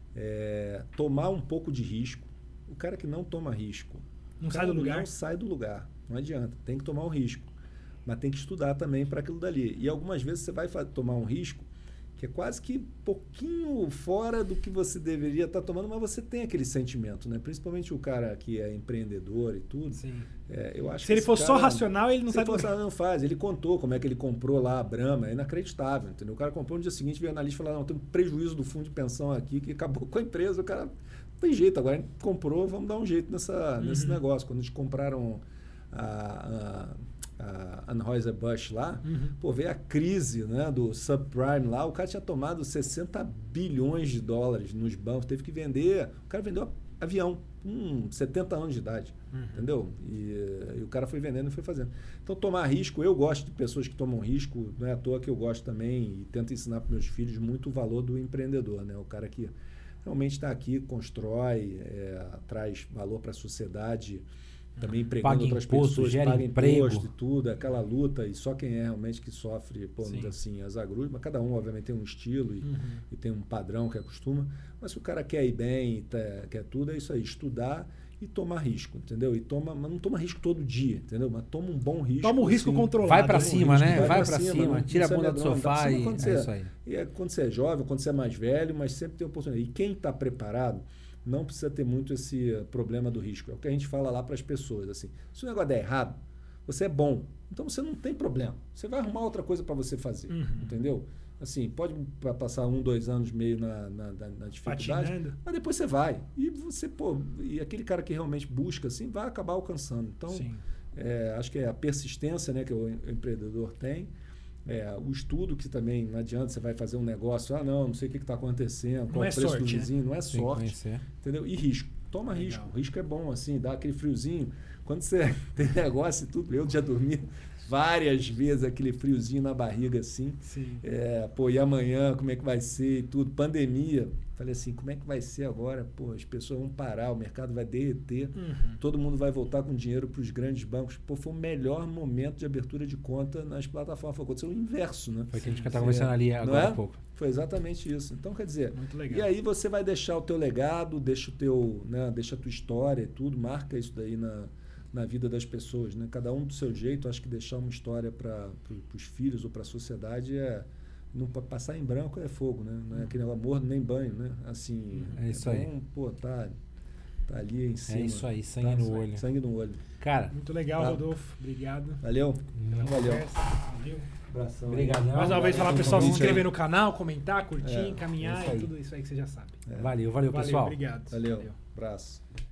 é, tomar um pouco de risco. O cara que não toma risco não sai do lugar. Não sai do lugar. Não adianta. Tem que tomar um risco. Mas tem que estudar também para aquilo dali. E algumas vezes você vai tomar um risco que é quase que um pouquinho fora do que você deveria estar tomando, mas você tem aquele sentimento, né? Principalmente o cara que é empreendedor e tudo. Sim. É, eu acho se que ele for cara, só racional, ele não sabe. Se ele for não faz. Ele contou como é que ele comprou lá a Brahma, é inacreditável, entendeu? O cara comprou no dia seguinte, veio o analista e falou, não, tem um prejuízo do fundo de pensão aqui que acabou com a empresa. O cara, não tem jeito, agora a gente comprou, vamos dar um jeito nessa, uhum. nesse negócio. Quando eles compraram a... a a Anheuser-Busch lá, uhum. pô, veio a crise, né, do subprime lá, o cara tinha tomado sessenta bilhões de dólares nos bancos, teve que vender, o cara vendeu avião com setenta anos de idade, uhum. entendeu? E, e o cara foi vendendo e foi fazendo. Então, tomar risco, eu gosto de pessoas que tomam risco, não é à toa que eu gosto também e tento ensinar para meus filhos muito o valor do empreendedor, né, o cara que realmente está aqui, constrói, é, traz valor para a sociedade, também empregando outras imposto, pessoas, gera paga emprego. imposto e tudo, aquela luta, e só quem é realmente que sofre, pô, assim, as agruras, mas cada um, obviamente, tem um estilo e, uhum. e tem um padrão que acostuma, mas se o cara quer ir bem, tá, quer tudo, é isso aí, estudar e tomar risco, entendeu? E toma, mas não toma risco todo dia, entendeu? Mas toma um bom risco. Toma um risco assim, controlado. Vai pra cima, risco, né? Vai, vai pra cima, cima não, tira não a bunda do sofá e é isso aí. E é quando você é jovem, quando você é mais velho, mas sempre tem oportunidade. E quem está preparado não precisa ter muito esse problema do risco. É o que a gente fala lá para as pessoas. Assim, se o negócio der errado, você é bom. Então você não tem problema. Você vai arrumar outra coisa para você fazer. Uhum. Entendeu? Assim, pode passar um, dois anos meio na, na, na dificuldade, patinando. Mas depois você vai. E você, pô, e aquele cara que realmente busca, assim, vai acabar alcançando. Então, é, acho que é a persistência, né, que o empreendedor tem. É, o estudo, que também não adianta, você vai fazer um negócio, ah, não, não sei o que está acontecendo, qual é o preço sorte, do vizinho, né? Não é sorte. Entendeu? E risco. Toma Legal. risco. O risco é bom, assim, dá aquele friozinho. Quando você tem negócio e tudo, eu já dormi várias vezes aquele friozinho na barriga, assim. Sim. É, pô, e amanhã, como é que vai ser e tudo? Pandemia. Falei assim, como é que vai ser agora? Pô, as pessoas vão parar, o mercado vai derreter, uhum. todo mundo vai voltar com dinheiro para os grandes bancos. Pô, foi o melhor momento de abertura de conta nas plataformas. Foi aconteceu o inverso, né? Foi o que a gente está conversando ali agora é? há pouco. Foi exatamente isso. Então, quer dizer, Muito legal. E aí você vai deixar o teu legado, deixa o teu, né, deixa a tua história e tudo, marca isso daí na, na vida das pessoas, né? Cada um do seu jeito. Acho que deixar uma história para pro, os filhos ou para a sociedade é... Não passar em branco é fogo, né? Não é aquele amor nem banho, né? Assim, é isso então, aí. Pô, tá, tá ali em cima. É isso aí, sangue tá, no olho. Sangue no olho. Cara, muito legal, tá. Rodolfo. Obrigado. Valeu. Pela Valeu. Conversa. Valeu. Abração. Obrigado. Mais uma vez falar pro pessoal se inscrever no canal, comentar, curtir, é, encaminhar é e tudo isso aí que você já sabe. É. Valeu, valeu, valeu, pessoal. Obrigado. Valeu. Valeu. Abraço.